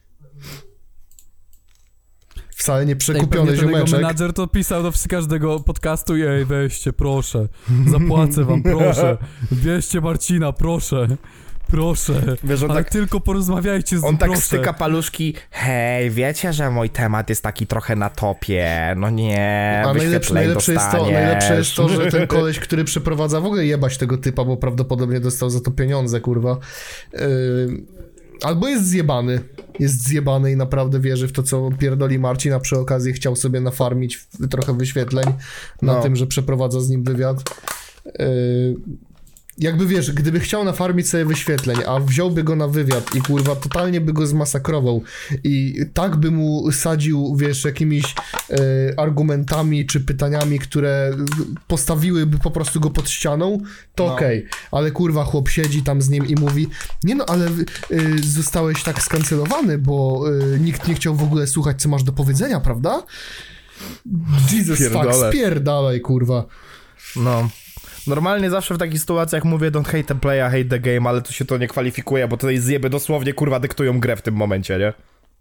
wcale nie przekupiony Pewnie ten jego ziomeczek? menadżer to pisał do każdego podcastu i ej, weźcie, proszę, zapłacę wam, proszę, bierzcie Marcina, proszę, proszę, Wiesz, on ale tak- tylko porozmawiajcie z nim, On tak proszę. styka paluszki. Hej, wiecie, że mój temat jest taki trochę na topie. No nie, A najlepsze, wyświetleń najlepsze, jest to, dostaniesz. najlepsze jest to, że ten koleś, który przeprowadza, w ogóle jebać tego typa, bo prawdopodobnie dostał za to pieniądze, kurwa. Yy, albo jest zjebany. Jest zjebany i naprawdę wierzy w to, co pierdoli Marcin, a przy okazji chciał sobie nafarmić w- trochę wyświetleń na No. tym, że przeprowadza z nim wywiad. Yy, jakby wiesz, gdyby chciał nafarmić sobie wyświetleń, a wziąłby go na wywiad i kurwa totalnie by go zmasakrował i tak by mu sadził, wiesz, jakimiś e, argumentami czy pytaniami, które postawiłyby po prostu go pod ścianą, to No. okej, ale kurwa chłop siedzi tam z nim i mówi, nie no, ale e, zostałeś tak skancelowany, bo e, nikt nie chciał w ogóle słuchać, co masz do powiedzenia, prawda? Jesus fuck, Pierdolę. spierdalaj, kurwa. No. Normalnie zawsze w takich sytuacjach mówię don't hate the playa, hate the game, ale tu się to nie kwalifikuje, bo tutaj zjeby dosłownie, kurwa, dyktują grę w tym momencie, nie?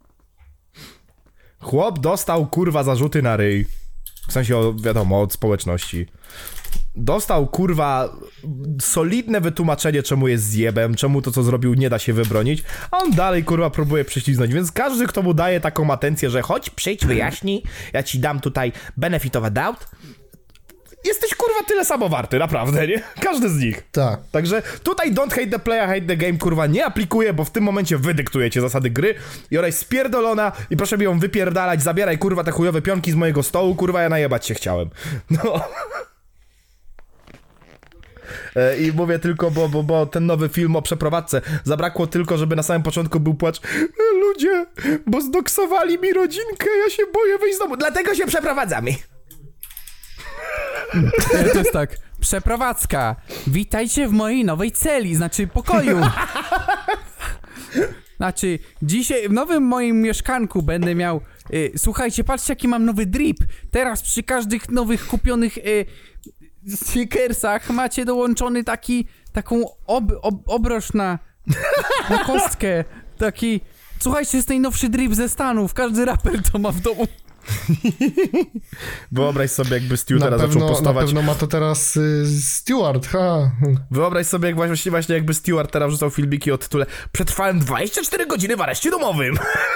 Chłop dostał, kurwa, zarzuty na ryj. W sensie, o, wiadomo, od społeczności. Dostał, kurwa, solidne wytłumaczenie, czemu jest zjebem, czemu to, co zrobił, nie da się wybronić, a on dalej, kurwa, próbuje prześliznąć, więc każdy, kto mu daje taką atencję, że chodź, przyjdź, wyjaśnij, ja ci dam tutaj benefit of a doubt, jesteś, kurwa, tyle samo warty, naprawdę, nie? Każdy z nich. Tak. Także tutaj don't hate the player, hate the game, kurwa, nie aplikuje, bo w tym momencie wy dyktujecie zasady gry i ona jest spierdolona i proszę mi ją wypierdalać, zabieraj, kurwa, te chujowe pionki z mojego stołu, kurwa, ja najebać się chciałem. No. E, I mówię tylko, bo, bo, bo ten nowy film o przeprowadzce, zabrakło tylko, żeby na samym początku był płacz. E, ludzie, bo zdoksowali mi rodzinkę, ja się boję wyjść z domu, dlatego się przeprowadzamy. To jest tak, przeprowadzka, witajcie w mojej nowej celi, znaczy pokoju. Znaczy, dzisiaj w nowym moim mieszkanku będę miał, y, słuchajcie, patrzcie jaki mam nowy drip, teraz przy każdych nowych kupionych y, sneakersach macie dołączony taki, taką ob, ob, obroż na, na kostkę, taki, słuchajcie, jest najnowszy drip ze Stanów, każdy raper to ma w domu. Wyobraź sobie, jakby Stu Na teraz pewno, zaczął na postować. pewno ma to teraz y, Stewart, ha. Wyobraź sobie, jak właśnie, właśnie jakby Stewart teraz wrzucał filmiki o tytule Przetrwałem dwadzieścia cztery godziny w areszcie domowym.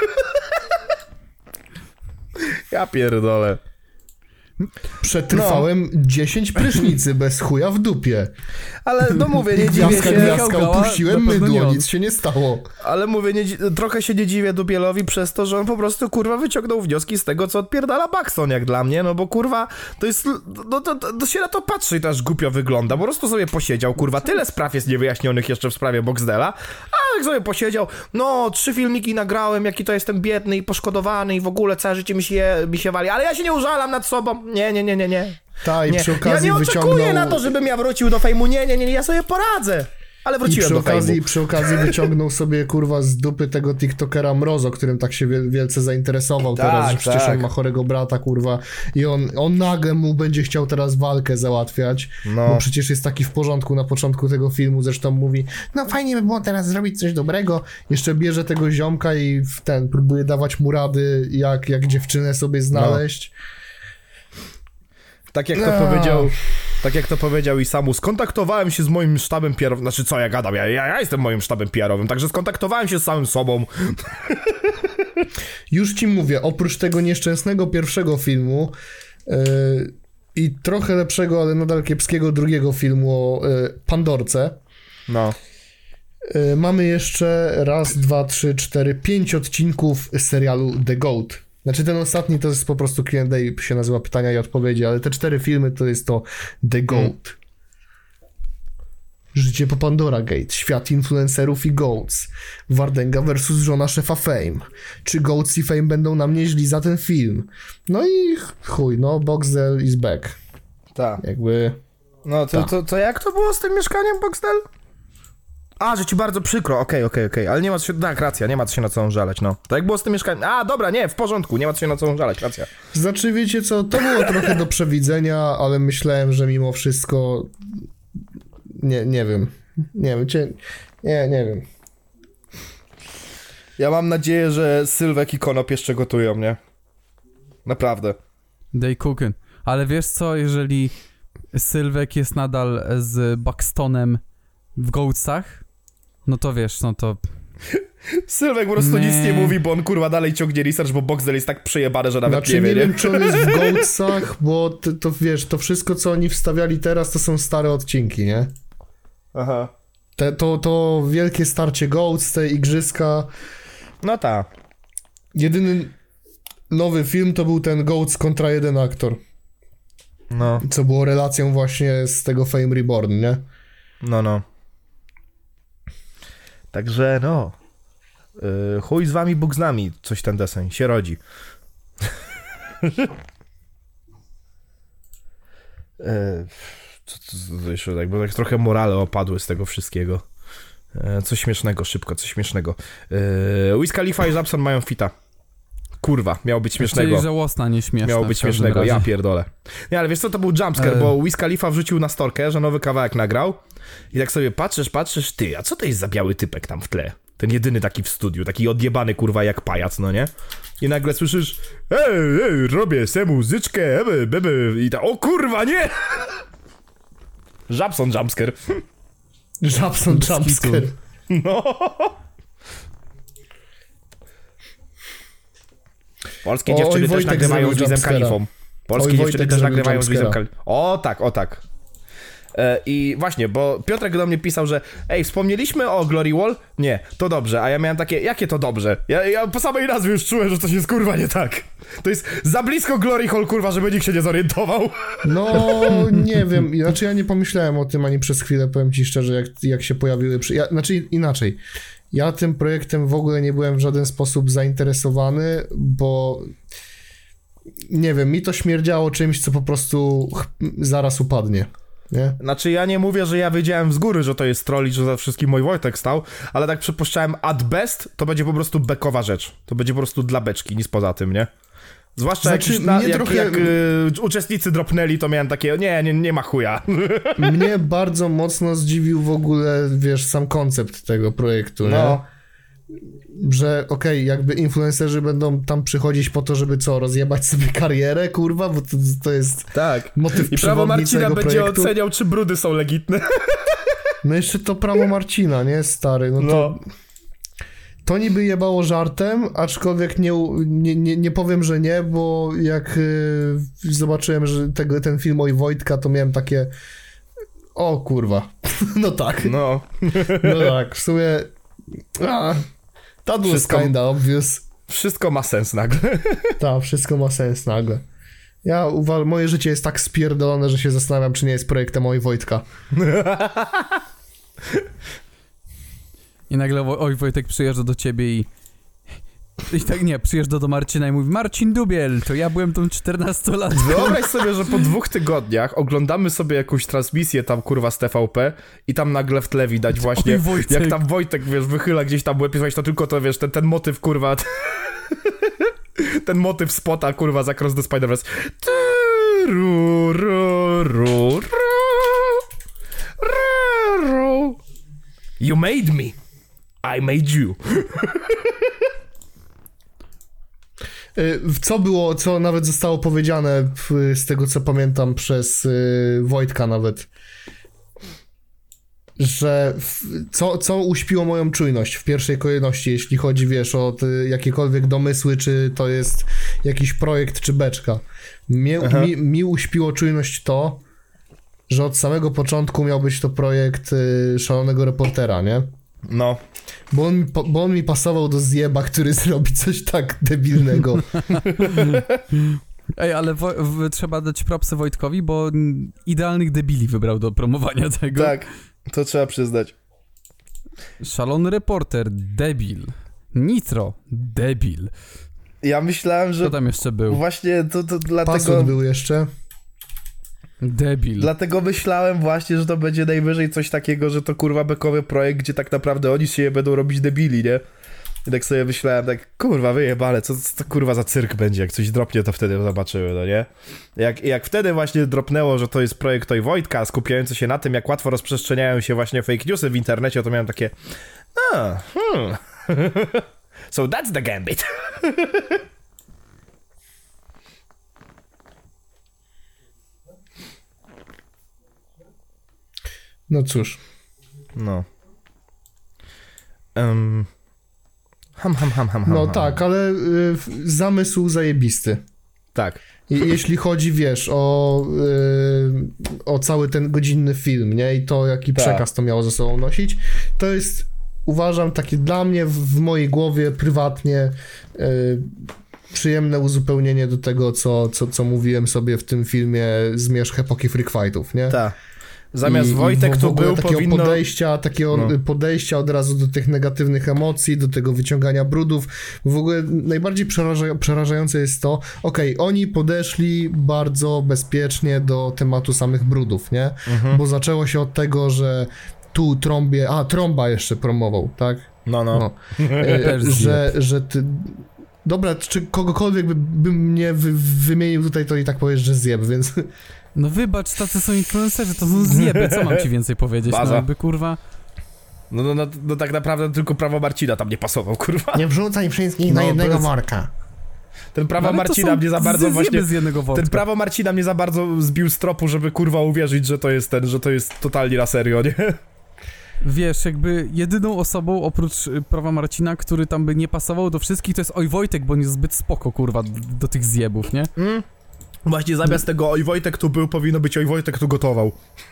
Ja pierdolę. Przetrwałem dziesięć prysznicy bez chuja w dupie. Ale no mówię, nie dziwię Gwiazdka, się. gwiazdka, Gała, opuściłem na pewno nie mydło, on. nic się nie stało. Ale mówię, nie, dzi- trochę się nie dziwię Dubielowi przez to, że on po prostu, kurwa, wyciągnął wnioski z tego, co odpierdala Buxton, jak dla mnie, no bo, kurwa, to jest, no to, to, to się na to patrzy i to aż głupio wygląda, po prostu sobie posiedział, kurwa, tyle spraw jest niewyjaśnionych jeszcze w sprawie Boxdela, a jak sobie posiedział, no, trzy filmiki nagrałem, jaki to jestem biedny i poszkodowany i w ogóle całe życie mi się, mi się wali, ale ja się nie użalam nad sobą, nie, nie, nie, nie, nie. Ta, i Nie. przy Ja okazji nie wyciągnął... oczekuję na to, żebym ja wrócił do fejmu, nie, nie, nie, ja sobie poradzę, ale I wróciłem przy do okazji, fejmu. przy okazji wyciągnął sobie, kurwa, z dupy tego tiktokera Mrozo, którym tak się wiel- wielce zainteresował Tak, teraz, że przecież tak. on ma chorego brata, kurwa, i on, on nagle mu będzie chciał teraz walkę załatwiać, No. bo przecież jest taki w porządku na początku tego filmu, zresztą mówi, no fajnie by było teraz zrobić coś dobrego, jeszcze bierze tego ziomka i w ten, próbuje dawać mu rady, jak, jak dziewczynę sobie znaleźć. Tak jak to No. powiedział, Tak jak to powiedział Isamu, skontaktowałem się z moim sztabem P R-owym, znaczy co ja gadam, ja, ja, ja jestem moim sztabem P R-owym, także skontaktowałem się z samym sobą. Już ci mówię, oprócz tego nieszczęsnego pierwszego filmu yy, i trochę lepszego, ale nadal kiepskiego drugiego filmu o yy, Pandorce, No. yy, mamy jeszcze raz, dwa, trzy, cztery, pięć odcinków serialu The Goat. Znaczy ten ostatni to jest po prostu Q and A, się nazywa pytania i odpowiedzi, ale te cztery filmy to jest to The Goat. Hmm. Życie po Pandora Gate, świat influencerów i Goats, Wardenga versus żona szefa Fame. Czy Goats i Fame będą nam nieźli za ten film? No i chuj, no Boxdel is back. Tak. Jakby... No to, Ta. to, to jak to było z tym mieszkaniem, Boxdel? A, że ci bardzo przykro, okej, okay, okej, okay, okej, okay. Ale nie ma co się, tak, racja, nie ma co się na co żaleć, no. To jak było z tym mieszkaniem, a, dobra, nie, w porządku, nie ma co się na co żaleć, racja. Znaczy, wiecie co, to było trochę do przewidzenia, ale myślałem, że mimo wszystko... Nie, nie wiem. Nie wiem, cię... Nie, nie wiem. Ja mam nadzieję, że Sylwek i Konop jeszcze gotują, nie? Naprawdę. They cooking. Ale wiesz co, jeżeli Sylwek jest nadal z Buxtonem w Goatsach, no to wiesz, no to... Sylwek po prostu Nie. nic nie mówi, bo on kurwa dalej ciągnie research, bo Boxdel jest tak przejebany, że nawet Znaczy nie wie, nie nie? wiem, czy on jest w Goatsach, bo to, to wiesz, to wszystko, co oni wstawiali teraz, to są stare odcinki, nie? Aha. Te, to, to wielkie starcie Goats, te igrzyska. No tak. Jedyny nowy film to był ten Goats kontra jeden aktor, No, co było relacją właśnie z tego Fame Reborn, nie? no, no. Także no. Yy, chuj z wami, Bóg z nami, coś ten deseń, się rodzi. yy, co, co, co jeszcze, jakby tak trochę morale opadły z tego wszystkiego. Yy, coś śmiesznego, szybko, coś śmiesznego. Yy, Wiz Khalifa i Żabson mają fita. Kurwa, miało być śmiesznego. Czyli żałosna, nie śmieszna. Miało być w każdym śmiesznego, razie. ja pierdolę. Nie, ale wiesz co, to był jumpscare, E. bo Wiz Khalifa wrzucił na storkę, że nowy kawałek nagrał i tak sobie patrzysz, patrzysz, ty, a co to jest za biały typek tam w tle? Ten jedyny taki w studiu, taki odjebany kurwa jak pajac, no nie? I nagle słyszysz, ej, ej, robię se muzyczkę, eby, beby, i ta, o kurwa, nie! Żabson jumpscare. Żabson jumpscare. No. Polskie Oj, dziewczyny też Wojtek nagrywają z zrobił Wizem jumpscare'a. Khalifą. Polskie Oj, dziewczyny Wojtek też zrobił nagrywają z Wizem jumpscare'a. Khalifą. O tak, o tak. E, I właśnie, bo Piotrek do mnie pisał, że ej, wspomnieliśmy o Glory Wall? Nie, to dobrze, a ja miałem takie, jakie to dobrze? Ja, ja po samej nazwie już czułem, że coś jest kurwa nie tak. To jest za blisko Glory Hall, kurwa, żeby nikt się nie zorientował. No, nie wiem, znaczy ja nie pomyślałem o tym ani przez chwilę, powiem ci szczerze, jak, jak się pojawiły, przy... ja, znaczy inaczej, ja tym projektem w ogóle nie byłem w żaden sposób zainteresowany, bo nie wiem, mi to śmierdziało czymś, co po prostu ch- zaraz upadnie, nie? Znaczy ja nie mówię, że ja wiedziałem z góry, że to jest troll i że za wszystkim mój Wojtek stał, ale tak przypuszczałem, at best to będzie po prostu bekowa rzecz. To będzie po prostu dla beczki, nic poza tym, nie? Zwłaszcza Znaczy, jak, na, mnie jak, trochę- jak y, uczestnicy dropnęli, to miałem takie, nie, nie, nie ma chuja. Mnie bardzo mocno zdziwił w ogóle, wiesz, sam koncept tego projektu, No. nie? Że okej, okay, jakby influencerzy będą tam przychodzić po to, żeby co, rozjebać sobie karierę, kurwa, bo to, to jest Tak. motyw I prawo przewodni Marcina całego będzie projektu. oceniał, czy brudy są legitne. No jeszcze to prawo Marcina, nie, stary, no to... No. To niby jebało żartem, aczkolwiek nie, nie, nie, nie powiem, że nie, bo jak y, zobaczyłem, że tego, ten film o Wojtka, to miałem takie o kurwa, no tak, No. no tak, w sumie a, that was Wszystko- kinda obvious, Wszystko ma sens nagle. tak, wszystko ma sens nagle. Ja uwa- moje życie jest tak spierdolone, że się zastanawiam, czy nie jest projektem o Wojtka. I nagle Wo- oj Wojtek przyjeżdża do ciebie i... I tak nie, przyjeżdża do Marcina i mówi: Marcin Dubiel, to ja byłem tą czternastolatką. Wyobraź sobie, że po dwóch tygodniach oglądamy sobie jakąś transmisję tam kurwa z T V P i tam nagle w tle widać właśnie, Oj, Wojtek. jak tam Wojtek, wiesz, wychyla gdzieś tam łeb i słuchaj, to tylko to, wiesz, ten, ten motyw kurwa, ten motyw spota kurwa z Across the Spider-Verse. Ru, ru, ru, ru, ru, ru. You made me. I made you. Y, Co było, co nawet zostało powiedziane w- z tego, co pamiętam przez y, Wojtka nawet, że w, co, co uśpiło moją czujność w pierwszej kolejności, jeśli chodzi, wiesz, o te jakiekolwiek domysły, czy to jest jakiś projekt, czy beczka. Mnie, mi, mi uśpiło czujność to, że od samego początku miał być to projekt y, Szalonego Reportera, nie? No. Bo on, mi po- bo on mi pasował do zjeba, który zrobi coś tak debilnego. Ej, ale wo- w, trzeba dać propsy Wojtkowi, bo mm, idealnych debili wybrał do promowania tego. Tak, to trzeba przyznać. Szalony reporter, debil. Nitro, debil. Ja myślałem, że Kto tam jeszcze był? właśnie to, to dlatego... Pasut był jeszcze. Debil. Dlatego myślałem właśnie, że to będzie najwyżej coś takiego, że to kurwa bekowy projekt, gdzie tak naprawdę oni się będą robić debili, nie? I tak sobie myślałem, tak kurwa wyjebane, co, co to kurwa za cyrk będzie, jak coś dropnie, to wtedy zobaczymy, no nie? Jak, jak wtedy właśnie dropnęło, że to jest projekt Oj Wojtka, skupiający się na tym, jak łatwo rozprzestrzeniają się właśnie fake newsy w internecie, to miałem takie a, hmm. So that's the gambit. No cóż. No. Um. Ham, ham, ham, ham, ham. No ham. tak, ale y, zamysł zajebisty. Tak. I, jeśli chodzi, wiesz, o, y, o cały ten godzinny film, nie? I to, jaki Tak. przekaz to miało ze sobą nosić, to jest, uważam, takie dla mnie, w, w mojej głowie, prywatnie, y, przyjemne uzupełnienie do tego, co, co, co mówiłem sobie w tym filmie Zmierzch epoki freak fightów, nie? Tak. Zamiast I- Wojtek i w tu ogóle był, takiego powinno... podejścia, takiego No. podejścia od razu do tych negatywnych emocji, do tego wyciągania brudów. W ogóle najbardziej przeraża, przerażające jest to, okej, oni podeszli bardzo bezpiecznie do tematu samych brudów, nie? Mhm. Bo zaczęło się od tego, że tu trąbie, a Trąba jeszcze promował, tak? No, no. No. E, Też że, że ty... Dobra, czy kogokolwiek by, by mnie wy, wymienił tutaj, to i tak powiesz, że zjeb, więc... No wybacz, tacy są influencerzy, to są zjeby, co mam ci więcej powiedzieć? Baza. No jakby kurwa... No, no, no, no tak naprawdę tylko prawo Marcina tam nie pasował, kurwa. Nie wrzucaj wszystkich na jednego bez- worka. Ten prawo No, ale to Marcina są mnie za bardzo zjeby właśnie... z jednego worka. Ten prawo Marcina mnie za bardzo zbił z tropu, żeby kurwa uwierzyć, że to jest ten, że to jest totalnie na serio, nie? Wiesz, jakby jedyną osobą oprócz y, prawa Marcina, który tam by nie pasował do wszystkich, to jest Oj Wojtek, bo on jest zbyt spoko, kurwa, d- do tych zjebów, nie? Mm. Właśnie zamiast tego Oj Wojtek tu był, powinno być Oj Wojtek tu gotował.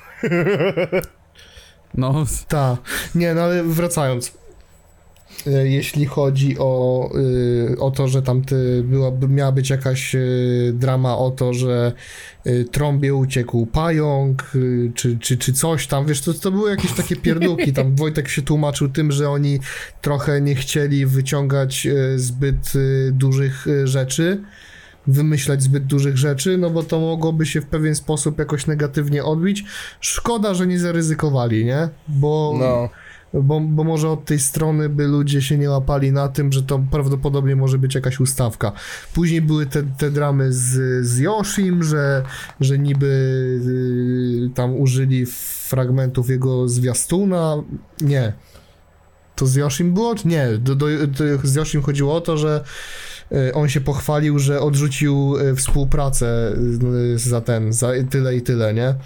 No, Tak, nie, no ale wracając. E, Jeśli chodzi o, y, o to, że tam ty była, miała być jakaś y, drama o to, że y, Trąbie uciekł pająk, y, czy, czy, czy coś tam, wiesz, to, to były jakieś takie pierdółki, tam Wojtek się tłumaczył tym, że oni trochę nie chcieli wyciągać y, zbyt y, dużych y, rzeczy, wymyślać zbyt dużych rzeczy, no bo to mogłoby się w pewien sposób jakoś negatywnie odbić. Szkoda, że nie zaryzykowali, nie? Bo, No. bo, bo może od tej strony by ludzie się nie łapali na tym, że to prawdopodobnie może być jakaś ustawka. Później były te, te dramy z, z Yoshim, że, że niby y, tam użyli fragmentów jego zwiastuna. Nie. To z Yoshim było? Nie. Do, do, do, z Yoshim chodziło o to, że y, on się pochwalił, że odrzucił y, współpracę y, za ten, za tyle i tyle, nie?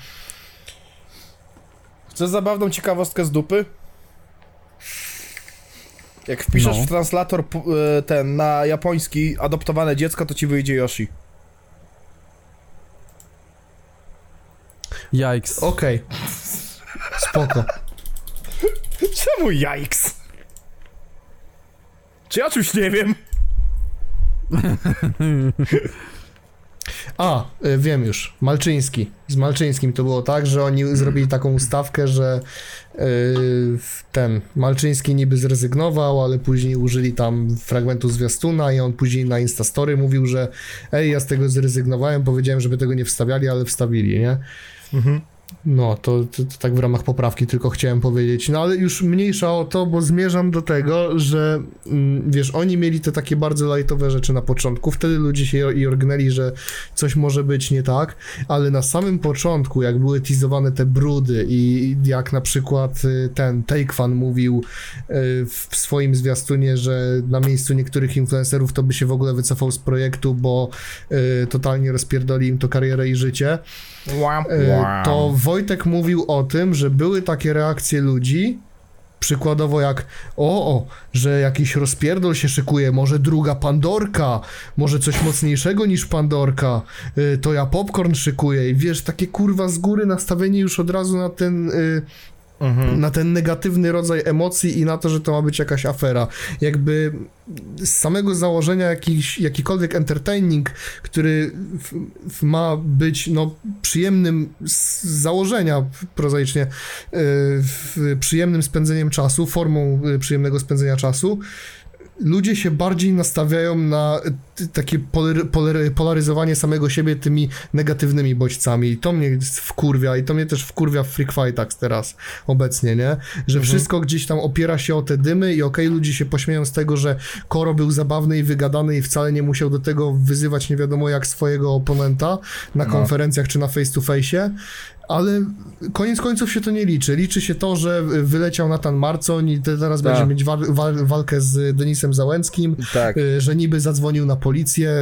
Chcesz zabawną ciekawostkę z dupy? Jak wpiszesz No. w translator p- e, ten na japoński adoptowane dziecko, to ci wyjdzie Yoshi. jajks. Okej. Spoko. Czemu jajks? Czy ja o czymś nie wiem? A, y, wiem już. Malczyński. Z Malczyńskim to było tak, że oni zrobili taką ustawkę, że y, ten Malczyński niby zrezygnował, ale później użyli tam fragmentu zwiastuna i on później na Instastory mówił, że ej, ja z tego zrezygnowałem, powiedziałem, żeby tego nie wstawiali, ale wstawili, nie? No, to, to, to tak w ramach poprawki tylko chciałem powiedzieć. No ale już mniejsza o to, bo zmierzam do tego, że mm, wiesz, oni mieli te takie bardzo lightowe rzeczy na początku, wtedy ludzie się i orgnęli, że coś może być nie tak, ale na samym początku, jak były teasowane te brudy i jak na przykład y, ten Take Fan mówił y, w swoim zwiastunie, że na miejscu niektórych influencerów to by się w ogóle wycofał z projektu, bo y, totalnie rozpierdoli im to karierę i życie. Wow, E, to Wojtek mówił o tym, że były takie reakcje ludzi, przykładowo jak o, o, że jakiś rozpierdol się szykuje, może druga Pandorka, może coś mocniejszego niż Pandorka, e, to ja popcorn szykuję i wiesz, takie kurwa z góry nastawienie już od razu na ten... E, Mhm. na ten negatywny rodzaj emocji i na to, że to ma być jakaś afera. Jakby z samego założenia jakiś, jakikolwiek entertaining, który w, w ma być no, przyjemnym z założenia prozaicznie, yy, przyjemnym spędzeniem czasu, formą yy, przyjemnego spędzenia czasu, ludzie się bardziej nastawiają na takie polar, polar, polaryzowanie samego siebie tymi negatywnymi bodźcami. I to mnie wkurwia i to mnie też wkurwia w Freak Fightach teraz obecnie, nie? Że mhm. wszystko gdzieś tam opiera się o te dymy i okej, okay, ludzie się pośmieją z tego, że Koro był zabawny i wygadany i wcale nie musiał do tego wyzywać nie wiadomo jak swojego oponenta na no. konferencjach czy na face to face, ale koniec końców się to nie liczy. Liczy się to, że wyleciał Nathan Marcoń i teraz tak. będzie mieć wa wa walkę z Denisem Załęckim, tak. że niby zadzwonił na policję.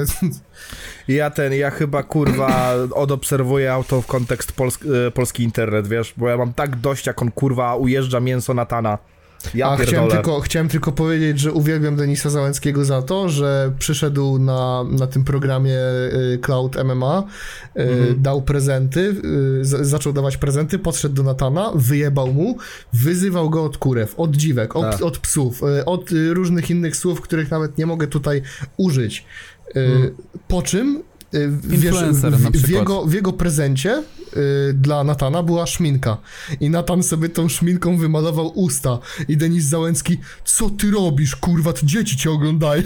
Ja ten, ja chyba kurwa odobserwuję auto w kontekst pols polski internet, wiesz, bo ja mam tak dość, jak on kurwa ujeżdża mięso Natana. Ja A chciałem tylko, chciałem tylko powiedzieć, że uwielbiam Denisa Załęckiego za to, że przyszedł na, na tym programie y, Cloud M M A, y, mhm. dał prezenty, y, z, zaczął dawać prezenty, podszedł do Natana, wyjebał mu, wyzywał go od kurew, od dziwek, od, od psów, y, od y, różnych innych słów, których nawet nie mogę tutaj użyć. Y, mhm. Po czym Wiesz, w, w, jego, w jego prezencie y, dla Natana była szminka i Natan sobie tą szminką wymalował usta i Denis Załęcki, co ty robisz, kurwa, to dzieci cię oglądają.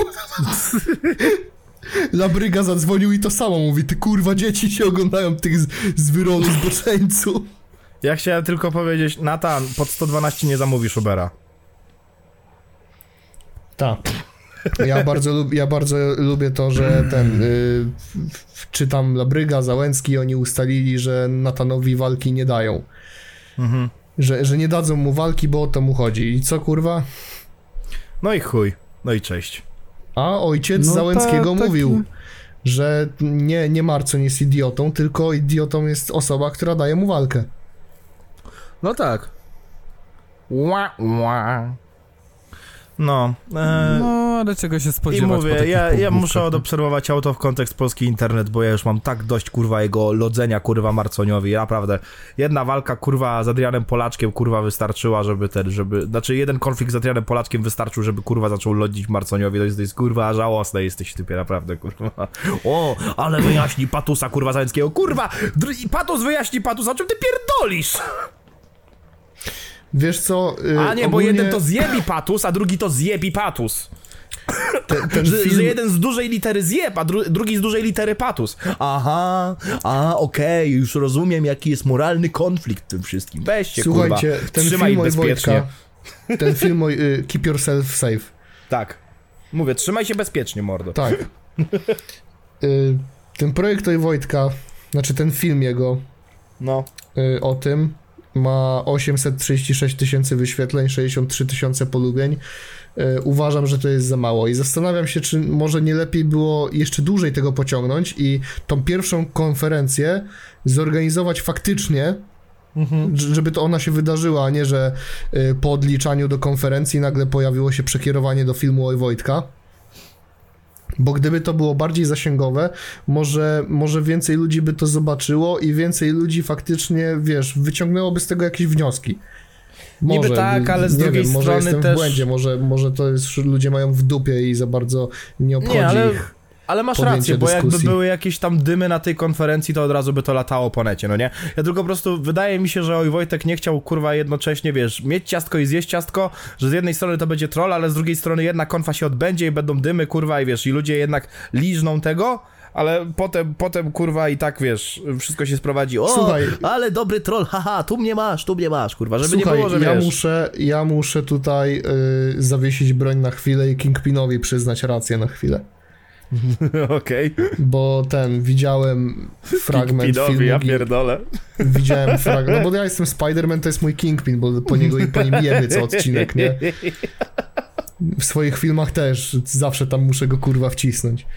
Labryga zadzwonił i to samo mówi, ty kurwa, dzieci cię oglądają, tych z, z wyrolu zboczeńcu. Ja chciałem tylko powiedzieć, Natan, pod sto dwanaście nie zamówisz Ubera. Tak. Ja bardzo, lub, ja bardzo lubię to, że ten, y, czytam Labryga, Załęcki, oni ustalili, że Natanowi walki nie dają. Mhm. Że, że nie dadzą mu walki, bo o to mu chodzi. I co, kurwa? No i chuj. No i cześć. A ojciec no Załęckiego ta, mówił, taki... że nie, nie Marcoń jest idiotą, tylko idiotą jest osoba, która daje mu walkę. No tak. Ła, ła. No, e... no, ale czego się spodziewać? I mówię, ja, ja muszę odobserwować auto w kontekst polski internet, bo ja już mam tak dość, kurwa, jego lodzenia, kurwa, Marconiowi, naprawdę. Jedna walka, kurwa, z Adrianem Polaczkiem, kurwa, wystarczyła, żeby ten, żeby, znaczy jeden konflikt z Adrianem Polaczkiem wystarczył, żeby, kurwa, zaczął lodzić Marconiowi, to jest, to jest kurwa, żałosne jesteś, typie, naprawdę, kurwa. O, ale wyjaśni Patusa, kurwa, Załęckiego, kurwa, Patus wyjaśni Patusa, o czym ty pierdolisz? Wiesz co... Yy, a nie, ogólnie... bo jeden to zjebi Patus, a drugi to zjebi Patus. Ten, ten że, film... że jeden z dużej litery zjeb, a dru drugi z dużej litery Patus. Aha, a okej, okay, już rozumiem, jaki jest moralny konflikt w tym wszystkim. Weźcie, Słuchajcie, kurwa, ten trzymaj film bezpiecznie. Wojtka, ten film o y, Keep Yourself Safe. Tak. Mówię, trzymaj się bezpiecznie, mordo. Tak. y, ten projekt o Wojtka, znaczy ten film jego no. y, o tym ma osiemset trzydzieści sześć tysięcy wyświetleń, sześćdziesiąt trzy tysiące polubień. Yy, uważam, że to jest za mało i zastanawiam się, czy może nie lepiej było jeszcze dłużej tego pociągnąć i tą pierwszą konferencję zorganizować faktycznie, mhm. żeby to ona się wydarzyła, a nie, że yy, po odliczaniu do konferencji nagle pojawiło się przekierowanie do filmu o Wojtka. Bo gdyby to było bardziej zasięgowe, może, może więcej ludzi by to zobaczyło i więcej ludzi faktycznie, wiesz, wyciągnęłoby z tego jakieś wnioski. Może, niby tak, ale z nie drugiej wiem, strony może jestem też... w błędzie, może, może to jest, ludzie mają w dupie i za bardzo nie obchodzi nie, ale... ich. Ale masz rację, bo dyskusji. Jakby były jakieś tam dymy na tej konferencji, to od razu by to latało po necie, no nie? Ja tylko po prostu, wydaje mi się, że oj Wojtek nie chciał, kurwa, jednocześnie, wiesz, mieć ciastko i zjeść ciastko, że z jednej strony to będzie troll, ale z drugiej strony jedna konfa się odbędzie i będą dymy, kurwa, i wiesz, i ludzie jednak liżną tego, Ale potem, potem kurwa i tak wiesz, wszystko się sprowadzi. O, Słuchaj, ale dobry troll, haha, tu mnie masz, tu mnie masz, kurwa, żeby słuchaj, nie było, że ja wiesz. muszę, ja muszę tutaj y, zawiesić broń na chwilę i Kingpinowi przyznać rację na chwilę. Okej. Okay. Bo ten, widziałem fragment Kingpinowi, filmu... ja pierdolę. Widziałem fragment, no bo ja jestem Spider-Man, to jest mój Kingpin, bo po niego i po nim jemy co odcinek, nie? W swoich filmach też, zawsze tam muszę go kurwa wcisnąć.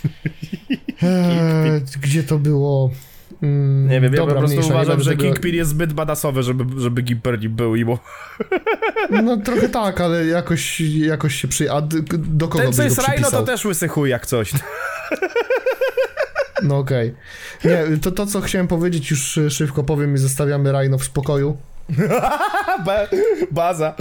Eee, gdzie to było? Mm, Nie wiem, ja dobra, po prostu mniejsza, uważam, że tego... Kingpin jest zbyt badasowy, żeby, żeby Gimper nim był i bo... No trochę tak, ale jakoś, jakoś się przy... A do, do kogo Ten, byś co go jest Rhino, przypisał? to też łysy chuj jak coś. No okej. Okay. Nie, to to, co chciałem powiedzieć, już szybko powiem i zostawiamy Rhino w spokoju. ba baza.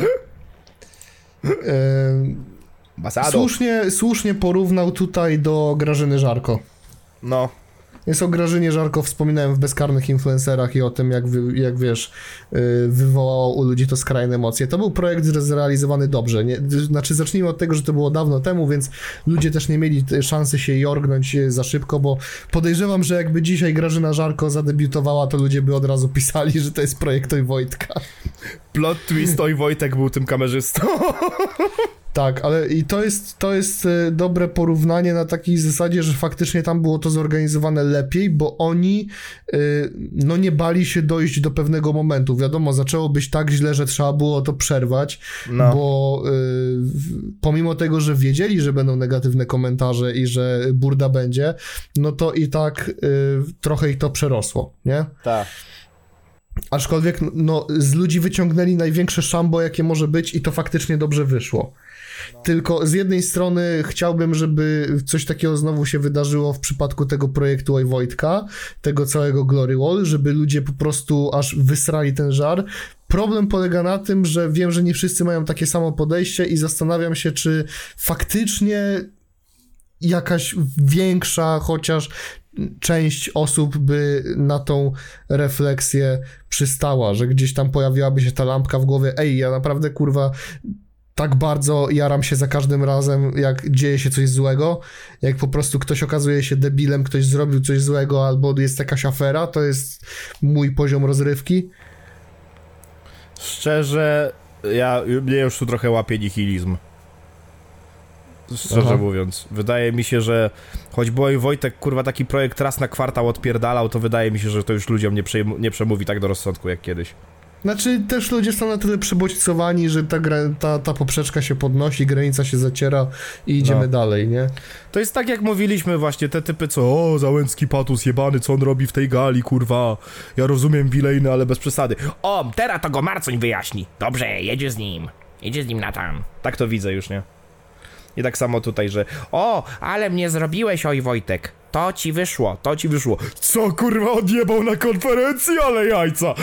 Eee, Basado. słusznie, słusznie porównał tutaj do Grażyny Żarko. No. Jest o Grażynie Żarko, wspominałem w Bezkarnych Influencerach i o tym, jak, wy, jak wiesz, yy, wywołało u ludzi to skrajne emocje. To był projekt zrealizowany dobrze. Nie, znaczy, zacznijmy od tego, że to było dawno temu, więc ludzie też nie mieli szansy się jorgnąć za szybko, bo podejrzewam, że jakby dzisiaj Grażyna Żarko zadebiutowała, to ludzie by od razu pisali, że to jest projekt Oj Wojtka. Plot twist, Oj Wojtek był tym kamerzystą. Tak, ale i to jest, to jest dobre porównanie na takiej zasadzie, że faktycznie tam było to zorganizowane lepiej, bo oni no nie bali się dojść do pewnego momentu. Wiadomo, zaczęło być tak źle, że trzeba było to przerwać, no. bo y, pomimo tego, że wiedzieli, że będą negatywne komentarze i że burda będzie, no to i tak y, trochę ich to przerosło, nie? Tak. Aczkolwiek no, z ludzi wyciągnęli największe szambo, jakie może być i to faktycznie dobrze wyszło. No. Tylko z jednej strony chciałbym, żeby coś takiego znowu się wydarzyło w przypadku tego projektu Oj Wojtka, tego całego Glory Wall, żeby ludzie po prostu aż wysrali ten żar. Problem polega na tym, że wiem, że nie wszyscy mają takie samo podejście i zastanawiam się, czy faktycznie jakaś większa chociaż część osób by na tą refleksję przystała, że gdzieś tam pojawiłaby się ta lampka w głowie, ej, ja naprawdę kurwa tak bardzo jaram się za każdym razem, jak dzieje się coś złego, jak po prostu ktoś okazuje się debilem, ktoś zrobił coś złego albo jest jakaś afera, to jest mój poziom rozrywki. Szczerze, ja, mnie już tu trochę łapie nihilizm. Szczerze Aha. mówiąc, wydaje mi się, że choćby Oj Wojtek, kurwa, taki projekt raz na kwartał odpierdalał, to wydaje mi się, że to już ludziom nie, przejm- nie przemówi tak do rozsądku jak kiedyś. Znaczy, też ludzie są na tyle przebodźcowani, że ta, gra- ta, ta poprzeczka się podnosi, granica się zaciera i idziemy no. dalej, nie? To jest tak, jak mówiliśmy właśnie, te typy, co o, Załęcki patus jebany, co on robi w tej gali, kurwa. Ja rozumiem Wilejny, ale bez przesady. O, teraz to go Marcoń wyjaśni. Dobrze, jedzie z nim. Jedzie z nim na tam. Tak to widzę już, nie? I tak samo tutaj, że o, ale mnie zrobiłeś, Oj Wojtek. To ci wyszło, to ci wyszło. Co, kurwa, odjebał na konferencji, ale jajca.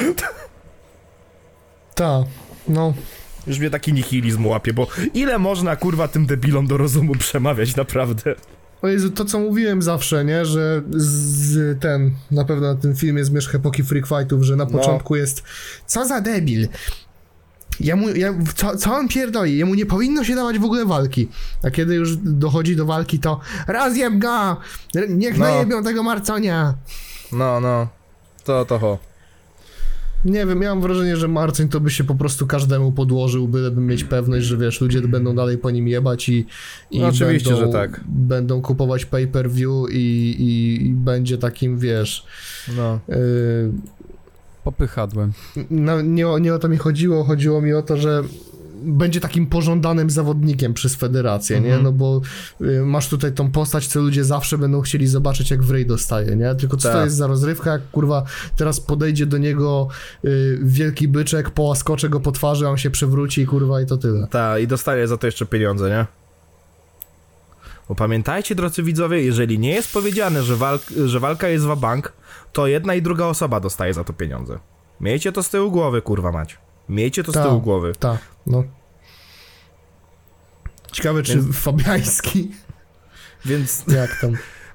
Ta, no. Już mnie taki nihilizm łapie, bo ile można, kurwa, tym debilom do rozumu przemawiać, naprawdę. O Jezu, to co mówiłem zawsze, nie, że z ten, na pewno na tym filmie Zmierzch epoki Freak Fightów, że na no. początku jest co za debil. Jemu, ja, co, co on pierdoli? Jemu nie powinno się dawać w ogóle walki. A kiedy już dochodzi do walki, to rozjeb go! Niech no. najebią tego Marconia! No, no. To, to ho. Nie wiem, miałem wrażenie, że Marcoń to by się po prostu każdemu podłożył, byleby mieć pewność, że wiesz, ludzie będą dalej po nim jebać i, i no, oczywiście, będą, że tak. będą kupować pay-per-view i, i, i będzie takim, wiesz... No. Y- Popychadłem. No, nie, nie o to mi chodziło, chodziło mi o to, że będzie takim pożądanym zawodnikiem przez federację, mm-hmm. nie? No bo y, masz tutaj tą postać, co ludzie zawsze będą chcieli zobaczyć, jak w ryj dostaje, nie? Tylko co Ta. to jest za rozrywka, jak kurwa teraz podejdzie do niego y, wielki byczek, połaskocze go po twarzy, on się przewróci i kurwa i to tyle. Tak, i dostaje za to jeszcze pieniądze, nie? Bo pamiętajcie, drodzy widzowie, jeżeli nie jest powiedziane, że, walk, że walka jest wabank, to jedna i druga osoba dostaje za to pieniądze. Miejcie to z tyłu głowy, kurwa mać. Miejcie to ta, z tyłu głowy. Tak, no. Ciekawe, czy Więc... Fabiański... Więc... Jak tam?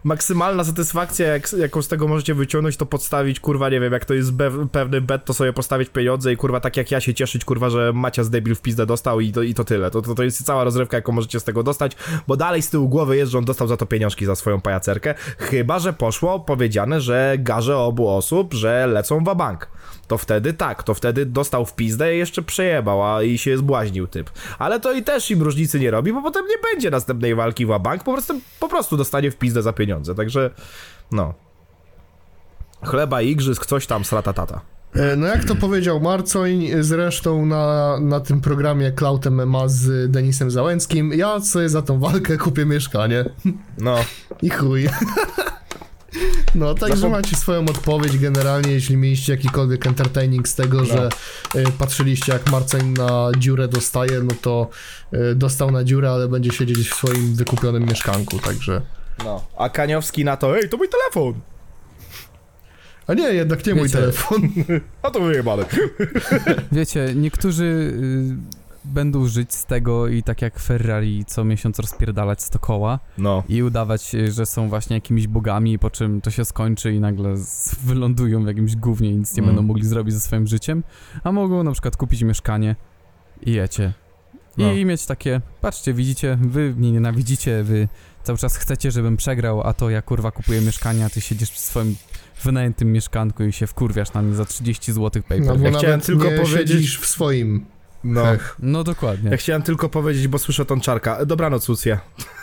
maksymalna satysfakcja, jak, jaką z tego możecie wyciągnąć, to podstawić, kurwa, nie wiem, jak to jest be- pewny bet, to sobie postawić pieniądze i kurwa, tak jak ja się cieszyć, kurwa, że Macias debil w pizdę dostał i to, i to tyle. To, to, to jest cała rozrywka, jaką możecie z tego dostać, bo dalej z tyłu głowy jest, że on dostał za to pieniążki za swoją pajacerkę, chyba że poszło powiedziane, że garze obu osób, że lecą wa bank. To wtedy tak, to wtedy dostał w pizdę i jeszcze przejebał, a i się zbłaźnił typ. Ale to i też im różnicy nie robi, bo potem nie będzie następnej walki wa bank, po prostu, po prostu dostanie w pizdę za pieniądze, także no. Chleba, igrzysk, coś tam, sratatata. No jak to powiedział Marcoń, zresztą na, na tym programie Cloud M M A z Denisem Załęckim, ja sobie za tą walkę kupię mieszkanie. No. I chuj. No, także macie swoją odpowiedź generalnie, jeśli mieliście jakikolwiek entertaining z tego, no. że y, patrzyliście jak Marcin na dziurę dostaje, no to y, dostał na dziurę, ale będzie siedzieć w swoim wykupionym mieszkanku, także... No, a Kaniowski na to, ej, to mój telefon! A nie, jednak nie mój Wiecie, telefon. A to wyjebane. Wiecie, niektórzy y, będą żyć z tego i tak jak Ferrari co miesiąc rozpierdalać sto koła No. i udawać, y, że są właśnie jakimiś bogami, po czym to się skończy i nagle z, wylądują w jakimś gównie i nic nie Mm. będą mogli zrobić ze swoim życiem, a mogą na przykład kupić mieszkanie i jecie. I, No. I mieć takie, patrzcie, widzicie, wy mnie nienawidzicie, wy cały czas chcecie, żebym przegrał, a to ja kurwa kupuję mieszkanie, a ty siedzisz w swoim wynajętym mieszkanku i się wkurwiasz na mnie za trzydzieści złotych paper. No bo Ja nawet chciałem tylko nie powiedzieć- siedzisz w swoim. No. Hech. No dokładnie. Ja chciałem tylko powiedzieć, bo słyszę tą czarka. Dobranoc, Lucja.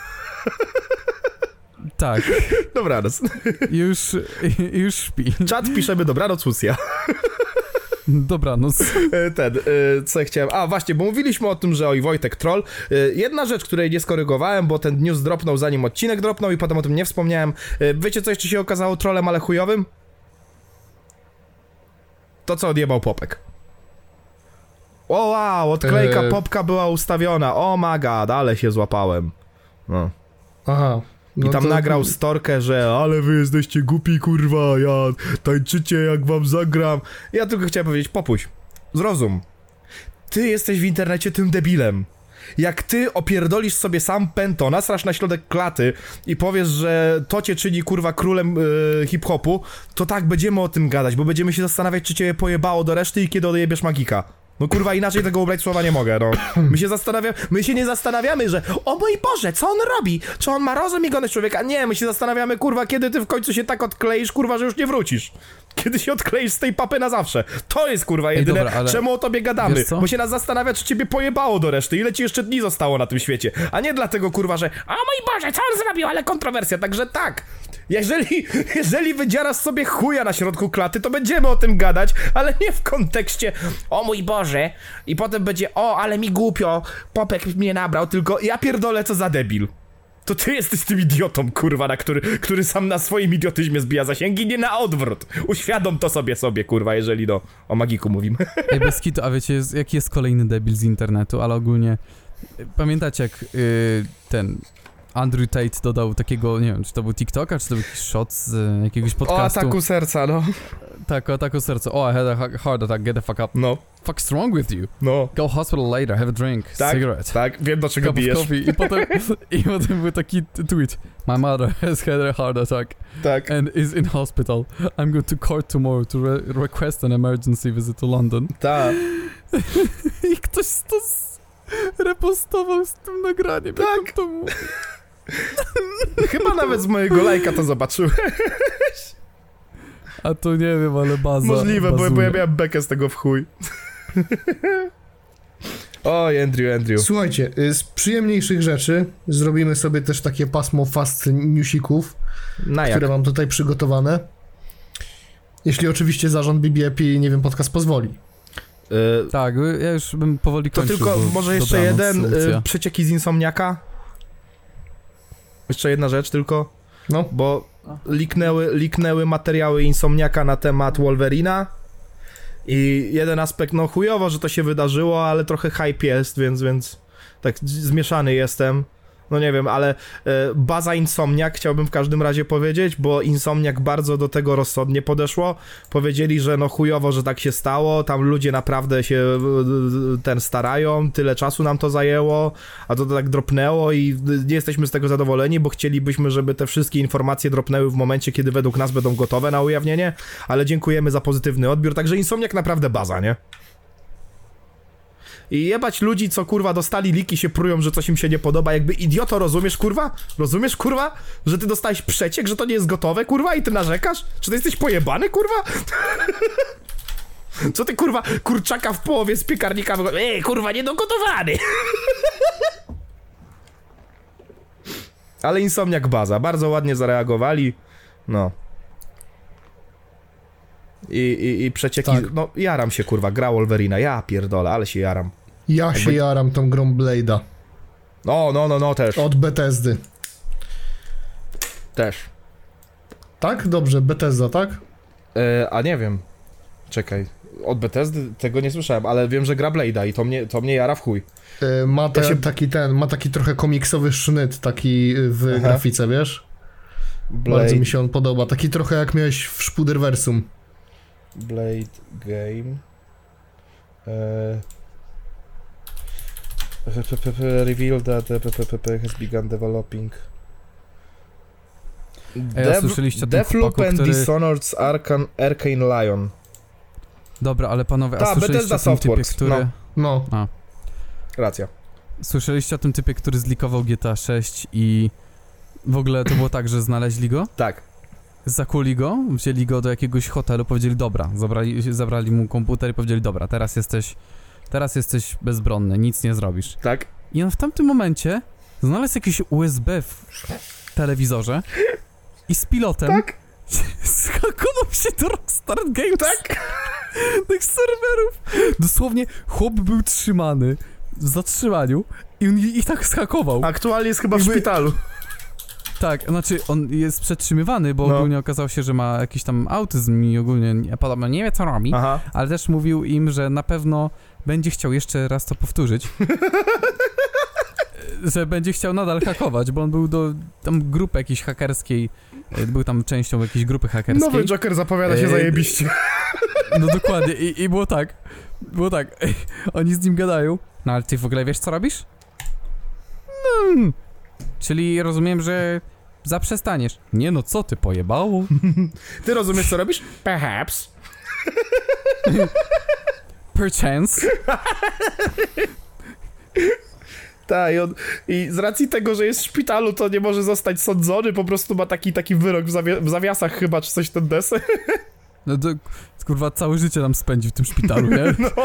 Tak, Dobranoc. już, już śpi. Czat piszemy dobranoc, Lucja. Dobranoc. E, Ten, e, co ja chciałem... A, właśnie, bo mówiliśmy o tym, że oj, Wojtek troll. E, Jedna rzecz, której nie skorygowałem, bo ten news dropnął zanim odcinek dropnął i potem o tym nie wspomniałem. E, Wiecie, co jeszcze się okazało trollem, ale chujowym? To, co odjebał Popek. O wow, odklejka Eee. Popka była ustawiona. O my god, ale się złapałem. No. Aha. I No tam to- nagrał storkę, że ale wy jesteście głupi, kurwa, ja tańczycie jak wam zagram. Ja tylko chciałem powiedzieć, popuść, zrozum. Ty jesteś w internecie tym debilem. Jak ty opierdolisz sobie sam pęto, nasrasz na środek klaty i powiesz, że to cię czyni, kurwa, królem yy, hip-hopu, to tak, będziemy o tym gadać, bo będziemy się zastanawiać, czy cię pojebało do reszty i kiedy odjebiesz magika. No kurwa, inaczej tego ubrać słowa nie mogę, no. My się zastanawiamy, my się nie zastanawiamy, że o mój Boże, co on robi? Czy on ma rozum i godność człowieka? Nie, my się zastanawiamy, kurwa, kiedy ty w końcu się tak odkleisz, kurwa, że już nie wrócisz. Kiedy się odkleisz z tej papy na zawsze. To jest, kurwa, jedyne, dobra, ale czemu o tobie gadamy. wiesz co? Bo się nas zastanawia, czy ciebie pojebało do reszty, ile ci jeszcze dni zostało na tym świecie. A nie dlatego, kurwa, że o mój Boże, co on zrobił, ale kontrowersja, także tak. Jeżeli, jeżeli wydzierasz sobie chuja na środku klaty, to będziemy o tym gadać, ale nie w kontekście o mój Boże i potem będzie o, ale mi głupio, Popek mnie nabrał, tylko ja pierdolę, co za debil. To ty jesteś tym idiotą, kurwa, na który, który sam na swoim idiotyzmie zbija zasięgi, nie na odwrót. Uświadom to sobie sobie, kurwa, jeżeli no, o magiku mówimy. Ej, bez kitu, a wiecie, jest, jaki jest kolejny debil z internetu, ale ogólnie y, pamiętacie jak y, ten Andrew Tate dodał takiego, nie wiem, czy to był TikToka, czy to był jakiś shot z y, jakiegoś O podcastu. ataku serca, no. Tak, o ataku serca. Oh, I had a ha- heart attack, get the fuck up. No, Fuck's wrong with you? no. Go hospital later, have a drink, Tak, cigarette. tak, wiem do czego Cup of bijesz. coffee. I potem, I potem był taki t- tweet. My mother has had a heart attack Tak. and is in hospital. I'm going to court tomorrow to re- request an emergency visit to London. Tak. I ktoś to z... repostował z tym nagraniem. Tak. Jak on to mówi. Chyba nawet z mojego lajka to zobaczyłem. A to nie wiem, ale baza. Możliwe, bo, bo ja bazuje. miałem bekę z tego w chuj. Oj, Andrew, Andrew. Słuchajcie, y, z przyjemniejszych rzeczy zrobimy sobie też takie pasmo fast newsików, Na jak? które mam tutaj przygotowane. Jeśli oczywiście zarząd B B E P, nie wiem, podcast pozwoli. Y, Tak, ja już bym powoli to kończył. tylko bo może jeszcze dobranoc, jeden Lucja. y, przecieki z Insomniaka. Jeszcze jedna rzecz tylko, No, bo liknęły, liknęły materiały Insomniaka na temat Wolverina. I jeden aspekt, no chujowo, że to się wydarzyło, ale trochę hype jest, więc, więc tak zmieszany jestem. No nie wiem, ale e, baza Insomniac chciałbym w każdym razie powiedzieć, bo Insomniac bardzo do tego rozsądnie podeszło. Powiedzieli, że no chujowo, że tak się stało, tam ludzie naprawdę się e, ten starają, tyle czasu nam to zajęło, a to, to tak dropnęło i nie jesteśmy z tego zadowoleni, bo chcielibyśmy, żeby te wszystkie informacje dropnęły w momencie, kiedy według nas będą gotowe na ujawnienie, ale dziękujemy za pozytywny odbiór, także Insomniac naprawdę baza, nie? I jebać ludzi, co kurwa dostali liki, się prują, że coś im się nie podoba, jakby idioto, rozumiesz kurwa? Rozumiesz kurwa? Że ty dostałeś przeciek, że to nie jest gotowe kurwa i ty narzekasz? Czy ty jesteś pojebany kurwa? Co ty kurwa, kurczaka w połowie z piekarnika wygląda? Ej kurwa, niedogotowany! Ale Insomniac baza, bardzo ładnie zareagowali, no. I, i, i przecieki, Tak. no jaram się kurwa, gra Wolverina, ja pierdolę, ale się jaram. Ja się jaram tą grą Blade'a. No, no, no, no, też. Od Bethesdy. Też. Tak? Dobrze, Bethesda, tak? E, a nie wiem. Czekaj. Od Bethesdy tego nie słyszałem, ale wiem, że gra Blade'a i to mnie, to mnie jara w chuj. E, ma te, Ja się- taki ten, ma taki trochę komiksowy sznyt, taki w Aha. grafice, wiesz? Blade, Bardzo mi się on podoba. Taki trochę jak miałeś w Szpuderversum. Blade Game. E... p- p- p- Reveal that the p- p- p- p- has begun developing. Ej, a słyszeliście o tym Deathloop chłopaku, and który- Dishonored's Arcan, Arcane Lion. Dobra, ale panowie, a Ta, słyszeliście Bethesda o tym typie, Softworks, który... no. No, Racja. Słyszeliście o tym typie, który zlikował G T A sześć i... W ogóle to było tak, że znaleźli go, Tak. zakuli go, wzięli go do jakiegoś hotelu, powiedzieli dobra, zabrali, zabrali mu komputer i powiedzieli dobra, teraz jesteś, teraz jesteś bezbronny, nic nie zrobisz. Tak. I on w tamtym momencie znalazł jakieś U S B w telewizorze i z pilotem Tak. zhakował się do Rockstar Games. Tak. Tych serwerów. Dosłownie chłop był trzymany w zatrzymaniu i on i tak zhakował. Aktualnie jest chyba w Jakby- szpitalu. Tak, znaczy on jest przetrzymywany, bo No. ogólnie okazało się, że ma jakiś tam autyzm i ogólnie nie, podobno nie wie co robi, Aha. ale też mówił im, że na pewno będzie chciał jeszcze raz to powtórzyć. Że będzie chciał nadal hakować, bo on był do tam grupy jakiejś hakerskiej, e, był tam częścią jakiejś grupy hakerskiej. Nowy Joker zapowiada się Eee, zajebiście. No dokładnie i, i było tak, było tak, oni z nim gadają, no ale ty w ogóle wiesz co robisz? No, czyli rozumiem, że zaprzestaniesz. Nie no, co ty, pojebało? Ty rozumiesz, co robisz? Perhaps. Perchance. Tak, i, on, i z racji tego, że jest w szpitalu, to nie może zostać sądzony, po prostu ma taki taki wyrok w, zawi w zawiasach chyba, czy coś ten deseń. No to kurwa całe życie nam spędzi w tym szpitalu, nie? No.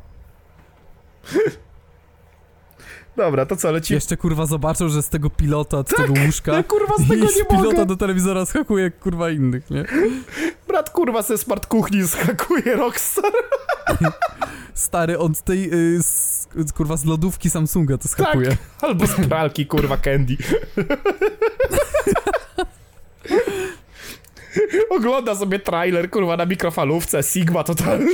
Dobra, to co, lecimy? Jeszcze kurwa zobaczą, że z tego pilota, z tego łóżka Ja kurwa z tego i nie z pilota mogę. do telewizora schakuje kurwa innych, nie? Brat kurwa ze smart kuchni skakuje Rockstar. Stary, on z tej, y, z, kurwa z lodówki Samsunga to schakuje. Tak. Albo z pralki, kurwa, Candy. Ogląda sobie trailer, kurwa, na mikrofalówce, Sigma totalny.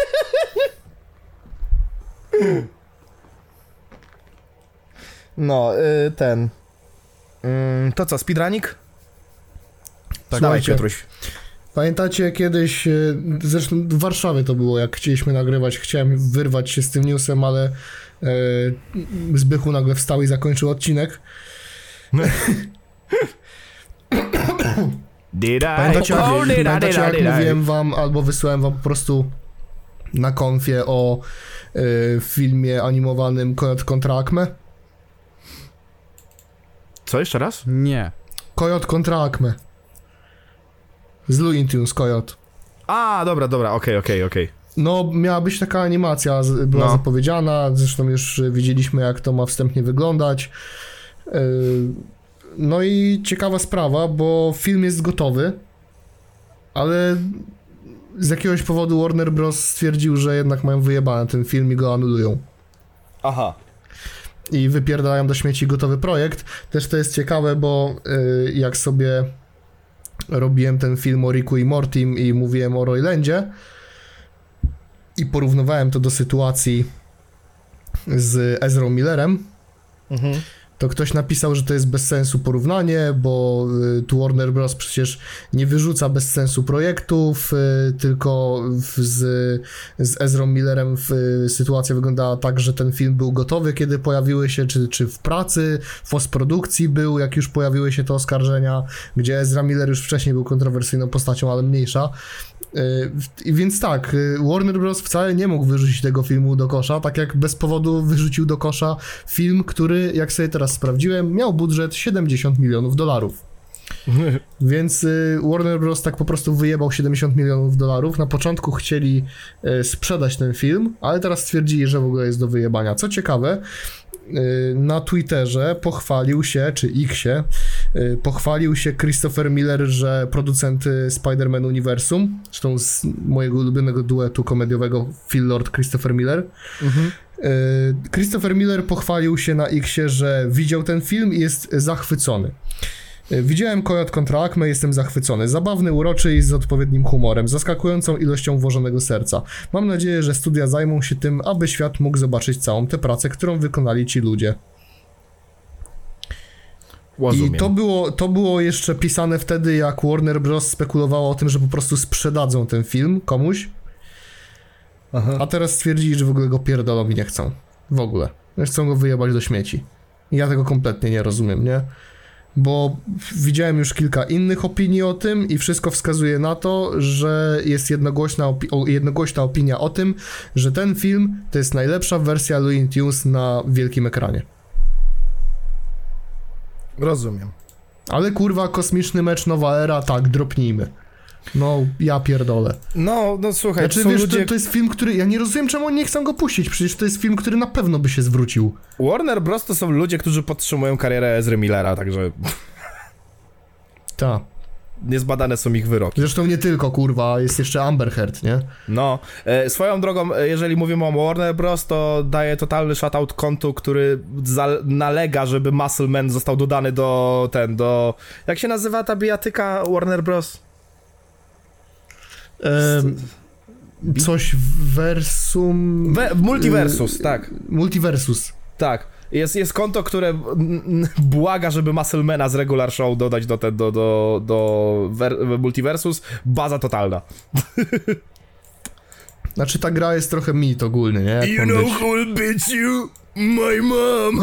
No, y, ten... Mm, to co, speedrunik? Tak, Dawaj, słuchajcie. Piotruś. Pamiętacie kiedyś, e, zresztą w Warszawie to było, jak chcieliśmy nagrywać, chciałem wyrwać się z tym newsem, ale e, Zbychu nagle wstał i zakończył odcinek. Did I? Pamiętacie, Oh, did I, pamiętacie did I, jak did I? mówiłem wam, albo wysłałem wam po prostu na konfie o e, filmie animowanym Coyote kontra Acme? Co, jeszcze raz? Nie. Coyote kontra Acme. Z Looney Tunes Coyote. A, dobra, dobra, okej, okej, okej. No, miała być taka animacja, z- była No. zapowiedziana, zresztą już widzieliśmy, jak to ma wstępnie wyglądać. Yy, No i ciekawa sprawa, bo film jest gotowy, ale z jakiegoś powodu Warner Bros. Stwierdził, że jednak mają wyjebane ten film i go anulują. Aha. I wypierdalają do śmieci gotowy projekt. Też to jest ciekawe, bo yy, jak sobie robiłem ten film o Ricku i Mortim i mówiłem o Roylandzie i porównywałem to do sytuacji z Ezrą Millerem, Mhm. to ktoś napisał, że to jest bez sensu porównanie, bo y, tu Warner Bros. Przecież nie wyrzuca bez sensu projektów, y, tylko w, z, z Ezrą Millerem w, y, sytuacja wyglądała tak, że ten film był gotowy, kiedy pojawiły się, czy, czy w pracy, w postprodukcji był, jak już pojawiły się te oskarżenia, gdzie Ezra Miller już wcześniej był kontrowersyjną postacią, ale mniejsza. I więc tak, Warner Bros. Wcale nie mógł wyrzucić tego filmu do kosza, tak jak bez powodu wyrzucił do kosza film, który, jak sobie teraz sprawdziłem, miał budżet siedemdziesiąt milionów dolarów. Więc Warner Bros. Tak po prostu wyjebał siedemdziesiąt milionów dolarów. Na początku chcieli sprzedać ten film, ale teraz stwierdzili, że w ogóle jest do wyjebania. Co ciekawe, na Twitterze pochwalił się, czy Xie, pochwalił się Christopher Miller, że producent Spider-Man Uniwersum, zresztą z mojego ulubionego duetu komediowego Phil Lord, Christopher Miller. Mhm. Christopher Miller pochwalił się na Xie, że widział ten film i jest zachwycony. Widziałem Coyote kontra Acme, jestem zachwycony. Zabawny, uroczy i z odpowiednim humorem, zaskakującą ilością włożonego serca. Mam nadzieję, że studia zajmą się tym, aby świat mógł zobaczyć całą tę pracę, którą wykonali ci ludzie. Rozumiem. I to było, to było jeszcze pisane wtedy, jak Warner Bros. Spekulowało o tym, że po prostu sprzedadzą ten film komuś. Aha. A teraz stwierdzili, że w ogóle go pierdolą i nie chcą. W ogóle. Chcą go wyjebać do śmieci. I ja tego kompletnie nie rozumiem, nie? Bo widziałem już kilka innych opinii o tym i wszystko wskazuje na to, że jest jednogłośna, opi- jednogłośna opinia o tym, że ten film to jest najlepsza wersja Looney Tunes na wielkim ekranie. Rozumiem. Ale kurwa, kosmiczny mecz, nowa era, tak, dropnijmy. No, ja pierdolę. No, no słuchaj, znaczy, są wiesz, ludzie... to, to jest film, który... Ja nie rozumiem, czemu oni nie chcą go puścić. Przecież to jest film, który na pewno by się zwrócił. Warner Bros. To są ludzie, którzy podtrzymują karierę Ezry Millera, także... Tak. Niezbadane są ich wyroki. Zresztą nie tylko, kurwa, jest jeszcze Amber Heard, nie? No, e, swoją drogą, e, jeżeli mówimy o Warner Bros., to daje totalny shoutout kontu, który za- nalega, żeby Muscle Man został dodany do ten, do... Jak się nazywa ta bijatyka Warner Bros.? Ehm, coś versum... We, multiversus, y- tak. Multiversus. Tak. Jest, jest konto, które błaga, żeby Musclemana z Regular Show dodać do, te, do, do, do ver- Multiversus. Baza totalna. Znaczy ta gra jest trochę mit ogólny, nie? Jak you know być. Who will beat you? My mom!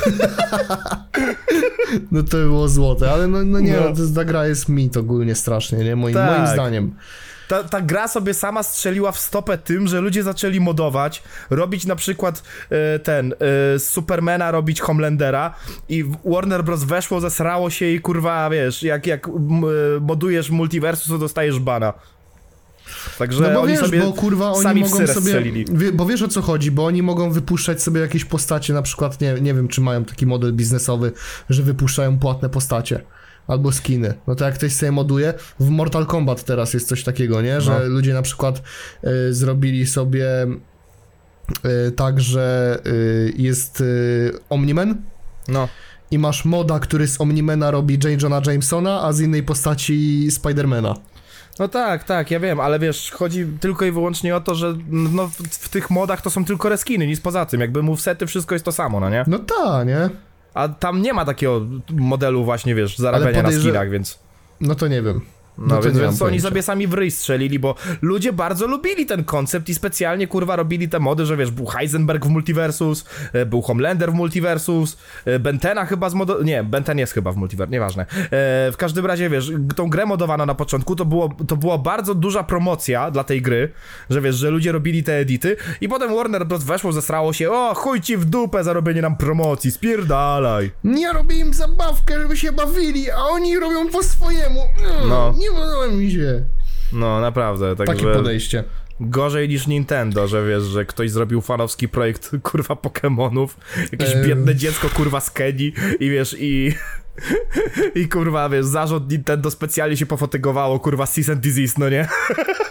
No to było złote, ale no, no nie, no. To, ta gra jest mit ogólnie strasznie, nie? Moim, tak. moim zdaniem. Ta, ta gra sobie sama strzeliła w stopę tym, że ludzie zaczęli modować, robić na przykład e, ten, e, z Supermana robić Homelandera i Warner Bros. Weszło, zesrało się i kurwa, wiesz, jak, jak m, modujesz multiversus, to dostajesz bana. Także no bo oni wiesz, sobie bo kurwa oni sami mogą w sobie, strzelili. wie, bo wiesz o co chodzi, bo oni mogą wypuszczać sobie jakieś postacie, na przykład, nie, nie wiem, czy mają taki model biznesowy, że wypuszczają płatne postacie. Albo skiny. No to jak ktoś sobie moduje, w Mortal Kombat teraz jest coś takiego, nie? Że no. ludzie na przykład y, zrobili sobie y, tak, że y, jest y, Omni-Man. No. I masz moda, który z Omni-Mana robi J. Jonah Jamesona, a z innej postaci Spidermana. No tak, tak, ja wiem, ale wiesz, chodzi tylko i wyłącznie o to, że no, w, w tych modach to są tylko reskiny, nic poza tym, jakby movesety, wszystko jest to samo, no nie? No tak, nie? A tam nie ma takiego modelu właśnie, wiesz, zarabiania podejrze... na skinach, więc... No to nie wiem. No, no więc, więc oni sobie sami w ryj strzelili, bo ludzie bardzo lubili ten koncept i specjalnie, kurwa, robili te mody, że wiesz, był Heisenberg w Multiversus, był Homelander w Multiversus, Bentena chyba z modo... Nie, Benten jest chyba w Multiversus, nieważne. W każdym razie, wiesz, tą grę modowano na początku, to, było, to była bardzo duża promocja dla tej gry, że wiesz, że ludzie robili te edity i potem Warner Bros. Weszło, zesrało się, o, chuj ci w dupę za robienie nam promocji, spierdalaj. Ja robię im zabawkę, żeby się bawili, a oni robią po swojemu. Mm, no. Nie podoba mi się. No, naprawdę. Tak Takie że podejście. Gorzej niż Nintendo, że wiesz, że ktoś zrobił fanowski projekt, kurwa, Pokemonów, jakieś eee. biedne dziecko, kurwa, z Kenii i wiesz, i... I kurwa, wiesz, zarząd Nintendo specjalnie się pofotygowało, kurwa, cease and desist, no nie?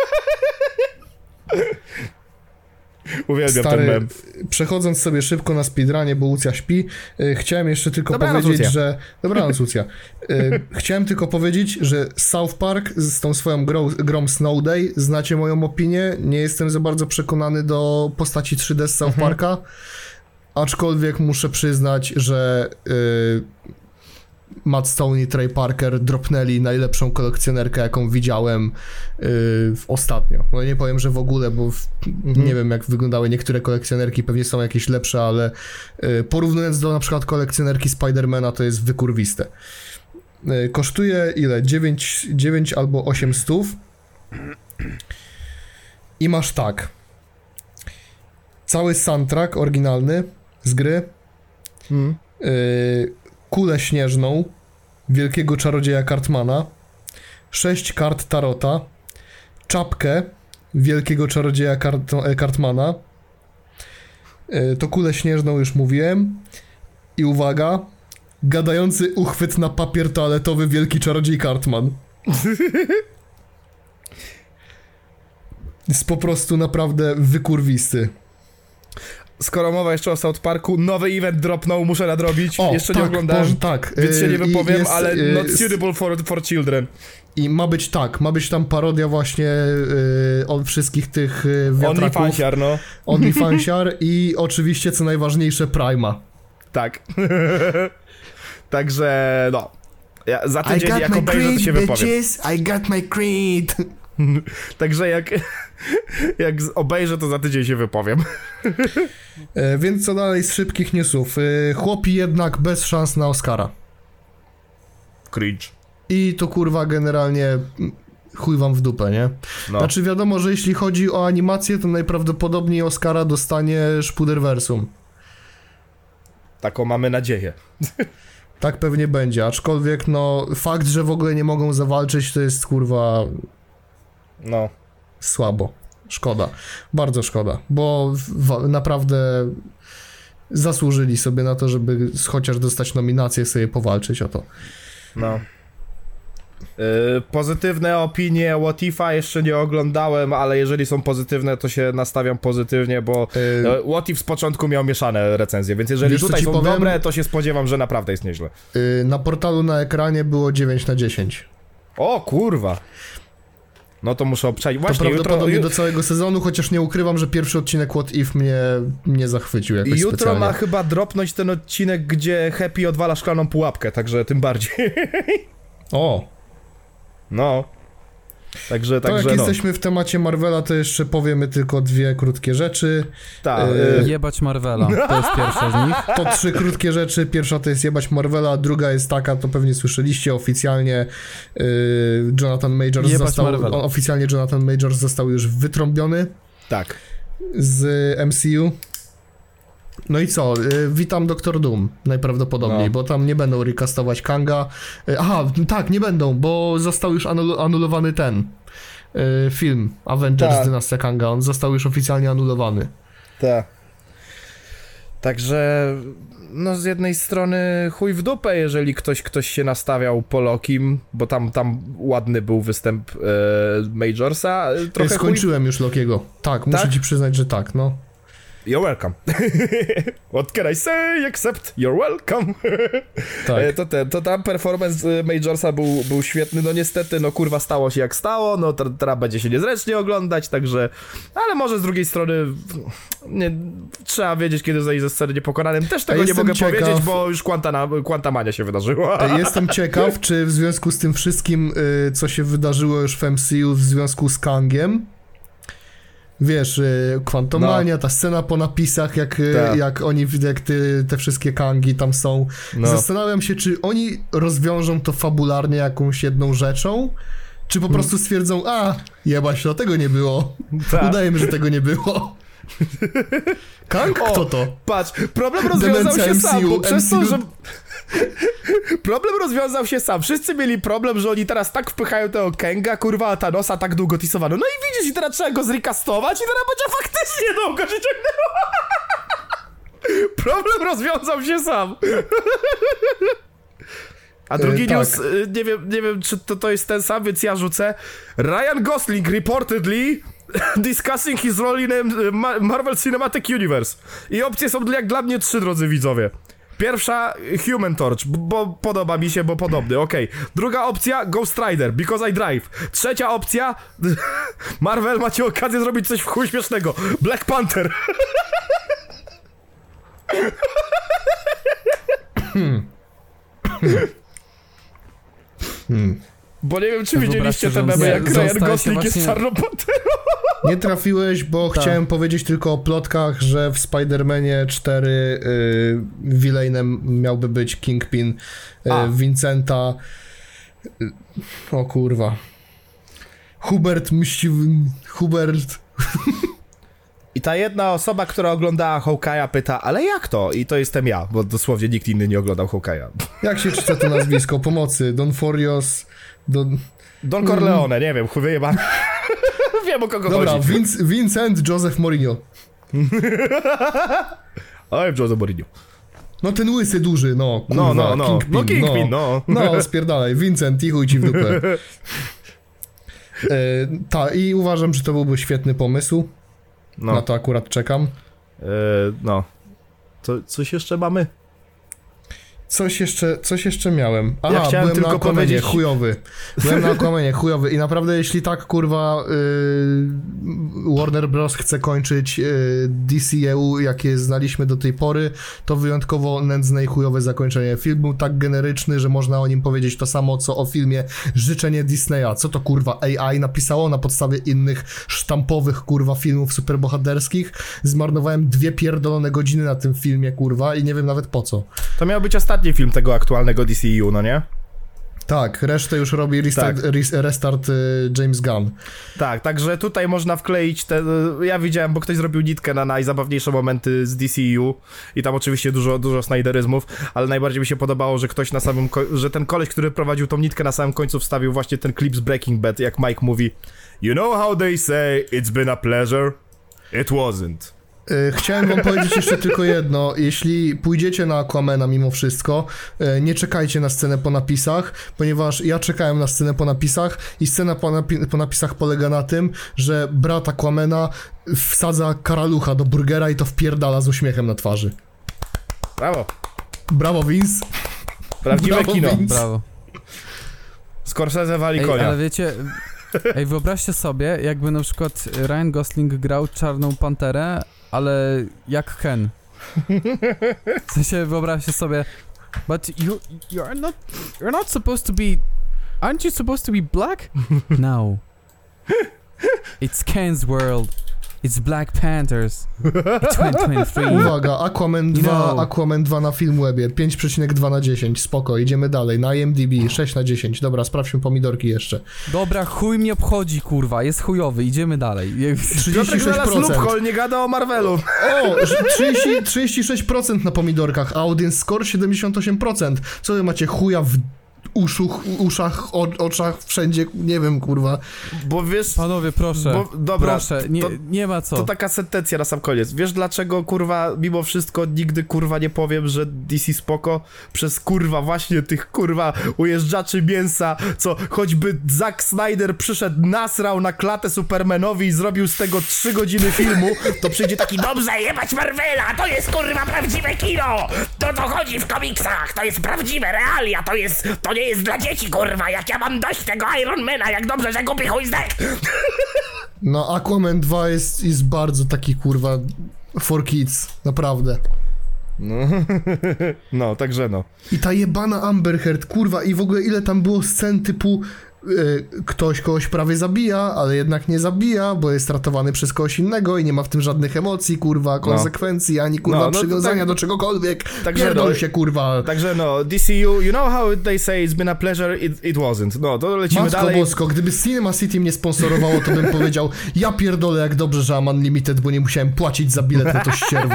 Uwielbiam Stary, ten mem. Przechodząc sobie szybko na speedrunie, bo Lucja śpi, yy, chciałem jeszcze tylko Dobranoc, powiedzieć, Lucja. że... Dobranoc, Lucja. Yy, chciałem tylko powiedzieć, że South Park z tą swoją grą, grą Snow Day, znacie moją opinię, nie jestem za bardzo przekonany do postaci trzy D z South Parka, aczkolwiek muszę przyznać, że yy, Matt Stone i Trey Parker dropnęli najlepszą kolekcjonerkę, jaką widziałem yy, w ostatnio. No nie powiem, że w ogóle, bo w, Mhm. nie wiem, jak wyglądały niektóre kolekcjonerki, pewnie są jakieś lepsze, ale yy, porównując do na przykład kolekcjonerki Spidermana, to jest wykurwiste. Yy, kosztuje ile? dziewięć, dziewięć albo osiem stów. I masz tak. Cały soundtrack oryginalny z gry. Hmm. Yy, kulę śnieżną wielkiego czarodzieja Cartmana, sześć kart Tarota, czapkę wielkiego czarodzieja Cart Cartmana, yy, to kulę śnieżną już mówiłem i uwaga, gadający uchwyt na papier toaletowy wielki czarodziej Cartman. Jest po prostu naprawdę wykurwisty. Skoro mowa jeszcze o South Parku, nowy event dropnął, muszę nadrobić. O, jeszcze tak, nie oglądałem, Boże, tak. więc się nie Yy, i wypowiem, jest, ale yy, not suitable for, for children. I ma być tak, ma być tam parodia właśnie yy, od wszystkich tych yy, Only wiatraków. fansiar, no. OnlyFansiar i oczywiście, co najważniejsze, Prima. Tak. Także, no. Ja za tydzień jak obejrzę, to się wypowiem. I got my creed. Także jak, jak z- obejrzę, to za tydzień się wypowiem. E, więc co dalej z szybkich newsów? E, chłopi jednak bez szans na Oscara. Cringe. I to kurwa generalnie mm, chuj wam w dupę, nie? No. Znaczy wiadomo, że jeśli chodzi o animację, to najprawdopodobniej Oscara dostanie Szpuderversum. Taką mamy nadzieję. Tak pewnie będzie, aczkolwiek no fakt, że w ogóle nie mogą zawalczyć, to jest kurwa No. słabo. Szkoda. Bardzo szkoda, bo w, naprawdę zasłużyli sobie na to, żeby chociaż dostać nominację, sobie powalczyć o to. No. Yy, pozytywne opinie What If'a jeszcze nie oglądałem, ale jeżeli są pozytywne, to się nastawiam pozytywnie, bo Yy, yy, What If z początku miał mieszane recenzje, więc jeżeli Wiesz, co tutaj ci są powiem? dobre, to się spodziewam, że naprawdę jest nieźle. y, na portalu na ekranie było dziewięć na dziesięć. O kurwa! No to muszę obczaić. To Właśnie, jutro, prawdopodobnie ju, do całego sezonu, chociaż nie ukrywam, że pierwszy odcinek What If mnie nie zachwycił jakoś jutro specjalnie. ma chyba dropnąć ten odcinek, gdzie Happy odwala szklaną pułapkę, także tym bardziej. O! No. Także, To także jak no. jesteśmy w temacie Marvela, to jeszcze powiemy tylko dwie krótkie rzeczy. Ta, Yy, yy, Jebać Marvela, to jest pierwsza z nich. To trzy krótkie rzeczy. Pierwsza to jest jebać Marvela, druga jest taka, to pewnie słyszeliście oficjalnie, yy, Jonathan Majors Jebać został, Marvela. o, oficjalnie Jonathan Majors został już wytrąbiony tak. z M C U. No i co? Yy, witam Doktor Doom najprawdopodobniej, No. bo tam nie będą recastować Kanga. Yy, aha, tak, nie będą, bo został już anul anulowany ten yy, film Avengers Tak. Dynastia Kanga, on został już oficjalnie anulowany. Tak. Także, no z jednej strony chuj w dupę, jeżeli ktoś, ktoś się nastawiał po Lokim, bo tam, tam ładny był występ e, Majorsa. Yy, Trochę chuj... Skończyłem już Lokiego. Tak, muszę Tak? ci przyznać, że tak, no. You're welcome. What can I say except you're welcome. Tak. E, To, te, to tam performance e, Majorsa był, był świetny, no niestety, no kurwa stało się jak stało, no to teraz będzie się niezręcznie oglądać, także, ale może z drugiej strony nie, trzeba wiedzieć, kiedy zejść ze sceny niepokonanym, też tego nie jestem mogę ciekaw- powiedzieć, bo już Quantana, Quantamania się wydarzyła. Jestem ciekaw, czy w związku z tym wszystkim, y, co się wydarzyło już w M C U w związku z Kangiem, wiesz, y, Quantumania, ta scena po napisach, jak, y, Tak. jak oni, jak ty, te wszystkie Kangi tam są, No. zastanawiam się, czy oni rozwiążą to fabularnie jakąś jedną rzeczą, czy po prostu stwierdzą, a, jebać, to tego nie było. Tak. Udajemy, że tego nie było. Kang? O, Kto to? Patrz, problem rozwiązał Demencja się M C U, sam, bo przez to, M C U. że... Problem rozwiązał się sam. Wszyscy mieli problem, że oni teraz tak wpychają tego Kanga, kurwa, a Thanosa tak długo tisowano. No i widzisz, i teraz trzeba go zrecastować i teraz będzie faktycznie długo się ciągnęło. Problem rozwiązał się sam. A drugi E, tak. news, y, nie wiem, nie wiem, czy to, to jest ten sam, więc ja rzucę. Ryan Gosling reportedly discussing his role in um, Ma- Marvel Cinematic Universe. I opcje są jak dla mnie trzy, drodzy widzowie. Pierwsza, Human Torch, b- bo podoba mi się, bo podobny, okej. Druga opcja, Ghost Rider, because I drive. Trzecia opcja, Marvel, macie okazję zrobić coś w chuj śmiesznego. Black Panther. Hmm. Bo nie wiem, czy Ja widzieliście te wyobraźcie, memy, że on jak z- Ryan zostaje się Gosling jest właśnie- czarną panterą. Nie trafiłeś, bo Tak. chciałem powiedzieć tylko o plotkach, że w Spider-Manie cztery y, villainem miałby być Kingpin y, A. Vincenta. Y, o kurwa. Hubert mści... Hubert... I ta jedna osoba, która oglądała Hawkeye'a, pyta, ale jak to? I to jestem ja, bo dosłownie nikt inny nie oglądał Hawkeye'a. Jak się czyta to nazwisko? Pomocy. Don Forios... Don... Don Corleone, nie wiem, chuj wyjeba. Wiem, o kogo Dobra, chodzi. Vince, Vincent Joseph Mourinho. Oj, Jose Mourinho. No ten łysy duży, no, kurwa, No, no, no. Kingpin, No, Kingpin, no. No, spierdalaj, Vincent i chuj ci w dupę. E, ta, i uważam, że to byłby świetny pomysł. No, Na to akurat czekam. e, no. To coś jeszcze mamy? Coś jeszcze, coś jeszcze miałem. Aha, Ja chciałem byłem tylko na Aquamanie, powiedzieć- chujowy. Byłem na Aquamanie, chujowy. I naprawdę, jeśli tak, kurwa, yy, Warner Bros. Chce kończyć yy, D C E U, jakie znaliśmy do tej pory, to wyjątkowo nędzne i chujowe zakończenie. Film był tak generyczny, że można o nim powiedzieć to samo, co o filmie Życzenie Disneya. Co to, kurwa, A I napisało na podstawie innych sztampowych, kurwa, filmów superbohaterskich. Zmarnowałem dwie pierdolone godziny na tym filmie, kurwa, i nie wiem nawet po co. To miał być ostatni film tego aktualnego D C E U, no nie? Tak, resztę już robi restart, Tak. res- restart y, James Gunn. Tak, także tutaj można wkleić te... Ja widziałem, bo ktoś zrobił nitkę na najzabawniejsze momenty z D C E U i tam oczywiście dużo, dużo Snyderyzmów, ale najbardziej mi się podobało, że ktoś na samym... Ko- że ten koleś, który prowadził tą nitkę na samym końcu wstawił właśnie ten klip z Breaking Bad, jak Mike mówi You know how they say it's been a pleasure? It wasn't. Y, Chciałem wam powiedzieć jeszcze tylko jedno. Jeśli pójdziecie na Aquamana mimo wszystko, y, nie czekajcie na scenę po napisach, ponieważ ja czekałem na scenę po napisach i scena po, napi- po napisach polega na tym, że brat Aquamana wsadza karalucha do burgera i to wpierdala z uśmiechem na twarzy. Brawo. Brawo, Vince. Prawdziwe Brawo, kino. Vince. Brawo. Scorsese wali Ej, konia. ale wiecie, ej, wyobraźcie sobie, jakby na przykład Ryan Gosling grał Czarną Panterę, ale jak Ken. W sensie, wyobraźcie sobie, but you, you're not, you're not supposed to be, aren't you supposed to be black? No. It's Ken's world. It's Black Panthers. It's twenty twenty-three. Uwaga, Aquaman dwa, No. Aquaman dwa na Filmwebie, pięć przecinek dwa na dziesięć, spoko, idziemy dalej, na I M D B sześć na dziesięć, dobra, sprawdźmy pomidorki jeszcze. Dobra, chuj mnie obchodzi, kurwa, jest chujowy, idziemy dalej. trzydzieści Piotrek sześć znalazł procent. loophole, nie gada o Marvelu. O, trzydzieści, trzydzieści sześć procent na pomidorkach, a audience score siedemdziesiąt osiem procent. Co wy macie, chuja w uszu, uszach, o, oczach, wszędzie, nie wiem, kurwa. Bo wiesz... Panowie, proszę, Bo, dobra, proszę, nie, to, nie ma co. to taka sentencja na sam koniec. Wiesz dlaczego, kurwa, mimo wszystko nigdy, kurwa, nie powiem, że D C spoko? Przez, kurwa, właśnie tych, kurwa, ujeżdżaczy mięsa, co choćby Zack Snyder przyszedł, nasrał na klatę Supermanowi i zrobił z tego trzy godziny filmu, to przyjdzie taki, dobrze, jebać Marvela, to jest, kurwa, prawdziwe kino! To to chodzi w komiksach, to jest prawdziwe, realia, to jest, to nie jest dla dzieci, kurwa, jak ja mam dość tego Ironmana, jak dobrze, że głupi chuj zdech! No, Aquaman dwa jest, jest bardzo taki, kurwa, for kids, naprawdę. No, no, także no. I ta jebana Amber Heard, kurwa, i w ogóle ile tam było scen typu y, ktoś kogoś prawie zabija, ale jednak nie zabija, bo jest ratowany przez kogoś innego i nie ma w tym żadnych emocji, kurwa, konsekwencji, ani kurwa No, no to przywiązania tak- do czegokolwiek. Także Pierdol no- się, kurwa. Także no, D C U, you know how they say it's been a pleasure, it, it wasn't. No, to lecimy Matko dalej. bosko, gdyby Cinema City mnie sponsorowało, to bym powiedział, ja pierdolę jak dobrze, że mam Unlimited, bo nie musiałem płacić za bilet na to ścierwo.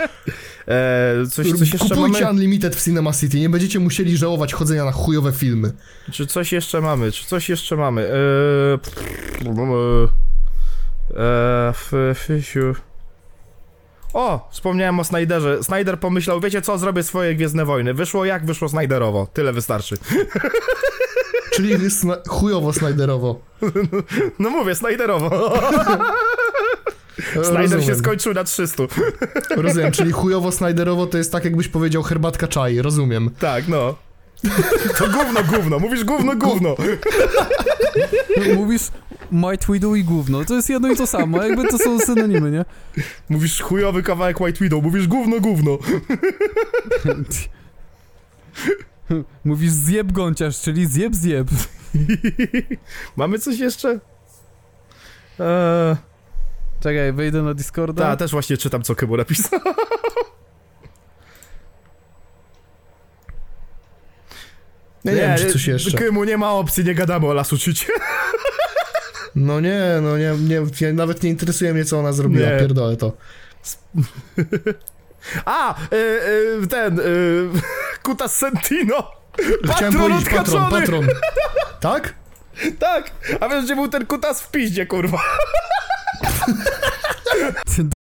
E, coś, coś jeszcze Kupujcie mamy? Unlimited w Cinema City, nie będziecie musieli żałować chodzenia na chujowe filmy. Czy coś jeszcze mamy? Czy coś jeszcze mamy? E, e, f, fysiu. O, wspomniałem o Snyderze. Snyder pomyślał, wiecie co, zrobię swoje Gwiezdne Wojny. Wyszło jak? Wyszło Snyderowo. Tyle wystarczy. Czyli sna- chujowo Snyderowo. No mówię, Snyderowo. Snyder Rozumiem. się skończył na trzystu. Rozumiem, czyli chujowo Snyderowo to jest tak, jakbyś powiedział herbatka czaj, rozumiem. Tak, no. To gówno, gówno. Mówisz gówno, gówno. Mówisz Might Widow i gówno, to jest jedno i to samo, jakby to są synonimy, nie? Mówisz chujowy kawałek White Widow. Mówisz gówno, gówno. Mówisz zjeb gąciarz, czyli zjeb zjeb. Mamy coś jeszcze? Eee, Czekaj, wejdę na Discorda. ta, też właśnie czytam, co Kybu napisał. Ja nie, wiem, czy coś jeszcze. Kymu nie ma opcji, nie gadamy o Lasuczycie. No nie, no nie, nie, nawet nie interesuje mnie, co ona zrobiła, Nie. pierdolę to. A, y, y, ten, y, Kutas Sentino. Chciałem Patron powiedzieć patron, odkaczony. patron. Tak? Tak, a wiesz, gdzie był ten Kutas w piździe, kurwa?